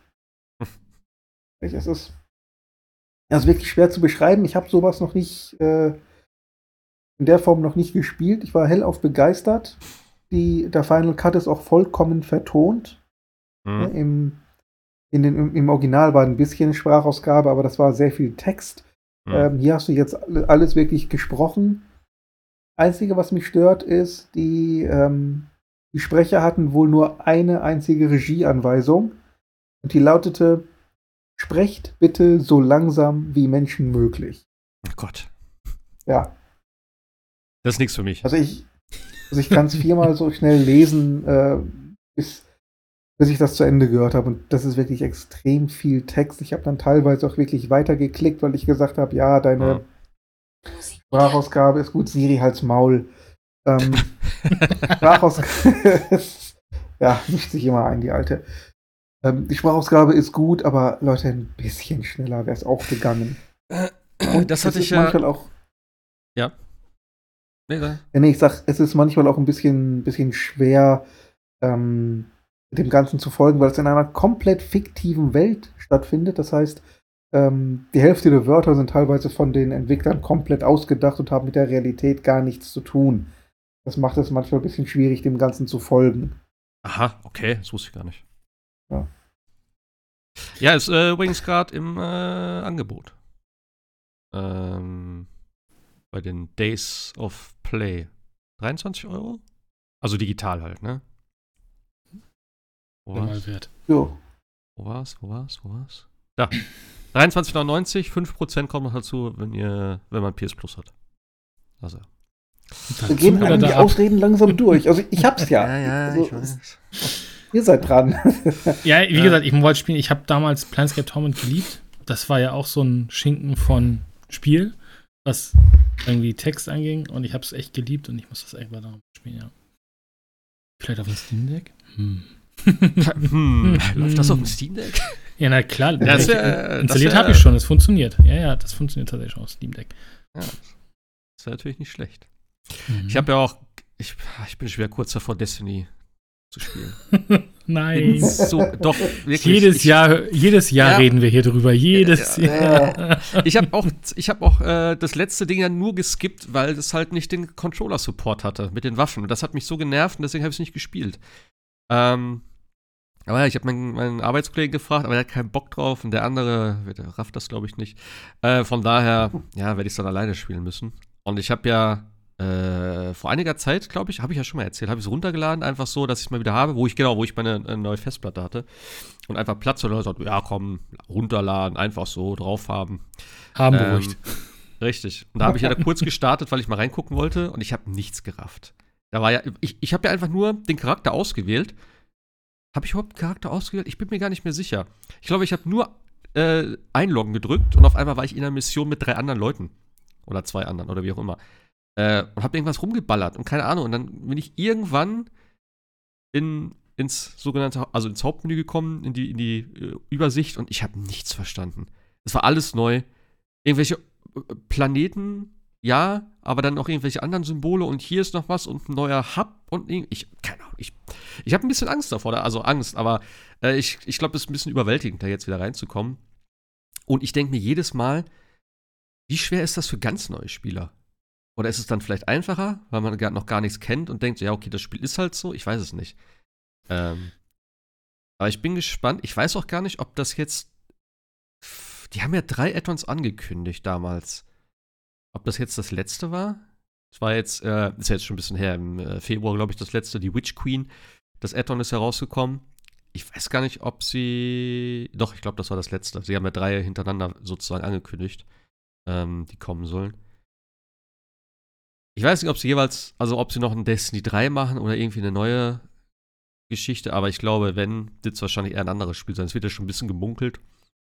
Es ist, das ist wirklich schwer zu beschreiben. Ich habe sowas noch nicht äh, in der Form noch nicht gespielt. Ich war hellauf begeistert. Die, der Final Cut ist auch vollkommen vertont. Mhm. Ne, im, in den, im, Im Original war ein bisschen Sprachausgabe, aber das war sehr viel Text. Mhm. Ähm, hier hast du jetzt alle- alles wirklich gesprochen. Einzige, was mich stört, ist, die, ähm, die Sprecher hatten wohl nur eine einzige Regieanweisung. Und die lautete: Sprecht bitte so langsam wie Menschen möglich. Oh Gott. Ja, Das ist nichts für mich. also ich, also ich kann es viermal so schnell lesen, äh, bis, bis ich das zu Ende gehört habe. Und das ist wirklich extrem viel Text. Ich habe dann teilweise auch wirklich weitergeklickt, weil ich gesagt habe, ja, deine Sprachausgabe ist gut. Siri, halt's Maul. Ähm, Sprachausgabe, ja, mischt sich immer ein, die alte. Ähm, die Sprachausgabe ist gut, aber Leute, ein bisschen schneller wäre es auch gegangen. Und Das es hatte ist ich ja. manchmal auch, Ja. Nee, da. ja, nee, ich sag, es ist manchmal auch ein bisschen, bisschen schwer, ähm, dem Ganzen zu folgen, weil es in einer komplett fiktiven Welt stattfindet. Das heißt, ähm, die Hälfte der Wörter sind teilweise von den Entwicklern komplett ausgedacht und haben mit der Realität gar nichts zu tun. Das macht es manchmal ein bisschen schwierig, dem Ganzen zu folgen. Aha, okay, das wusste ich gar nicht. Ja. Ja, ist äh, übrigens gerade im äh, Angebot. Ähm, bei den Days of Play. dreiundzwanzig Euro? Also digital halt, ne? Wo War war's? mal wert. Jo. Wo war's? Wo war's? Wo war's? Da. dreiundzwanzig neunundneunzig, fünf Prozent kommt noch dazu, wenn ihr, wenn man P S Plus hat. Also. Wir gehen oder eigentlich da ab? Ausreden langsam durch. Also ich hab's ja. also, Ihr seid dran. Ja, wie Ja. gesagt, ich wollte spielen. Ich habe damals Planescape Torment geliebt. Das war ja auch so ein Schinken von Spiel, was irgendwie Text anging und ich habe es echt geliebt und ich muss das echt weiter spielen, ja. Vielleicht auf dem Steam Deck? Hm. hm, läuft das auf dem Steam Deck? Ja, na klar. Das wär, installiert wär, habe ich schon, es funktioniert. Ja, ja, das funktioniert tatsächlich schon auf Steam Deck. Ja, das wäre natürlich nicht schlecht. Mhm. Ich habe ja auch, ich, ich bin schwer kurz davor, Destiny zu spielen. Nein. So, doch, wirklich. Jedes ich, Jahr, jedes Jahr ja, reden wir hier drüber. Jedes ja, Jahr. Ich habe auch, ich hab auch äh, das letzte Ding ja nur geskippt, weil es halt nicht den Controller-Support hatte mit den Waffen. Und das hat mich so genervt und deswegen habe ich es nicht gespielt. Ähm, aber ja, ich habe meinen, meinen Arbeitskollegen gefragt, aber der hat keinen Bock drauf und der andere, der rafft das glaube ich nicht. Äh, von daher, ja, werde ich es dann alleine spielen müssen. Und ich habe ja Äh, vor einiger Zeit, glaube ich, habe ich ja schon mal erzählt, habe ich es runtergeladen, einfach so, dass ich es mal wieder habe, wo ich, genau, wo ich meine eine neue Festplatte hatte. Und einfach Platz oder so, ja komm, runterladen, einfach so drauf haben. Haben beruhigt. Ähm, richtig. Und da habe ich ja da kurz gestartet, weil ich mal reingucken wollte und ich habe nichts gerafft. Da war ja, ich, ich habe ja einfach nur den Charakter ausgewählt. Habe ich überhaupt einen Charakter ausgewählt? Ich bin mir gar nicht mehr sicher. Ich glaube, ich habe nur äh, Einloggen gedrückt und auf einmal war ich in einer Mission mit drei anderen Leuten. Oder zwei anderen oder wie auch immer. Äh, und hab irgendwas rumgeballert und keine Ahnung. Und dann bin ich irgendwann in, ins sogenannte, also ins Hauptmenü gekommen, in die, in die äh, Übersicht und ich habe nichts verstanden. Es war alles neu. Irgendwelche äh, Planeten, ja, aber dann auch irgendwelche anderen Symbole und hier ist noch was und ein neuer Hub und ich, keine Ahnung, ich, ich habe ein bisschen Angst davor, also Angst, aber äh, ich, ich glaube, es ist ein bisschen überwältigend, da jetzt wieder reinzukommen. Und ich denke mir jedes Mal, wie schwer ist das für ganz neue Spieler? Oder ist es dann vielleicht einfacher, weil man gar, noch gar nichts kennt und denkt, ja, okay, das Spiel ist halt so, ich weiß es nicht. Ähm, aber ich bin gespannt. Ich weiß auch gar nicht, ob das jetzt. Die haben ja drei Add-ons angekündigt damals. Ob das jetzt das letzte war? Das war jetzt, äh, ist ja jetzt schon ein bisschen her, im äh, Februar, glaube ich, das letzte, die Witch Queen. Das Add-on ist herausgekommen. Ich weiß gar nicht, ob sie. Doch, ich glaube, das war das letzte. Sie haben ja drei hintereinander sozusagen angekündigt, ähm, die kommen sollen. Ich weiß nicht, ob sie jeweils, also ob sie noch ein Destiny drei machen oder irgendwie eine neue Geschichte, aber ich glaube, wenn, wird es wahrscheinlich eher ein anderes Spiel sein. Es wird ja schon ein bisschen gemunkelt.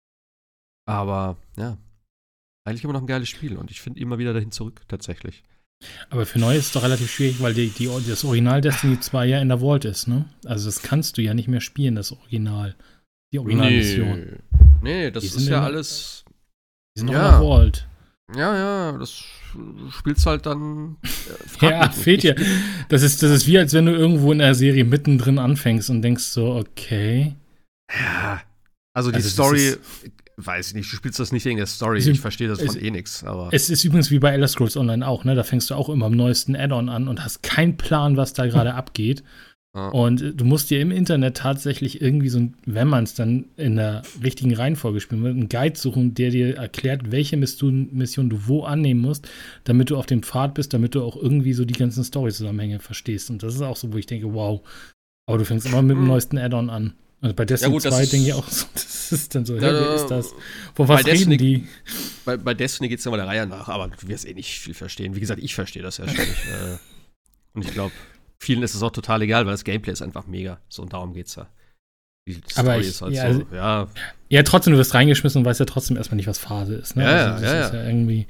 Aber, ja, eigentlich immer noch ein geiles Spiel und ich finde immer wieder dahin zurück, tatsächlich. Aber für neu ist es doch relativ schwierig, weil die, die, das Original Destiny zwei ja in der Vault ist, ne? Also das kannst du ja nicht mehr spielen, das Original. Die Originalmission. Nee, nee, das die ist ja alles. Die sind ja. noch in der Vault. Ja, ja, das spielst halt dann. Äh, ja, fehlt dir. Das ist, das ist wie, als wenn du irgendwo in der Serie mittendrin anfängst und denkst so, okay. Ja, also die also Story, weiß ich nicht, du spielst das nicht wegen der Story, ich verstehe das von eh nix, aber. Es ist übrigens wie bei Elder Scrolls Online auch, ne? Da fängst du auch immer am neuesten Add-on an und hast keinen Plan, was da gerade abgeht. Ja. Und du musst dir im Internet tatsächlich irgendwie so, wenn man es dann in der richtigen Reihenfolge spielen will, einen Guide suchen, der dir erklärt, welche Mission, Mission du wo annehmen musst, damit du auf dem Pfad bist, damit du auch irgendwie so die ganzen Story-Zusammenhänge verstehst. Und das ist auch so, wo ich denke, wow. Aber du fängst immer mit dem neuesten Add-on an. Also bei Destiny ja gut, zwei denke ich auch so, das ist dann so, hey, ja, wer ist das? Von was reden Destiny, die? Bei, bei Destiny geht es ja mal der Reihe nach, aber du wirst eh nicht viel verstehen. Wie gesagt, ich verstehe das ja schon nicht. äh, und ich glaube, vielen ist es auch total egal, weil das Gameplay ist einfach mega. So, und darum geht's ja. Die Story aber ich, ist halt ja, so, ja. Ja, trotzdem, du wirst reingeschmissen und weißt ja trotzdem erstmal nicht, was Phase ist. Ne? Ja, also, das ja, ist ja. ja irgendwie.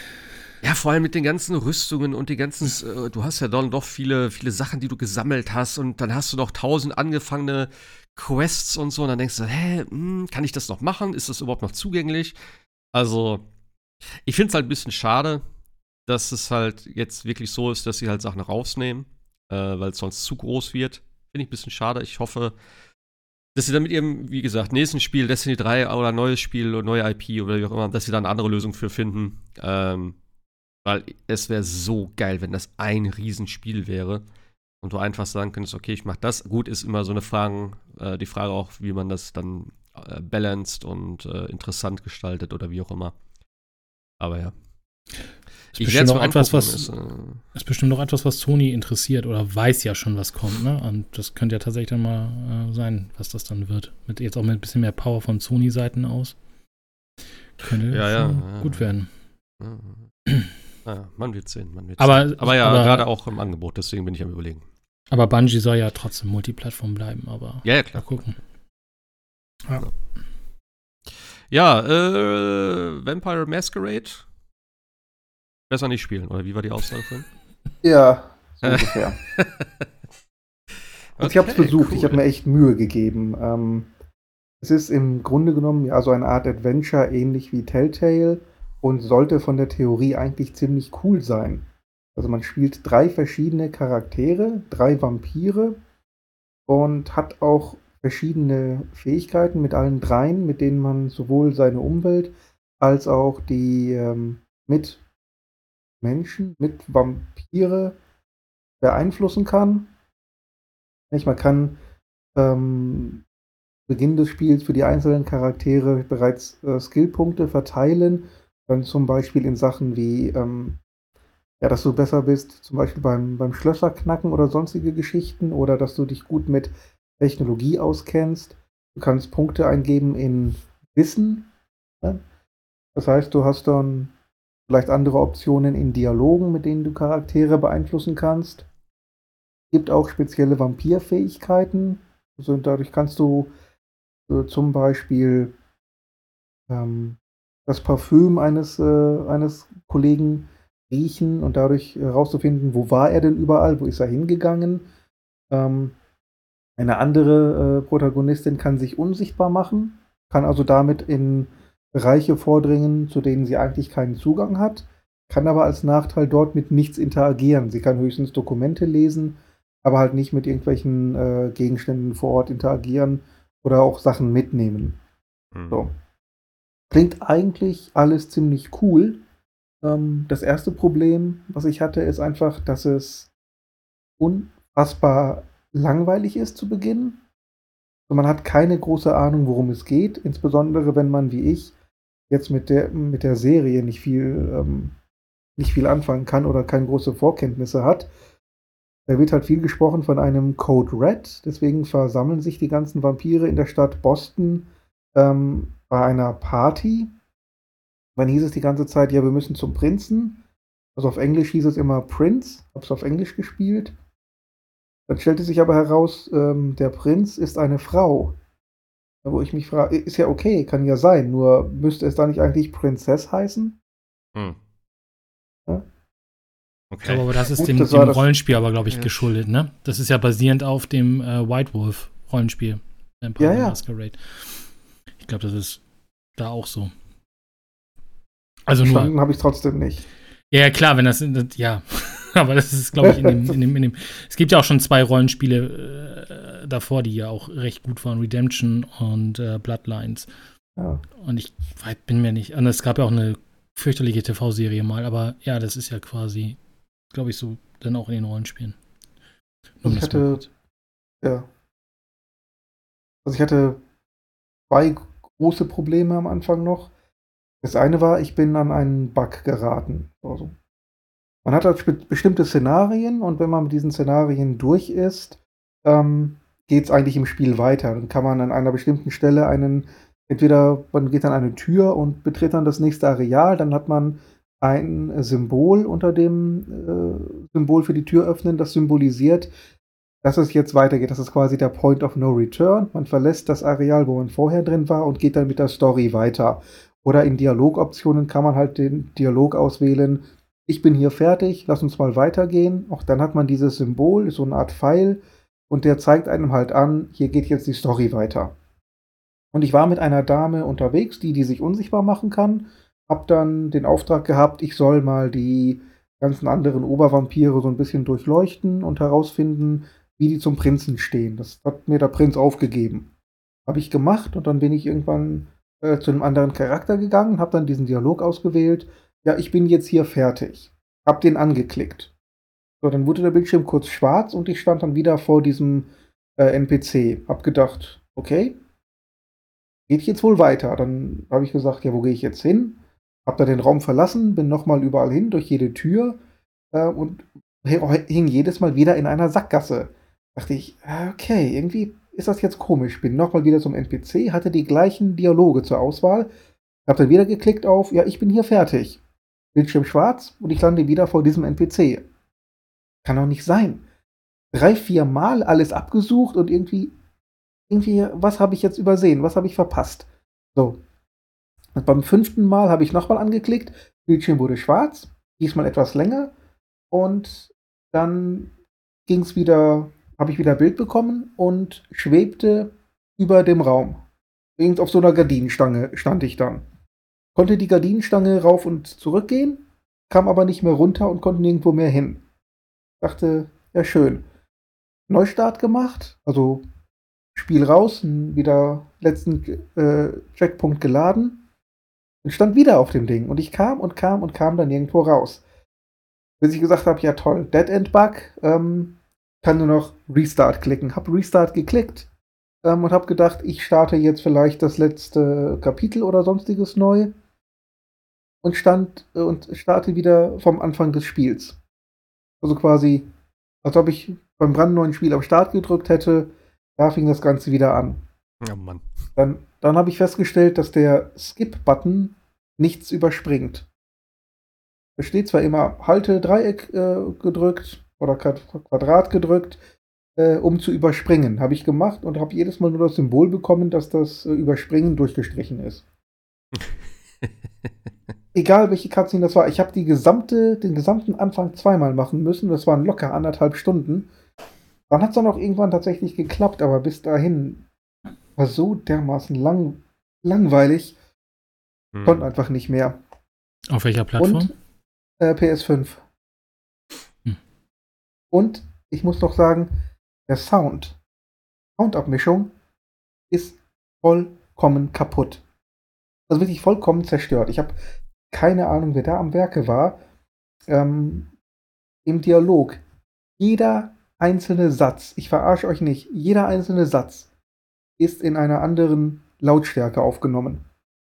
Ja, vor allem mit den ganzen Rüstungen und die ganzen, äh, du hast ja dann doch viele, viele Sachen, die du gesammelt hast und dann hast du noch tausend angefangene Quests und so und dann denkst du, hä, mh, kann ich das noch machen? Ist das überhaupt noch zugänglich? Also, ich finde es halt ein bisschen schade, dass es halt jetzt wirklich so ist, dass sie halt Sachen rausnehmen, äh, weil es sonst zu groß wird. Finde ich ein bisschen schade. Ich hoffe, dass sie dann mit ihrem, wie gesagt, nächsten Spiel, Destiny drei oder neues Spiel oder neue I P oder wie auch immer, dass sie da eine andere Lösung für finden. Ähm, weil es wäre so geil, wenn das ein Riesenspiel wäre und du einfach sagen könntest, okay, ich mach das. Gut, ist immer so eine Frage, äh, die Frage auch, wie man das dann äh, balanced und äh, interessant gestaltet oder wie auch immer. Aber ja. Ist bestimmt, noch etwas, was, ist, äh, ist bestimmt noch etwas, was Sony interessiert oder weiß ja schon, was kommt, ne? Und das könnte ja tatsächlich dann mal äh, sein, was das dann wird. Mit, jetzt auch mit ein bisschen mehr Power von Sony-Seiten aus. Könnte ja, ja, ja, gut werden. Ja, ja, man wird sehen, man wird aber, sehen. Aber ja, aber, gerade auch im Angebot, deswegen bin ich am Überlegen. Aber Bungie soll ja trotzdem Multiplattform bleiben, aber ja, ja, klar. Mal gucken. Ja, ja äh, Vampire Masquerade besser nicht spielen, oder wie war die Aussage von? Ja, so ungefähr. Und ich habe es Okay, versucht, cool. ich habe mir echt Mühe gegeben. Ähm, es ist im Grunde genommen ja so eine Art Adventure, ähnlich wie Telltale, und sollte von der Theorie eigentlich ziemlich cool sein. Also man spielt drei verschiedene Charaktere, drei Vampire und hat auch verschiedene Fähigkeiten mit allen dreien, mit denen man sowohl seine Umwelt als auch die ähm, Mitmenschen, mit Vampire beeinflussen kann. Nicht? Man kann ähm, Beginn des Spiels für die einzelnen Charaktere bereits äh, Skillpunkte verteilen. Dann zum Beispiel in Sachen wie, ähm, ja, dass du besser bist, zum Beispiel beim, beim Schlösserknacken oder sonstige Geschichten, oder dass du dich gut mit Technologie auskennst. Du kannst Punkte eingeben in Wissen. Ja? Das heißt, du hast dann vielleicht andere Optionen in Dialogen, mit denen du Charaktere beeinflussen kannst. Es gibt auch spezielle Vampirfähigkeiten. Also dadurch kannst du äh, zum Beispiel ähm, das Parfüm eines, äh, eines Kollegen riechen und dadurch herauszufinden, wo war er denn überall, wo ist er hingegangen. Ähm, eine andere äh, Protagonistin kann sich unsichtbar machen, kann also damit in Bereiche vordringen, zu denen sie eigentlich keinen Zugang hat, kann aber als Nachteil dort mit nichts interagieren. Sie kann höchstens Dokumente lesen, aber halt nicht mit irgendwelchen äh, Gegenständen vor Ort interagieren oder auch Sachen mitnehmen. Hm. So. Klingt eigentlich alles ziemlich cool. Ähm, das erste Problem, was ich hatte, ist einfach, dass es unfassbar langweilig ist zu Beginn. Und man hat keine große Ahnung, worum es geht, insbesondere wenn man wie ich jetzt mit der, mit der Serie nicht viel, ähm, nicht viel anfangen kann oder keine große Vorkenntnisse hat. Da wird halt viel gesprochen von einem Code Red, deswegen versammeln sich die ganzen Vampire in der Stadt Boston ähm, bei einer Party. Dann hieß es die ganze Zeit, ja, wir müssen zum Prinzen. Also auf Englisch hieß es immer Prince, hab's auf Englisch gespielt. Dann stellte sich aber heraus, ähm, der Prinz ist eine Frau. Wo ich mich frage, ist ja okay, kann ja sein, nur müsste es da nicht eigentlich Princess heißen? Hm. Ja? Ich glaube, Okay. aber das ist Gut, dem, das dem war das- Rollenspiel aber, glaube ich, Ja. geschuldet, ne? Das ist ja basierend auf dem äh, White Wolf Rollenspiel. Vampire Ja, ja. Masquerade. Ich glaube, das ist da auch so. Also nur. Verstanden habe ich trotzdem nicht. Ja, klar, wenn das, das ja. Aber das ist, glaube ich, in dem, in dem, in dem. Es gibt ja auch schon zwei Rollenspiele äh, davor, die ja auch recht gut waren: Redemption und äh, Bloodlines. Ja. Und ich weit bin mir nicht. Und es gab ja auch eine fürchterliche T V-Serie mal, aber ja, das ist ja quasi, glaube ich, so dann auch in den Rollenspielen. Nur um Ich das mal hatte, kurz- ja. Also ich hatte zwei große Probleme am Anfang noch. Das eine war, ich bin an einen Bug geraten. Also, man hat halt spe- bestimmte Szenarien, und wenn man mit diesen Szenarien durch ist, ähm, geht es eigentlich im Spiel weiter. Dann kann man an einer bestimmten Stelle einen, entweder man geht an eine Tür und betritt dann das nächste Areal, dann hat man ein Symbol unter dem äh, Symbol für die Tür öffnen, das symbolisiert, dass es jetzt weitergeht. Das ist quasi der Point of No Return. Man verlässt das Areal, wo man vorher drin war, und geht dann mit der Story weiter. Oder in Dialogoptionen kann man halt den Dialog auswählen: Ich bin hier fertig, lass uns mal weitergehen. Auch dann hat man dieses Symbol, so eine Art Pfeil, und der zeigt einem halt an, hier geht jetzt die Story weiter. Und ich war mit einer Dame unterwegs, die, die sich unsichtbar machen kann, hab dann den Auftrag gehabt, ich soll mal die ganzen anderen Obervampire so ein bisschen durchleuchten und herausfinden, wie die zum Prinzen stehen. Das hat mir der Prinz aufgegeben. Habe ich gemacht, und dann bin ich irgendwann äh, zu einem anderen Charakter gegangen, habe dann diesen Dialog ausgewählt. Ja, ich bin jetzt hier fertig. Hab den angeklickt. So, dann wurde der Bildschirm kurz schwarz und ich stand dann wieder vor diesem äh, N P C. Hab gedacht, okay, geht jetzt wohl weiter. Dann habe ich gesagt, ja, wo gehe ich jetzt hin? Hab da den Raum verlassen, bin nochmal überall hin, durch jede Tür äh, und hing jedes Mal wieder in einer Sackgasse. Dachte ich, okay, irgendwie ist das jetzt komisch. Bin nochmal wieder zum N P C, hatte die gleichen Dialoge zur Auswahl. Hab dann wieder geklickt auf, ja, ich bin hier fertig. Bildschirm schwarz und ich lande wieder vor diesem N P C. Kann doch nicht sein. Drei, vier Mal alles abgesucht und irgendwie, irgendwie, was habe ich jetzt übersehen? Was habe ich verpasst? So. Und beim fünften Mal habe ich nochmal angeklickt, Bildschirm wurde schwarz. diesmal etwas länger. Und dann ging es wieder, habe ich wieder Bild bekommen und schwebte über dem Raum. Irgend auf so einer Gardinenstange stand ich dann. Konnte die Gardinenstange rauf und zurück gehen, kam aber nicht mehr runter und konnte nirgendwo mehr hin. Dachte, ja schön. Neustart gemacht, also Spiel raus, wieder letzten äh, Checkpunkt geladen und stand wieder auf dem Ding. Und ich kam und kam und kam dann nirgendwo raus. Bis ich gesagt habe, ja toll, Dead End Bug, ähm, kann nur noch Restart klicken. Hab Restart geklickt ähm, und hab gedacht, ich starte jetzt vielleicht das letzte Kapitel oder sonstiges neu und stand äh, und starte wieder vom Anfang des Spiels. Also quasi, als ob ich beim brandneuen Spiel auf Start gedrückt hätte, da fing das Ganze wieder an. Ja, Mann. Dann, dann habe ich festgestellt, dass der Skip-Button nichts überspringt. Es steht zwar immer Halte Dreieck äh, gedrückt oder Quadrat gedrückt, äh, um zu überspringen. Habe ich gemacht und habe jedes Mal nur das Symbol bekommen, dass das äh, Überspringen durchgestrichen ist. Egal welche Cutscene das war, ich habe die gesamte, den gesamten Anfang zweimal machen müssen. Das waren locker anderthalb Stunden. Dann hat es dann auch irgendwann tatsächlich geklappt, aber bis dahin war so dermaßen lang, langweilig, hm. konnte einfach nicht mehr. Auf welcher Plattform? Und äh, P S fünf. Hm. Und ich muss noch sagen, der Sound, Soundabmischung ist vollkommen kaputt. Also wirklich vollkommen zerstört. Ich habe keine Ahnung, wer da am Werke war. Ähm, Im Dialog. Jeder einzelne Satz, ich verarsche euch nicht, jeder einzelne Satz ist in einer anderen Lautstärke aufgenommen.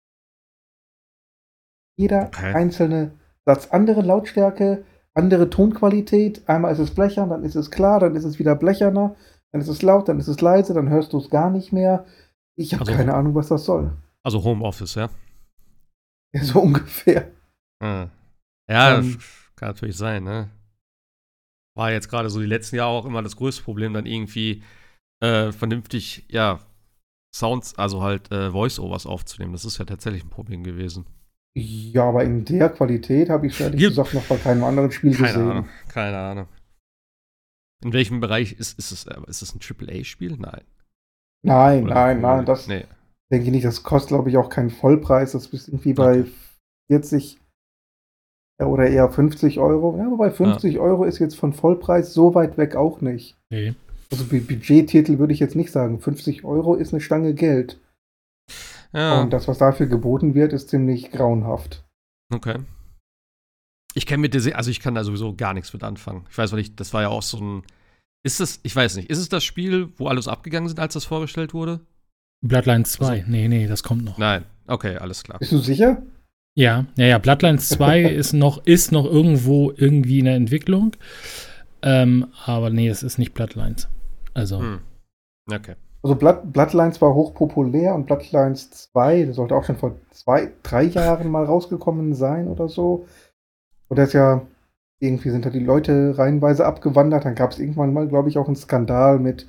Jeder okay. einzelne Satz, andere Lautstärke, andere Tonqualität. Einmal ist es blechern, dann ist es klar, dann ist es wieder blecherner, dann ist es laut, dann ist es leise, dann hörst du es gar nicht mehr. Ich habe also, keine Ahnung, was das soll. Also Homeoffice, ja? Ja, so ungefähr. Ah. Ja, ähm, kann natürlich sein, ne? War jetzt gerade so die letzten Jahre auch immer das größte Problem, dann irgendwie äh, vernünftig, ja, Sounds, also halt äh, Voice-Overs aufzunehmen. Das ist ja tatsächlich ein Problem gewesen. Ja, aber in der Qualität habe ich es ehrlich gesagt noch bei keinem anderen Spiel keine gesehen. Ahnung, keine Ahnung. In welchem Bereich ist, ist es? Ist es ein Triple A-Spiel? Nein. Nein, Oder nein, nein, das nee. denke ich nicht. Das kostet, glaube ich, auch keinen Vollpreis. Das ist irgendwie bei okay. vierzig oder eher fünfzig Euro. Ja, aber bei fünfzig ja. Euro ist jetzt von Vollpreis so weit weg auch nicht. Nee. Also Budgettitel würde ich jetzt nicht sagen. fünfzig Euro ist eine Stange Geld. Ja. Und das, was dafür geboten wird, ist ziemlich grauenhaft. Okay. Ich kenne mit der, also ich kann da sowieso gar nichts mit anfangen. Ich weiß nicht, das war ja auch so ein. Ist es, ich weiß nicht, ist es das Spiel, wo alles abgegangen sind, als das vorgestellt wurde? Bloodlines zwei. Also, nee, nee, das kommt noch. Nein, okay, alles klar. Bist du sicher? Ja, ja, ja, Bloodlines zwei ist noch, ist noch irgendwo irgendwie in der Entwicklung. Ähm, aber nee, es ist nicht Bloodlines. Also. Hm. Okay. Also Blood, Bloodlines war hochpopulär und Bloodlines zwei, das sollte auch schon vor zwei, drei Jahren mal rausgekommen sein oder so. Und das ist ja, irgendwie sind da die Leute reihenweise abgewandert. Dann gab es irgendwann mal, glaube ich, auch einen Skandal mit,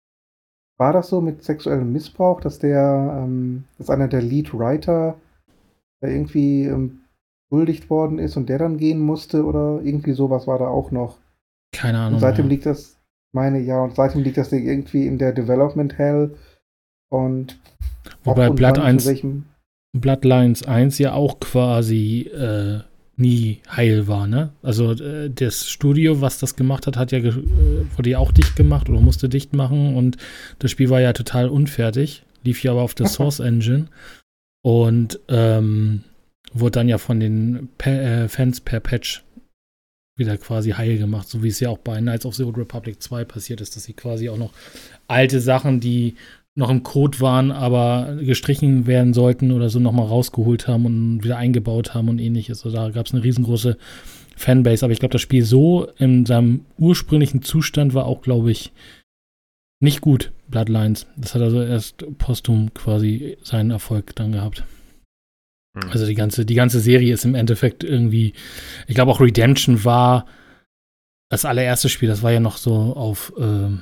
war das so, mit sexuellem Missbrauch, dass der, ähm, dass einer der Lead-Writer da irgendwie ähm, beschuldigt worden ist und der dann gehen musste oder irgendwie sowas war da auch noch. Keine Ahnung. Und seitdem mehr. liegt das, meine, ja, und seitdem liegt das Ding irgendwie in der Development Hell und wobei und Blood wann, eins, welchem Bloodlines eins ja auch quasi äh, nie heil war, ne? Also äh, das Studio, was das gemacht hat, hat ja ge- äh, wurde ja auch dicht gemacht oder musste dicht machen und das Spiel war ja total unfertig, lief ja aber auf der Source Engine und ähm, wurde dann ja von den pa- äh, Fans per Patch wieder quasi heil gemacht, so wie es ja auch bei Knights of the Old Republic zwei passiert ist, dass sie quasi auch noch alte Sachen, die noch im Code waren, aber gestrichen werden sollten oder so nochmal rausgeholt haben und wieder eingebaut haben und ähnliches. Also da gab es eine riesengroße Fanbase, aber ich glaube, das Spiel so in seinem ursprünglichen Zustand war auch, glaube ich, nicht gut, Bloodlines. Das hat also erst posthum quasi seinen Erfolg dann gehabt. Also die ganze, die ganze Serie ist im Endeffekt irgendwie, ich glaube auch Redemption war das allererste Spiel, das war ja noch so auf äh,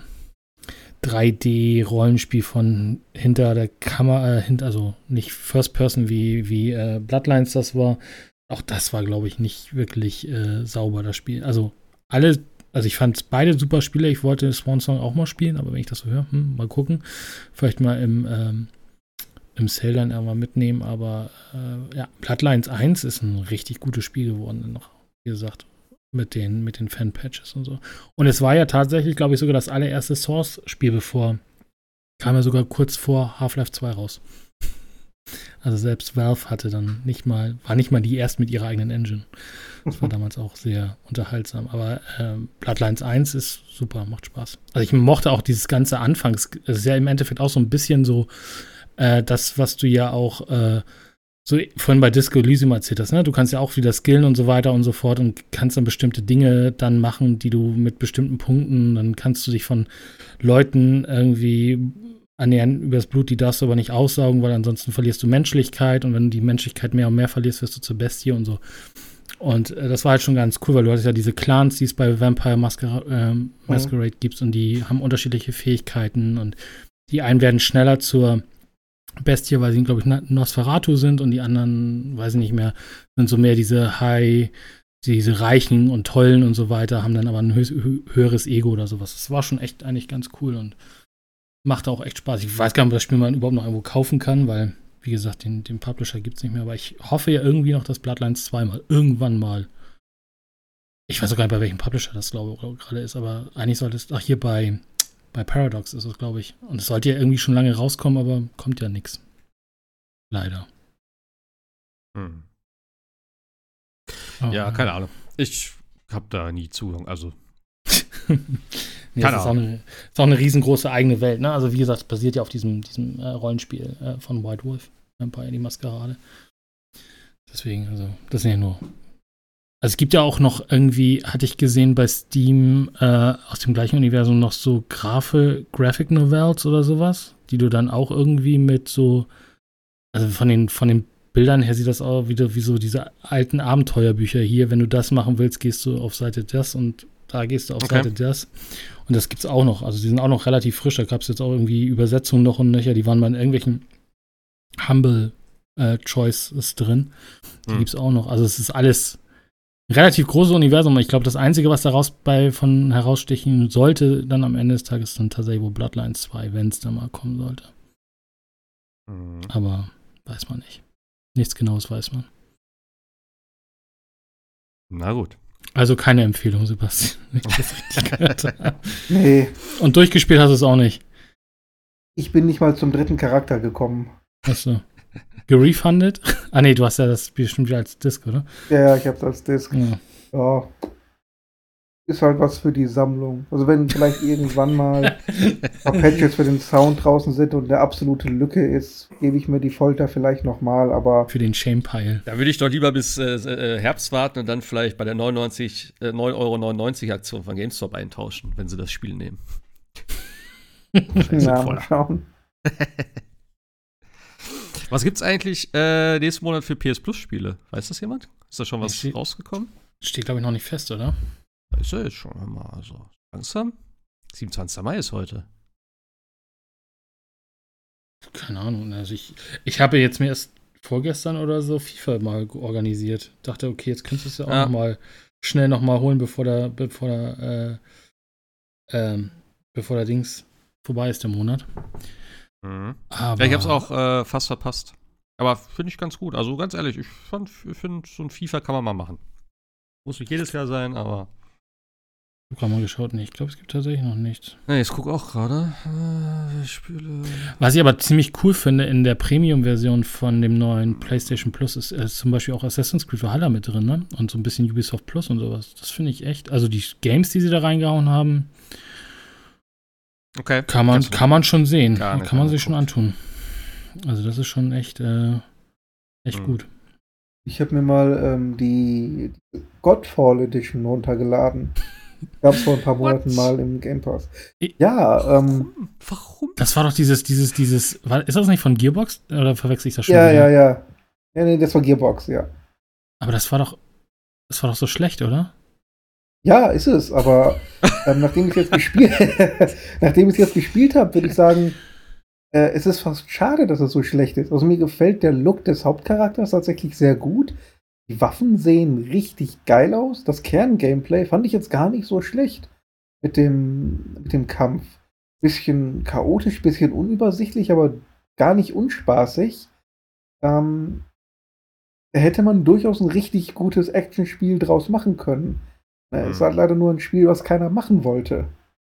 drei D-Rollenspiel von hinter der Kamera, äh, hinter, also nicht First Person wie, wie äh, Bloodlines das war, auch das war, glaube ich, nicht wirklich äh, sauber, das Spiel. Also alle, also ich fand beide super Spiele. Ich wollte Swan Song auch mal spielen, aber wenn ich das so höre, hm, mal gucken. Vielleicht mal im, ähm, im Sale dann irgendwann mitnehmen. Aber äh, ja, Bloodlines eins ist ein richtig gutes Spiel geworden, noch, wie gesagt, mit den, mit den Fan-Patches und so. Und es war ja tatsächlich, glaube ich, sogar das allererste Source-Spiel, bevor, kam ja sogar kurz vor Half-Life zwei raus. Also selbst Valve hatte dann nicht mal, war nicht mal die erst mit ihrer eigenen Engine. Das war damals auch sehr unterhaltsam. Aber ähm, Bloodlines eins ist super, macht Spaß. Also ich mochte auch dieses ganze Anfangs, es ist ja im Endeffekt auch so ein bisschen so äh, das, was du ja auch äh, so vorhin bei Disco Elysium erzählt hast, ne? Du kannst ja auch wieder skillen und so weiter und so fort und kannst dann bestimmte Dinge dann machen, die du mit bestimmten Punkten, dann kannst du dich von Leuten irgendwie ernähren übers Blut, die darfst du aber nicht aussaugen, weil ansonsten verlierst du Menschlichkeit und wenn du die Menschlichkeit mehr und mehr verlierst, wirst du zur Bestie und so. Und äh, das war halt schon ganz cool, weil du hattest ja diese Clans, die es bei Vampire Masquer- äh, Masquerade mhm. gibt und die haben unterschiedliche Fähigkeiten und die einen werden schneller zur Bestie, weil sie, glaube ich, Nosferatu sind und die anderen, weiß ich nicht mehr, sind so mehr diese High, diese Reichen und Tollen und so weiter, haben dann aber ein hö- höheres Ego oder sowas. Das war schon echt eigentlich ganz cool und macht auch echt Spaß. Ich weiß gar nicht, ob das Spiel man überhaupt noch irgendwo kaufen kann, weil, wie gesagt, den, den Publisher gibt es nicht mehr. Aber ich hoffe ja irgendwie noch, dass Bloodlines zwei mal irgendwann mal. Ich weiß auch gar nicht, bei welchem Publisher das, glaube ich, gerade ist. Aber eigentlich sollte es. Ach, hier bei, bei Paradox ist es, glaube ich. Und es sollte ja irgendwie schon lange rauskommen, aber kommt ja nichts. Leider. Hm. Oh, ja, keine Ahnung. Ich habe da nie Zugang. Also. Nee, das ist auch, eine, ist auch eine riesengroße eigene Welt, ne? Also wie gesagt, basiert ja auf diesem, diesem äh, Rollenspiel äh, von White Wolf, Vampire die Maskerade. Deswegen, also, das sind ja nur. Also es gibt ja auch noch irgendwie, hatte ich gesehen bei Steam, äh, aus dem gleichen Universum noch so Graphe, Graphic Novels oder sowas, die du dann auch irgendwie mit so, also von den, von den Bildern her sieht das auch wieder wie so diese alten Abenteuerbücher hier. Wenn du das machen willst, gehst du auf Seite das und da gehst du auf okay. Seite das. Und das gibt's auch noch. Also die sind auch noch relativ frisch. Da gab es jetzt auch irgendwie Übersetzungen noch und nöcher. Die waren mal in irgendwelchen Humble äh, Choices drin. Die hm. gibt's auch noch. Also es ist alles ein relativ großes Universum. Ich glaube, das Einzige, was daraus bei von herausstechen sollte, dann am Ende des Tages dann tatsächlich wohl Bloodlines zwei, wenn es dann mal kommen sollte. Hm. Aber weiß man nicht. Nichts Genaues weiß man. Na gut. Also keine Empfehlung, Sebastian. Wenn ich das richtig gehört habe. Nee. Und durchgespielt hast du es auch nicht. Ich bin nicht mal zum dritten Charakter gekommen. Achso. Gerefundet? Ah nee, du hast ja das bestimmt wieder als Disc, oder? Ja, ich hab's als Disc. Ja. Ja. Ist halt was für die Sammlung. Also wenn vielleicht irgendwann mal Patches für den Sound draußen sind und eine absolute Lücke ist, gebe ich mir die Folter vielleicht nochmal, aber für den Shame-Pile. Da würde ich doch lieber bis äh, Herbst warten und dann vielleicht bei der neunundneunzig, äh, neun Euro neunundneunzig Aktion von GameStop eintauschen, wenn sie das Spiel nehmen. Na, mal schauen. Was gibt's eigentlich äh, nächsten Monat für P S Plus Spiele? Weiß das jemand? Ist da schon was Steht, rausgekommen? Steht, glaube ich, noch nicht fest, oder? Da ist er jetzt schon mal, also langsam. siebenundzwanzigster Mai ist heute. Keine Ahnung. Also ich, ich habe jetzt mir erst vorgestern oder so FIFA mal organisiert. Dachte, okay, jetzt könntest du es ja auch ja. noch mal schnell noch mal holen, bevor der, bevor der, äh, ähm, bevor der Dings vorbei ist, der Monat. Mhm. Aber ja, ich hab's auch äh, fast verpasst. Aber finde ich ganz gut. Also ganz ehrlich, ich finde, so ein FIFA kann man mal machen. Muss nicht jedes Jahr sein, aber. Ich habe mal geschaut, nee, ich glaube, es gibt tatsächlich noch nichts. Nee, ich gucke auch gerade. Äh, Spiele. Was ich aber ziemlich cool finde, in der Premium-Version von dem neuen PlayStation Plus ist, ist zum Beispiel auch Assassin's Creed Valhalla mit drin, ne? Und so ein bisschen Ubisoft Plus und sowas. Das finde ich echt. Also die Games, die sie da reingehauen haben, okay. kann man, kann man schon sehen. Gar nicht, kann man sich schon antun. Also das ist schon echt, äh, echt hm. gut. Ich habe mir mal ähm, die Godfall Edition runtergeladen. Gab es vor ein paar Monaten mal im Game Pass. Ja, ähm. Warum? Warum? Das war doch dieses, dieses, dieses. Ist das nicht von Gearbox? Oder verwechsel ich das schon? Ja, wieder? ja, ja. Ja, nee, das war Gearbox, ja. Aber das war doch. Das war doch so schlecht, oder? Ja, ist es, aber ähm, nachdem ich jetzt gespielt nachdem ich jetzt gespielt habe, würde ich sagen, äh, es ist fast schade, dass es so schlecht ist. Also mir gefällt der Look des Hauptcharakters tatsächlich sehr gut. Die Waffen sehen richtig geil aus. Das Kern-Gameplay fand ich jetzt gar nicht so schlecht mit dem, mit dem Kampf. Bisschen chaotisch, bisschen unübersichtlich, aber gar nicht unspaßig. Ähm, da hätte man durchaus ein richtig gutes Actionspiel draus machen können. Na, Mhm. Es war leider nur ein Spiel, was keiner machen wollte.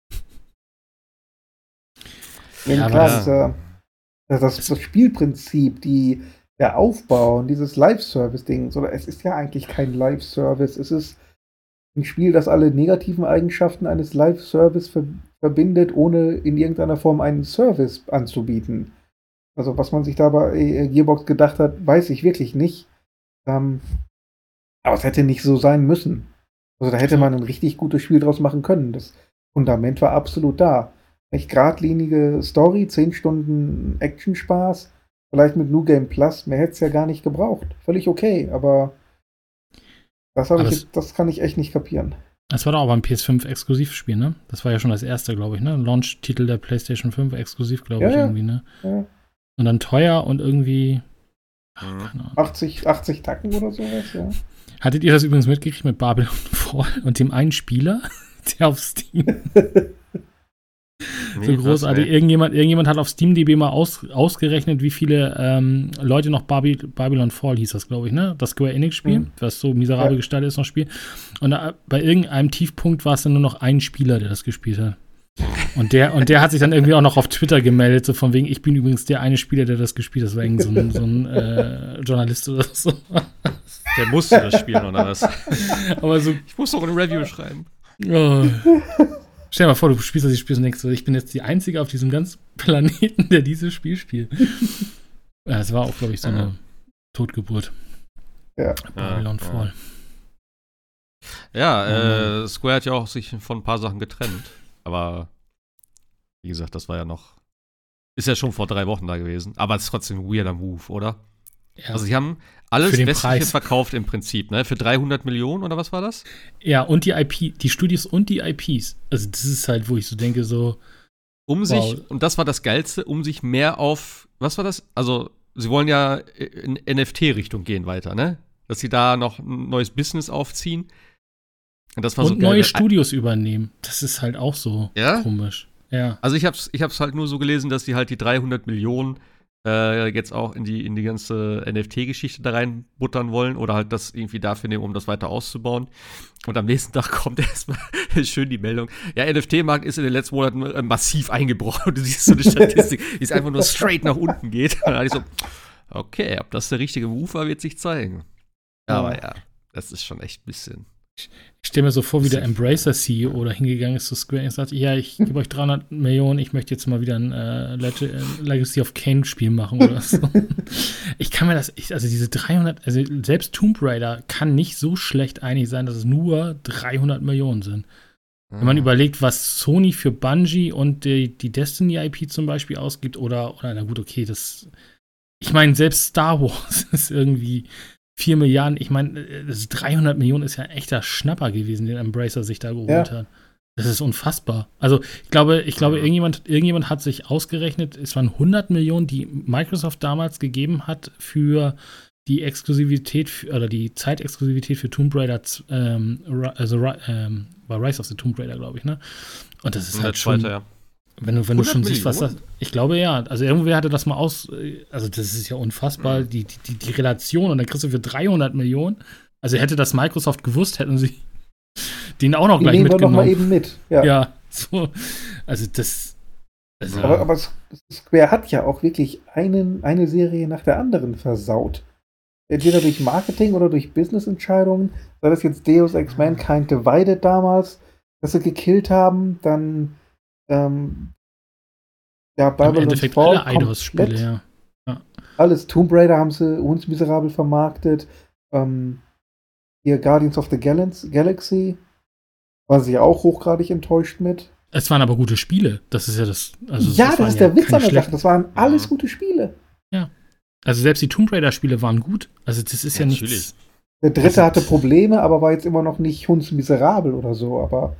Denn Ja, aber klar, das- dieser, das, das, das Spielprinzip, die, der Aufbau und dieses Live-Service-Ding, so, es ist ja eigentlich kein Live-Service. Es ist ein Spiel, das alle negativen Eigenschaften eines Live-Service ver verbindet, ohne in irgendeiner Form einen Service anzubieten. Also was man sich da bei äh, Gearbox gedacht hat, weiß ich wirklich nicht. Ähm, aber es hätte nicht so sein müssen. Also da hätte man ein richtig gutes Spiel draus machen können. Das Fundament war absolut da. Echt geradlinige Story, zehn Stunden Action-Spaß, vielleicht mit New Game Plus, mehr hätte es ja gar nicht gebraucht. Völlig okay, aber das, hab Aber ich, es- jetzt- das kann ich echt nicht kapieren. Das war doch aber ein P S fünf Exklusivspiel, ne? Das war ja schon das erste, glaube ich, ne? Launch-Titel der PlayStation fünf exklusiv, glaube Ja, ich, ja. irgendwie, ne? Ja. Und dann teuer und irgendwie. Ach, Mhm. keine Ahnung. achtzig, achtzig Tacken oder sowas, ja. Hattet ihr das übrigens mitgekriegt mit Babylon Fall und dem einen Spieler, der auf Steam Nee, so krass, großartig. ey. Irgendjemand, irgendjemand hat auf SteamDB mal aus, ausgerechnet, wie viele ähm, Leute noch Baby, Babylon Fall hieß das, glaube ich, ne? Das Square Enix-Spiel, Mhm. was so miserabel Ja. gestaltet ist, noch Spiel. Und da, bei irgendeinem Tiefpunkt war es dann nur noch ein Spieler, der das gespielt hat. Und der, und der hat sich dann irgendwie auch noch auf Twitter gemeldet, so von wegen, ich bin übrigens der eine Spieler, der das gespielt hat. Das war irgend so ein, so ein äh, Journalist oder so. Der musste das spielen, oder was? Aber so, Ich muss doch eine Review schreiben. oh. Stell dir mal vor, du spielst das Spiel und denkst so, ich bin jetzt die Einzige auf diesem ganzen Planeten, der dieses Spiel spielt. Ja, das war auch, glaube ich, so eine Totgeburt. Ja. Babylon Ja, Fall. Ja, äh, Square hat ja auch sich von ein paar Sachen getrennt. Aber wie gesagt, das war ja noch. Ist ja schon vor drei Wochen da gewesen. Aber es ist trotzdem ein weirder Move, oder? Ja. Also, sie haben alles Für den Westliche Preis. verkauft im Prinzip, ne? Für dreihundert Millionen oder was war das? ja, und die I P, die Studios und die I Ps. Also, das ist halt, wo ich so denke, so, Um Wow. sich, und das war das Geilste, um sich mehr auf. Was war das? Also, sie wollen ja in N F T-Richtung gehen weiter, ne? Dass sie da noch ein neues Business aufziehen. Und das war so und geil. neue Studios übernehmen. Das ist halt auch so Ja? komisch. Ja. Also ich hab's, ich hab's halt nur so gelesen, dass die halt die dreihundert Millionen äh, jetzt auch in die, in die ganze N F T-Geschichte da reinbuttern wollen oder halt das irgendwie dafür nehmen, um das weiter auszubauen. Und am nächsten Tag kommt erstmal schön die Meldung, ja, N F T-Markt ist in den letzten Monaten äh, massiv eingebrochen. Und du siehst so eine Statistik, die ist einfach nur straight nach unten geht. Und dann hatte ich so, okay, ob das der richtige Move war, wird sich zeigen. Aber ja, das ist schon echt ein bisschen. Ich stelle mir so vor, wie der Safe. Embracer-C E O da hingegangen ist zu Square und sagt, ja, ich gebe euch dreihundert Millionen, ich möchte jetzt mal wieder ein äh, Leg äh, Legacy of Kain-Spiel machen oder so. Ich kann mir das, ich, also diese dreihundert, also selbst Tomb Raider kann nicht so schlecht einig sein, dass es nur dreihundert Millionen sind. Wenn man überlegt, was Sony für Bungie und die, die Destiny-I P zum Beispiel ausgibt, oder, oder, na gut, okay, das, ich meine, selbst Star Wars ist irgendwie vier Milliarden, ich meine, das dreihundert Millionen ist ja ein echter Schnapper gewesen, den Embracer sich da geholt Ja. hat. Das ist unfassbar. Also, ich glaube, ich glaube, irgendjemand, irgendjemand hat sich ausgerechnet, es waren hundert Millionen, die Microsoft damals gegeben hat für die Exklusivität für, oder die Zeitexklusivität für Tomb Raider, ähm, also ähm, war Rise of the Tomb Raider, glaube ich, ne? Und das ist halt schon, Zweiter, ja. wenn du, wenn du schon hundert siehst, was das, Millionen? ich glaube ja, also irgendwer hatte das mal aus, also das ist ja unfassbar, Mhm. die, die, die, die Relation, und dann kriegst du für dreihundert Millionen, also hätte das Microsoft gewusst, hätten sie den auch noch Die gleich nehmen wir doch mal mitgenommen. eben mit. Ja. Ja, so, also das, also, Aber, aber Square hat ja auch wirklich einen, eine Serie nach der anderen versaut. Entweder durch Marketing oder durch Business-Entscheidungen. Sei das jetzt Deus Ex Mankind Divided damals, dass sie gekillt haben, dann ähm, ja, im Babylon's Endeffekt Fall alle Eidos-Spiele, ja. Alles. Tomb Raider haben sie uns miserabel vermarktet. Ähm, hier Guardians of the Galax- Galaxy war sie ja auch hochgradig enttäuscht mit. Es waren aber gute Spiele, das ist ja das, also ja, das waren ist der Witz keine an der Sache. schlechten- Das waren alles Mhm. gute Spiele. Also selbst die Tomb Raider-Spiele waren gut, also das ist ja, Ja, nichts. natürlich. Der dritte Also- hatte Probleme, aber war jetzt immer noch nicht hundsmiserabel oder so, aber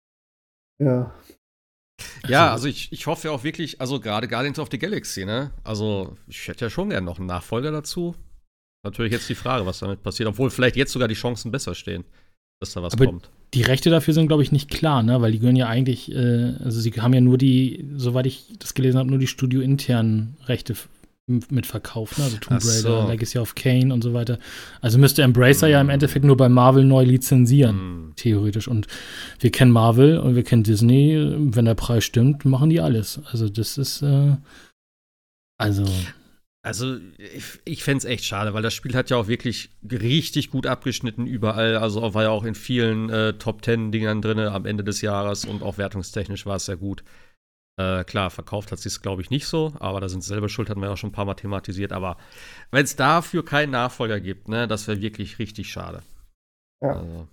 ja. Ja, also ich, ich hoffe ja auch wirklich, also gerade Guardians of the Galaxy, ne? Also ich hätte ja schon gern noch einen Nachfolger dazu. Natürlich jetzt die Frage, was damit passiert, obwohl vielleicht jetzt sogar die Chancen besser stehen, dass da was Aber kommt. die Rechte dafür sind, glaube ich, nicht klar, ne? Weil die gehören ja eigentlich, äh, also sie haben ja nur die, soweit ich das gelesen habe, nur die studiointernen Rechte f- mit verkauft, ne? Also Tomb Ach so. Raider, Legacy of Kain und so weiter. Also müsste Embracer ja im Endeffekt nur bei Marvel neu lizenzieren, Hm. theoretisch. Und wir kennen Marvel und wir kennen Disney, wenn der Preis stimmt, machen die alles. Also das ist, äh, also Also, ich, ich fände es echt schade, weil das Spiel hat ja auch wirklich richtig gut abgeschnitten überall. Also war ja auch in vielen äh, Top-Ten-Dingern drin am Ende des Jahres und auch wertungstechnisch war es sehr gut. Äh, klar, verkauft hat sich es, glaube ich, nicht so, aber da sind selber schuld, hatten wir ja auch schon ein paar Mal thematisiert. Aber wenn es dafür keinen Nachfolger gibt, ne, das wäre wirklich richtig schade. Ja. Also,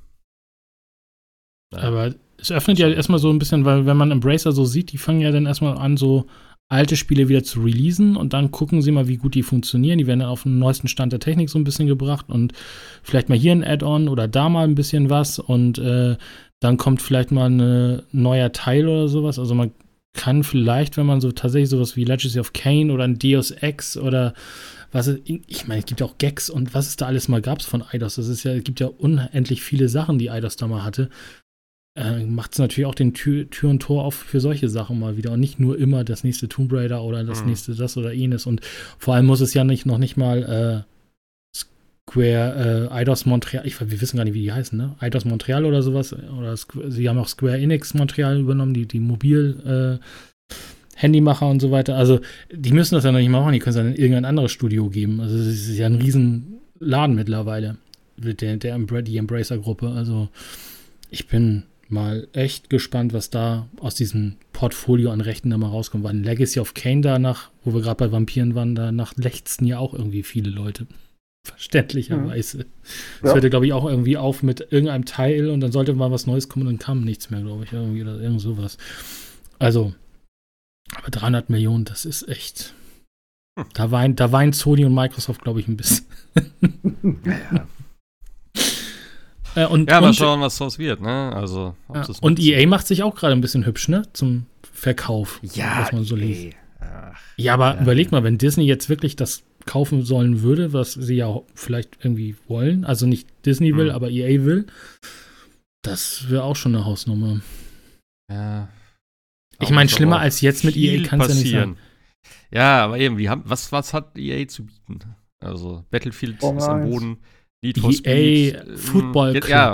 naja. Aber es öffnet ja erstmal so ein bisschen, weil wenn man Embracer so sieht, die fangen ja dann erstmal an, so alte Spiele wieder zu releasen und dann gucken sie mal, wie gut die funktionieren. Die werden dann auf den neuesten Stand der Technik so ein bisschen gebracht und vielleicht mal hier ein Add-on oder da mal ein bisschen was und äh, dann kommt vielleicht mal ein neuer Teil oder sowas. Also man kann vielleicht, wenn man so tatsächlich sowas wie Legacy of Kain oder ein Deus Ex oder was es, ich meine, es gibt ja auch Gags und was es da alles mal gab von Eidos. Das ist ja, es gibt ja unendlich viele Sachen, die Eidos da mal hatte. Äh, macht es natürlich auch den Tür, Tür und Tor auf für solche Sachen mal wieder und nicht nur immer das nächste Tomb Raider oder das Mhm. nächste das oder jenes und vor allem muss es ja nicht noch nicht mal äh, Square äh, Eidos Montreal, ich wir wissen gar nicht, wie die heißen, ne? Eidos Montreal oder sowas oder Squ- sie haben auch Square Enix Montreal übernommen, die die Mobil äh, Handymacher und so weiter. Also die müssen das ja noch nicht mal machen, die können es dann in irgendein anderes Studio geben. Also es ist ja ein riesen Laden mittlerweile mit der, der Embra- die Embracer-Gruppe. Also ich bin mal echt gespannt, was da aus diesem Portfolio an Rechten da mal rauskommt. Weil Legacy of Kain danach, wo wir gerade bei Vampiren waren, danach lechzten ja auch irgendwie viele Leute. Verständlicherweise. Ja. Das hörte, glaube ich, auch irgendwie auf mit irgendeinem Teil und dann sollte mal was Neues kommen und dann kam nichts mehr, glaube ich. Irgendwie oder irgend sowas. Also, aber dreihundert Millionen, das ist echt. Hm. Da weint, da weint Sony und Microsoft, glaube ich, ein bisschen. Ja, äh, und, ja mal und, schauen, was draus wird, ne? Also, ob ja, sie es und nutzen. E A macht sich auch gerade ein bisschen hübsch, ne? Zum Verkauf, Ja, was man so E A. liest. Ach, Ja, aber ja. überleg mal, wenn Disney jetzt wirklich das kaufen sollen würde, was sie ja vielleicht irgendwie wollen, also nicht Disney will, Hm. aber E A will, das wäre auch schon eine Hausnummer. Ja. Ich Da meine, muss schlimmer aber auch als jetzt mit E A viel kann's ja nicht passieren. Ja, aber eben, wie haben, was, was hat E A zu bieten? Also, Battlefield Formel ist am eins. Boden, Need for E A Speed. äh, Football ja, Club. Ja,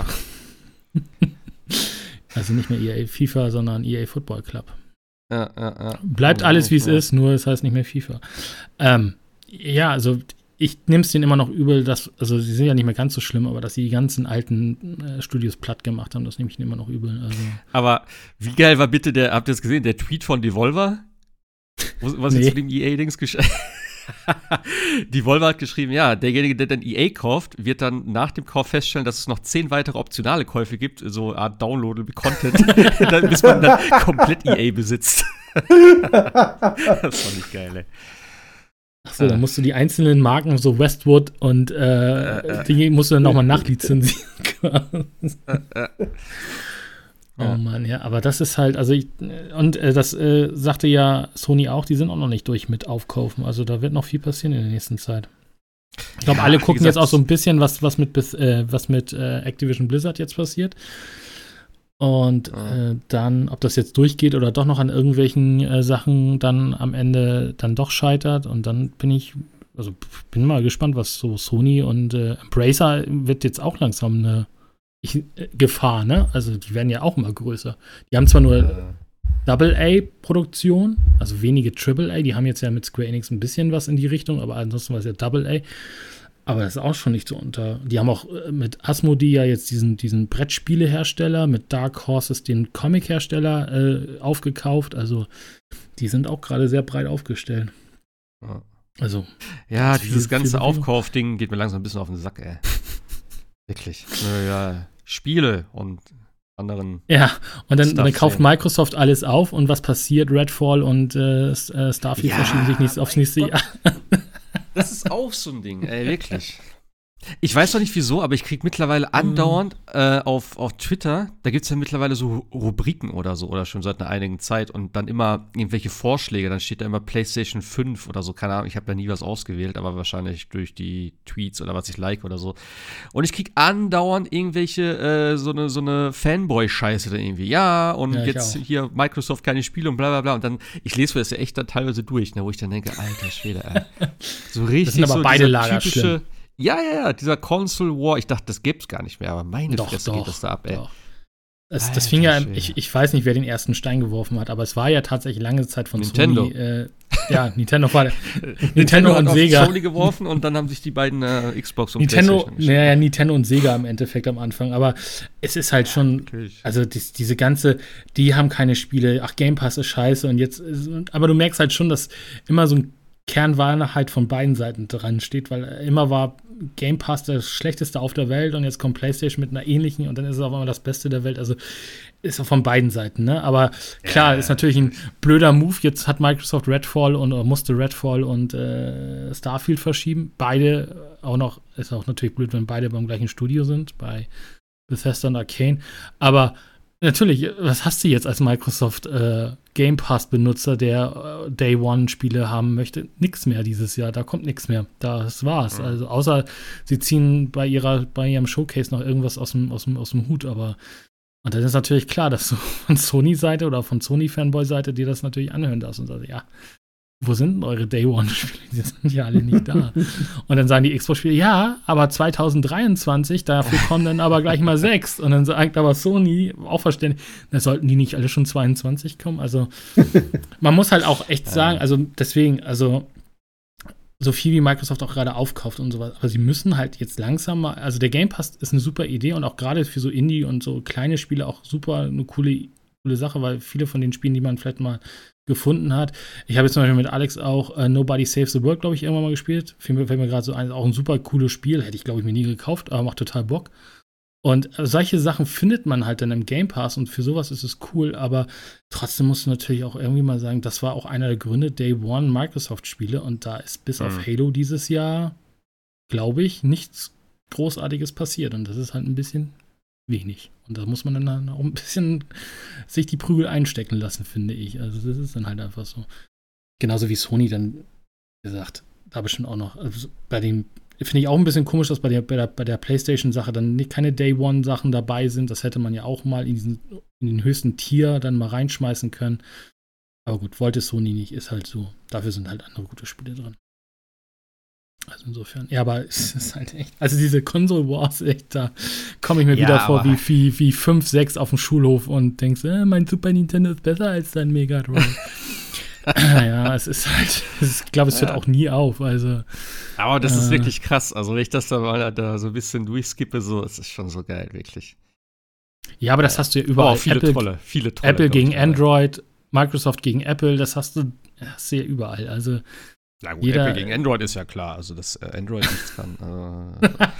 Also nicht mehr E A FIFA, sondern E A Football Club. ja, ja, ja. Bleibt Ja, alles, wie es ja. ist, nur es heißt nicht mehr FIFA. Ähm, ja, also ich nehme es denen immer noch übel, dass, also sie sind ja nicht mehr ganz so schlimm, aber dass sie die ganzen alten äh, Studios platt gemacht haben, das nehme ich denen immer noch übel. Also, Aber wie geil war bitte der, habt ihr das gesehen, der Tweet von Devolver? Wo- Was Nee. jetzt zu dem E A-Dings geschrieben Devolver hat geschrieben, ja, derjenige, der dann E A kauft, wird dann nach dem Kauf feststellen, dass es noch zehn weitere optionale Käufe gibt, so eine Art Downloadable Content, dann, bis man dann komplett E A besitzt. Das fand ich geil, ey. Achso, dann musst du die einzelnen Marken, so Westwood und äh, Äh, äh. die musst du dann nochmal nachlizenzieren. Äh, Oh Ja. Mann, ja, aber das ist halt, also ich, und äh, das äh, sagte ja Sony auch, die sind auch noch nicht durch mit Aufkaufen. Also da wird noch viel passieren in der nächsten Zeit. Ich glaube, Ja, alle wie gucken gesagt, jetzt auch so ein bisschen, was, was mit, bis- äh, was mit äh, Activision Blizzard jetzt passiert. Und Ja. äh, dann, ob das jetzt durchgeht oder doch noch an irgendwelchen äh, Sachen dann am Ende dann doch scheitert. Und dann bin ich, also bin mal gespannt, was so Sony und äh, Embracer wird jetzt auch langsam eine ich, äh, Gefahr, ne? Also die werden ja auch immer größer. Die haben zwar nur äh, Double-A-Produktion, also wenige Triple-A, die haben jetzt ja mit Square Enix ein bisschen was in die Richtung, aber ansonsten war es ja Double-A. Aber das ist auch schon nicht so unter. Die haben auch äh, mit Asmodee ja jetzt diesen, diesen Brettspielehersteller, mit Dark Horses den Comic-Hersteller äh, aufgekauft. Also die sind auch gerade sehr breit aufgestellt. Ja. Also Ja, Ganz dieses viel- ganze viel Bewegung. Aufkaufding geht mir langsam ein bisschen auf den Sack, ey. Wirklich. Ja, Spiele und anderen. ja, und dann, Stuff, dann kauft ja. Microsoft alles auf und was passiert? Redfall und äh, S- äh, Starfield Ja, verschieben sich nächstes, aufs nächste mein Jahr. Das ist auch so ein Ding, ey, wirklich. Ich weiß noch nicht wieso, aber ich kriege mittlerweile andauernd äh, auf, auf Twitter, da gibt es ja mittlerweile so Rubriken oder so, oder schon seit einer einigen Zeit und dann immer irgendwelche Vorschläge, dann steht da immer PlayStation fünf oder so, keine Ahnung, ich habe da nie was ausgewählt, aber wahrscheinlich durch die Tweets oder was ich like oder so. Und ich kriege andauernd irgendwelche, äh, so eine so eine Fanboy-Scheiße da irgendwie, ja, und Ja, ich jetzt auch. hier Microsoft keine Spiele und bla bla bla und dann, ich lese mir das ja echt dann teilweise durch, ne, wo ich dann denke, alter Schwede, ey. So richtig Das sind aber so beide dieser Lager typische, schlimm. ja, ja, ja, dieser Console War, ich dachte, das gäb's gar nicht mehr, aber meine Doch, Fresse doch, geht das da ab, ey. doch. Das, das Alter fing ja, Schwede. ich, ich weiß nicht, wer den ersten Stein geworfen hat, aber es war ja tatsächlich lange Zeit von Nintendo. Sony. Äh, ja, Nintendo war Nintendo, Nintendo hat und auf Sega. Sony geworfen und dann haben sich die beiden äh, Xbox und Nintendo, PlayStation geschickt. naja, Nintendo und Sega im Endeffekt am Anfang, aber es ist halt schon, Natürlich. also dies, diese ganze, die haben keine Spiele, ach, Game Pass ist scheiße und jetzt, ist, aber du merkst halt schon, dass immer so ein Kernwahrheit von beiden Seiten dran steht, weil immer war Game Pass das schlechteste auf der Welt und jetzt kommt PlayStation mit einer ähnlichen und dann ist es auf einmal das Beste der Welt, also ist auch von beiden Seiten, ne? Aber klar, Ja, ist natürlich ein blöder Move. Jetzt hat Microsoft Redfall und oder musste Redfall und äh, Starfield verschieben. Beide auch noch, ist auch natürlich blöd, wenn beide beim gleichen Studio sind, bei Bethesda und Arcane. Aber natürlich, was hast du jetzt als Microsoft äh, Game Pass-Benutzer, der äh, Day One-Spiele haben möchte? Nix mehr dieses Jahr, da kommt nichts mehr. Das war's. Mhm. Also außer sie ziehen bei ihrer, bei ihrem Showcase noch irgendwas aus dem, aus dem, aus dem Hut, aber und dann ist natürlich klar, dass du von Sony-Seite oder von Sony-Fanboy-Seite dir das natürlich anhören darfst und sagst, ja, wo sind denn eure Day One-Spiele? Die sind ja alle nicht da. Und dann sagen die Xbox-Spiele, ja, aber zwanzig dreiundzwanzig, dafür kommen dann aber gleich mal sechs. Und dann sagt aber Sony, auch verständlich, da sollten die nicht alle schon zweiundzwanzig kommen. Also man muss halt auch echt sagen, also deswegen, also so viel wie Microsoft auch gerade aufkauft und sowas, aber sie müssen halt jetzt langsam mal, also der Game Pass ist eine super Idee und auch gerade für so Indie und so kleine Spiele auch super eine coole, coole Sache, weil viele von den Spielen, die man vielleicht mal gefunden hat, ich habe jetzt zum Beispiel mit Alex auch uh, Nobody Saves the World, glaube ich, irgendwann mal gespielt, fällt mir, fällt mir gerade so ein, auch ein super cooles Spiel, hätte ich, glaube ich, mir nie gekauft, aber macht total Bock. Und solche Sachen findet man halt dann im Game Pass und für sowas ist es cool, aber trotzdem musst du natürlich auch irgendwie mal sagen, das war auch einer der Gründe, Day One Microsoft-Spiele und da ist bis Mhm. auf Halo dieses Jahr, glaube ich, nichts Großartiges passiert und das ist halt ein bisschen wenig. Und da muss man dann auch ein bisschen sich die Prügel einstecken lassen, finde ich. Also das ist dann halt einfach so. Genauso wie Sony dann, wie gesagt, da bestimmt auch noch, also bei dem finde ich auch ein bisschen komisch, dass bei der, bei der, bei der PlayStation-Sache dann nicht keine Day-One-Sachen dabei sind. Das hätte man ja auch mal in, diesen, in den höchsten Tier dann mal reinschmeißen können. Aber gut, wollte Sony nicht, ist halt so. Dafür sind halt andere gute Spiele drin. Also insofern. Ja, aber es ist halt echt. Also diese Console Wars, echt, da komme ich mir Ja, wieder vor aber- wie, wie, wie fünf, sechs auf dem Schulhof und denkst, äh, mein Super Nintendo ist besser als dein Mega Drive. Ja, es ist halt, es ist, ich glaube, es hört Ja. auch nie auf. Also, Aber das ist Äh. wirklich krass. Also, wenn ich das da mal da so ein bisschen durchskippe, so, es ist schon so geil, wirklich. ja, aber das hast du ja Aber überall. auch viele Apple, tolle, viele tolle. Apple glaub gegen ich, dabei. Android, Microsoft gegen Apple, das hast du, hast du ja überall. Also, Na gut, jeder- Apple gegen Android ist ja klar. Also, dass äh, Android nichts kann.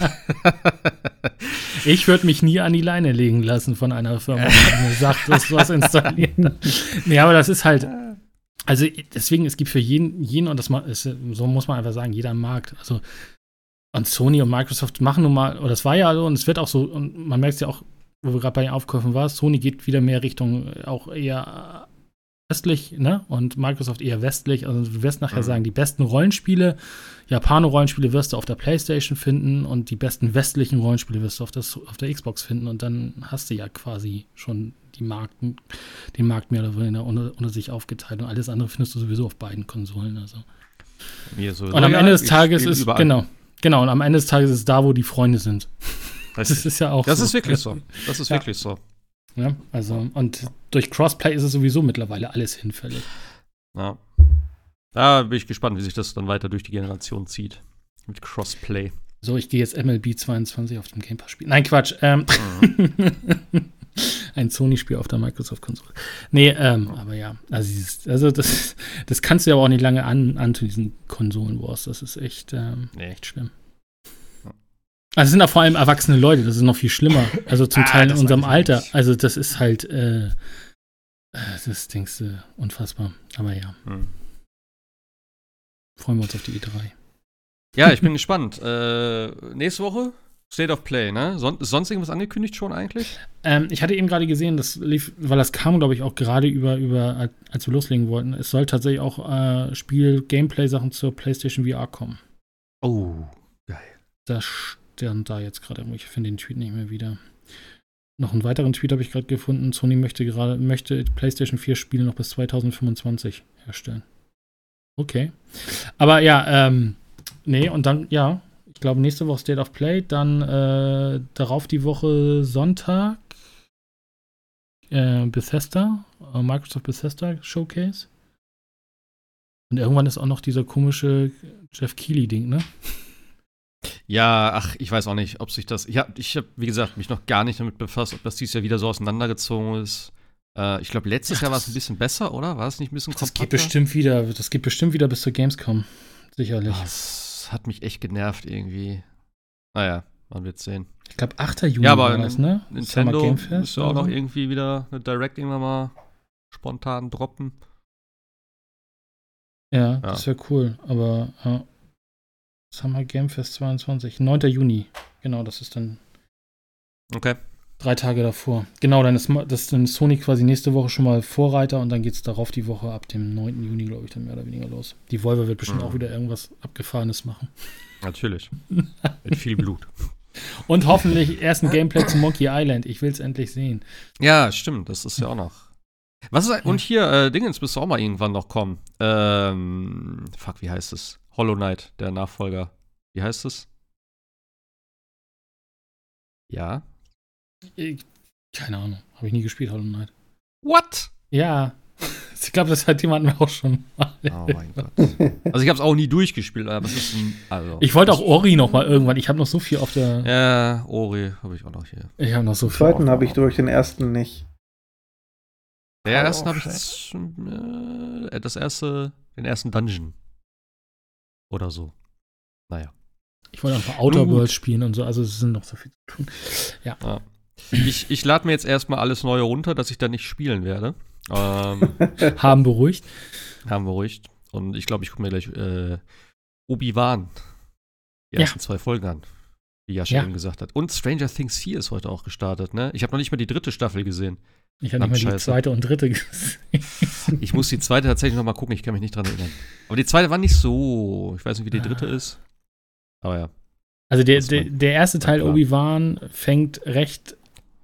Äh, ich würde mich nie an die Leine legen lassen von einer Firma, die mir sagt, dass was installiert hat. Nee, aber das ist halt, also deswegen, es gibt für jeden, jeden und das ma- ist, so muss man einfach sagen, jeder einen Markt. Also, und Sony und Microsoft machen nun mal, oder das war ja so, und es wird auch so, und man merkt es ja auch, wo wir gerade bei den Aufkäufen waren, Sony geht wieder mehr Richtung äh, auch eher östlich, ne? Und Microsoft eher westlich. Also du wirst nachher Mhm. sagen, die besten Rollenspiele, Japano-Rollenspiele wirst du auf der PlayStation finden und die besten westlichen Rollenspiele wirst du auf, das, auf der Xbox finden und dann hast du ja quasi schon die Marken, den Markt mehr oder weniger unter, unter sich aufgeteilt und alles andere findest du sowieso auf beiden Konsolen. Also. mir so, Und am ja, Ende des ich Tages spiel ist, überall. genau, genau, und am Ende des Tages ist es da, wo die Freunde sind. Das Richtig. ist ja auch Das so. ist wirklich so. Das ist Ja. wirklich so. Ja, also, und durch Crossplay ist es sowieso mittlerweile alles hinfällig. Ja. Da bin ich gespannt, wie sich das dann weiter durch die Generation zieht. Mit Crossplay. So, ich gehe jetzt M L B zweiundzwanzig auf dem Game Pass spielen. Nein, Quatsch. Ähm, ein Sony-Spiel auf der Microsoft-Konsole. Nee, ähm, aber ja. Also, dieses, also das, das kannst du ja auch nicht lange an, an zu diesen Konsolen-Wars. Das ist echt, ähm, Nee. echt schlimm. Also es sind auch vor allem erwachsene Leute, das ist noch viel schlimmer. Also zum Ah, Teil in das unserem weiß ich Alter. nicht. Also das ist halt, äh, äh, das denkst du, unfassbar. Aber ja, Hm. freuen wir uns auf die E drei. Ja, ich bin gespannt. Äh, nächste Woche State of Play, ne? Son- ist sonst irgendwas angekündigt schon eigentlich? Ähm, ich hatte eben gerade gesehen, das lief, weil das kam, glaube ich, auch gerade über, über, als wir loslegen wollten. Es soll tatsächlich auch äh, Spiel-Gameplay-Sachen zur PlayStation V R kommen. Oh, geil. Das stand da jetzt gerade irgendwie. Ich finde den Tweet nicht mehr wieder. Noch einen weiteren Tweet habe ich gerade gefunden. Sony möchte gerade möchte PlayStation vier Spiele noch bis zwanzig fünfundzwanzig herstellen. Okay. Aber ja, ähm, nee, und dann, ja, ich glaube, nächste Woche State of Play, dann äh, darauf die Woche Sonntag äh, Bethesda, äh, Microsoft Bethesda Showcase. Und irgendwann ist auch noch dieser komische Jeff Keighley-Ding, ne? Ja, ach, ich weiß auch nicht, ob sich das. Ich habe, ich hab, wie gesagt, mich noch gar nicht damit befasst, ob das dieses Jahr wieder so auseinandergezogen ist. Äh, ich glaube, letztes ja, Jahr war es ein bisschen besser, oder? War es nicht ein bisschen kompakter? Das geht bestimmt wieder, das geht bestimmt wieder bis zur Gamescom. Sicherlich. Das hat mich echt genervt irgendwie. Naja, man wird sehen. Ich glaube, achter Juni ja, aber war das, ne? Nintendo Game Fest müsste auch noch so. irgendwie wieder eine Direct irgendwann mal spontan droppen. Ja, Ja. das wäre cool. Aber ja. Summer Game Fest zweiundzwanzig, neunter Juni. Genau, das ist dann Okay. drei Tage davor. Genau, dann ist, das ist dann Sony quasi nächste Woche schon mal Vorreiter und dann geht es darauf die Woche ab dem neunten Juni, glaube ich, dann mehr oder weniger los. Die Volvo wird bestimmt Mhm. auch wieder irgendwas Abgefahrenes machen. Natürlich. Mit viel Blut. Und hoffentlich ersten Gameplay zu Monkey Island. Ich will es endlich sehen. Ja, stimmt, das ist ja auch noch. Was ist, und hier, äh, Dingens müsste auch mal irgendwann noch kommen. Ähm, fuck, wie heißt es? Hollow Knight, der Nachfolger. Wie heißt es? Ja. Ich, keine Ahnung. Habe ich nie gespielt, Hollow Knight. What? Ja. Ich glaube, das hat jemand auch schon mal. Oh mein Gott. Also ich habe es auch nie durchgespielt, aber es ist ein, also. Ich wollte auch Ori noch mal irgendwann. Ich habe noch so viel auf der. Ja, Ori habe ich auch noch hier. Ich habe noch so Den viel. zweiten habe ich durch, den ersten nicht. Der Aber ersten auch habe ich jetzt, äh, das erste, den ersten Dungeon. Oder so. Naja. Ich wollte einfach Outer Nun gut. Worlds spielen und so. Also es sind noch so viel zu tun. Ja. Ja. Ich, ich lade mir jetzt erstmal alles Neue runter, dass ich da nicht spielen werde. Ähm, Haben beruhigt. haben wir ruhig. Und ich glaube, ich gucke mir gleich äh, Obi-Wan die Ja. ersten zwei Folgen an. Wie Jascha Ja. eben gesagt hat. Und Stranger Things vier ist heute auch gestartet, ne? Ich habe noch nicht mal die dritte Staffel gesehen. Ich habe nicht mal die Scheiße. zweite und dritte gesehen. Ich muss die zweite tatsächlich noch mal gucken, ich kann mich nicht dran erinnern. Aber die zweite war nicht so. Ich weiß nicht, wie die dritte ist. Aber ja. Also der, Das der, war- der erste Teil klar. Obi-Wan fängt recht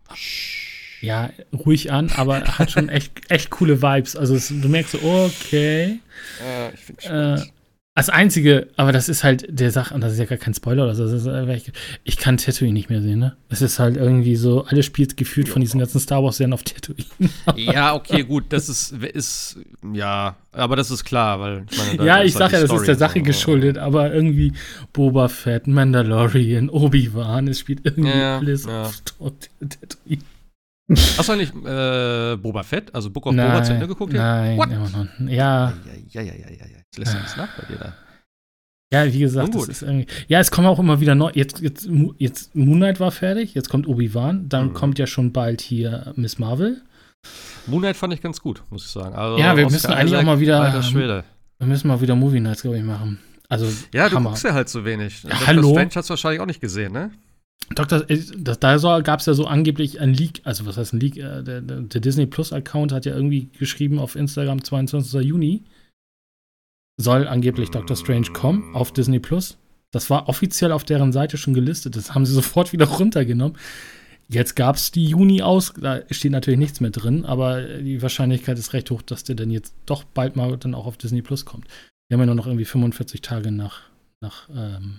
ja, ruhig an, aber hat schon echt, echt coole Vibes. Also es, du merkst so, okay. Äh, ich finde Äh, das Einzige, aber das ist halt der Sache, und das ist ja gar kein Spoiler, oder so, das ist einfach, ich, ich kann Tatooine nicht mehr sehen, ne? Es ist halt irgendwie so, alles spielt gefühlt von diesen ganzen Star Wars-Serien auf Tatooine. Ja, okay, gut, das ist, ist, ja, aber das ist klar, weil ich meine, da Ja, ist ich halt sag ja, die das ist Story der und Sache so. geschuldet, aber irgendwie Boba Fett, Mandalorian, Obi-Wan, es spielt irgendwie Ja, ja, alles ja. auf Tatooine. Hast du eigentlich äh, Boba Fett, also Book of Boba zu Ende geguckt? Nein, What? immer noch. Ja, Ja, ja, ja, ja, ja, ja. Jetzt lässt du das nach bei dir da. ja, wie gesagt, Nun das gut. ist irgendwie. Ja, es kommen auch immer wieder neu. Jetzt, jetzt, Mo- jetzt Moon Knight war fertig, jetzt kommt Obi-Wan, dann Mhm. kommt ja schon bald hier Miss Marvel. Moon Knight fand ich ganz gut, muss ich sagen. Also, Ja, wir Oscar müssen eigentlich Isaac, auch mal wieder- Alter Schwede. Wir müssen mal wieder Movie Nights, glaube ich, machen. Also, Ja, du Hammer. guckst ja halt so wenig. Doctor hallo? Strange hast du wahrscheinlich auch nicht gesehen, ne? Doktor, äh, das, da gab es ja so angeblich ein Leak, also was heißt ein Leak? Äh, Der, der, der Disney Plus Account hat ja irgendwie geschrieben auf Instagram, zweiundzwanzigsten Juni soll angeblich Doctor Strange kommen auf Disney Plus. Das war offiziell auf deren Seite schon gelistet. Das haben sie sofort wieder runtergenommen. Jetzt gab es die Juni aus, da steht natürlich nichts mehr drin, aber die Wahrscheinlichkeit ist recht hoch, dass der dann jetzt doch bald mal dann auch auf Disney Plus kommt. Wir haben ja nur noch irgendwie fünfundvierzig Tage nach, nach ähm,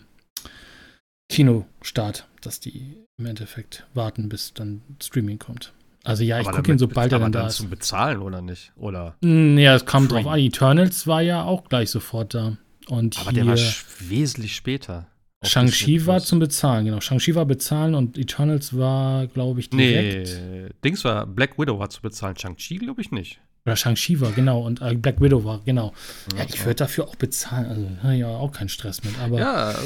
Kinostart, dass die im Endeffekt warten, bis dann Streaming kommt. Also ja, ich Aber gucke ihn, damit- sobald er aber dann da dann ist. zum Bezahlen oder nicht? Oder? Mm, Ja, es kam Free. drauf an. Eternals war ja auch gleich sofort da. Und Aber hier der war sch- wesentlich später. auf Shang-Chi Disney war Plus. zum Bezahlen, genau. Shang-Chi war bezahlen und Eternals war, glaube ich, direkt. Nee, Dings war, Black Widow war zu bezahlen. Shang-Chi glaube ich nicht. Oder Shang-Chi war, genau. Und äh, Black Widow war, genau. Ja, ich würde dafür auch bezahlen. Also, na ja, auch keinen Stress mit. Aber, Ja, also,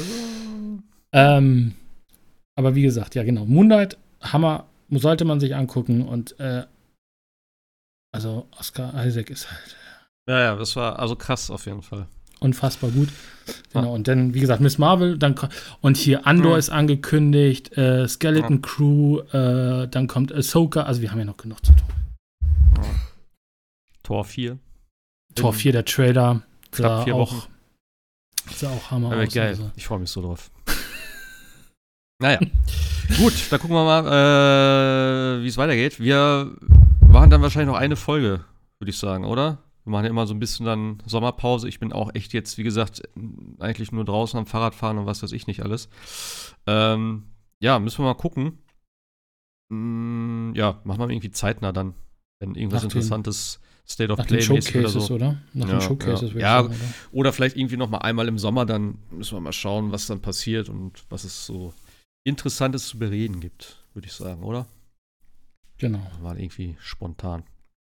ähm, aber wie gesagt, ja, genau. Moonlight, Hammer, sollte man sich angucken. Und, äh, also, Oscar Isaac ist halt. ja, ja, das war also krass auf jeden Fall. unfassbar gut. Genau, und dann, wie gesagt, Miss Marvel, dann und hier Andor mhm. ist angekündigt, äh, Skeleton ja. Crew, äh, dann kommt Ahsoka, also wir haben ja noch genug zu tun. Ja. Tor vier. Tor vier, der Trailer. Knapp vier auch, Wochen. Sah auch Hammer ja, aus. Geil, also. Ich freue mich so drauf. Naja, gut, dann gucken wir mal, äh, wie es weitergeht. Wir machen dann wahrscheinlich noch eine Folge, würde ich sagen, oder? Wir machen ja immer so ein bisschen dann Sommerpause. Ich bin auch echt jetzt, wie gesagt, eigentlich nur draußen am Fahrrad fahren und was weiß ich nicht alles. Ähm, ja, müssen wir mal gucken. Mm, ja, machen wir irgendwie zeitnah dann, wenn irgendwas Nach Interessantes State of Nach Play den Showcases, oder, so. oder? Nach ja, den Showcases, ja. ja sagen, oder? Oder vielleicht irgendwie noch mal einmal im Sommer, dann müssen wir mal schauen, was dann passiert und was es so Interessantes zu bereden gibt, würde ich sagen, oder? Genau. Mal irgendwie spontan.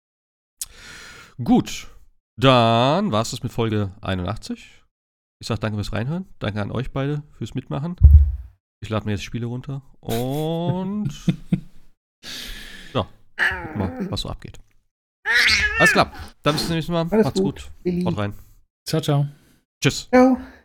Gut, dann war es das mit Folge einundachtzig. Ich sage danke fürs Reinhören. Danke an euch beide fürs Mitmachen. Ich lade mir jetzt Spiele runter und ja, guck mal, was so abgeht. Alles klar, dann bis zum nächsten Mal. Alles Macht's gut. gut. Haut rein. Ciao, ciao. Tschüss. Ciao.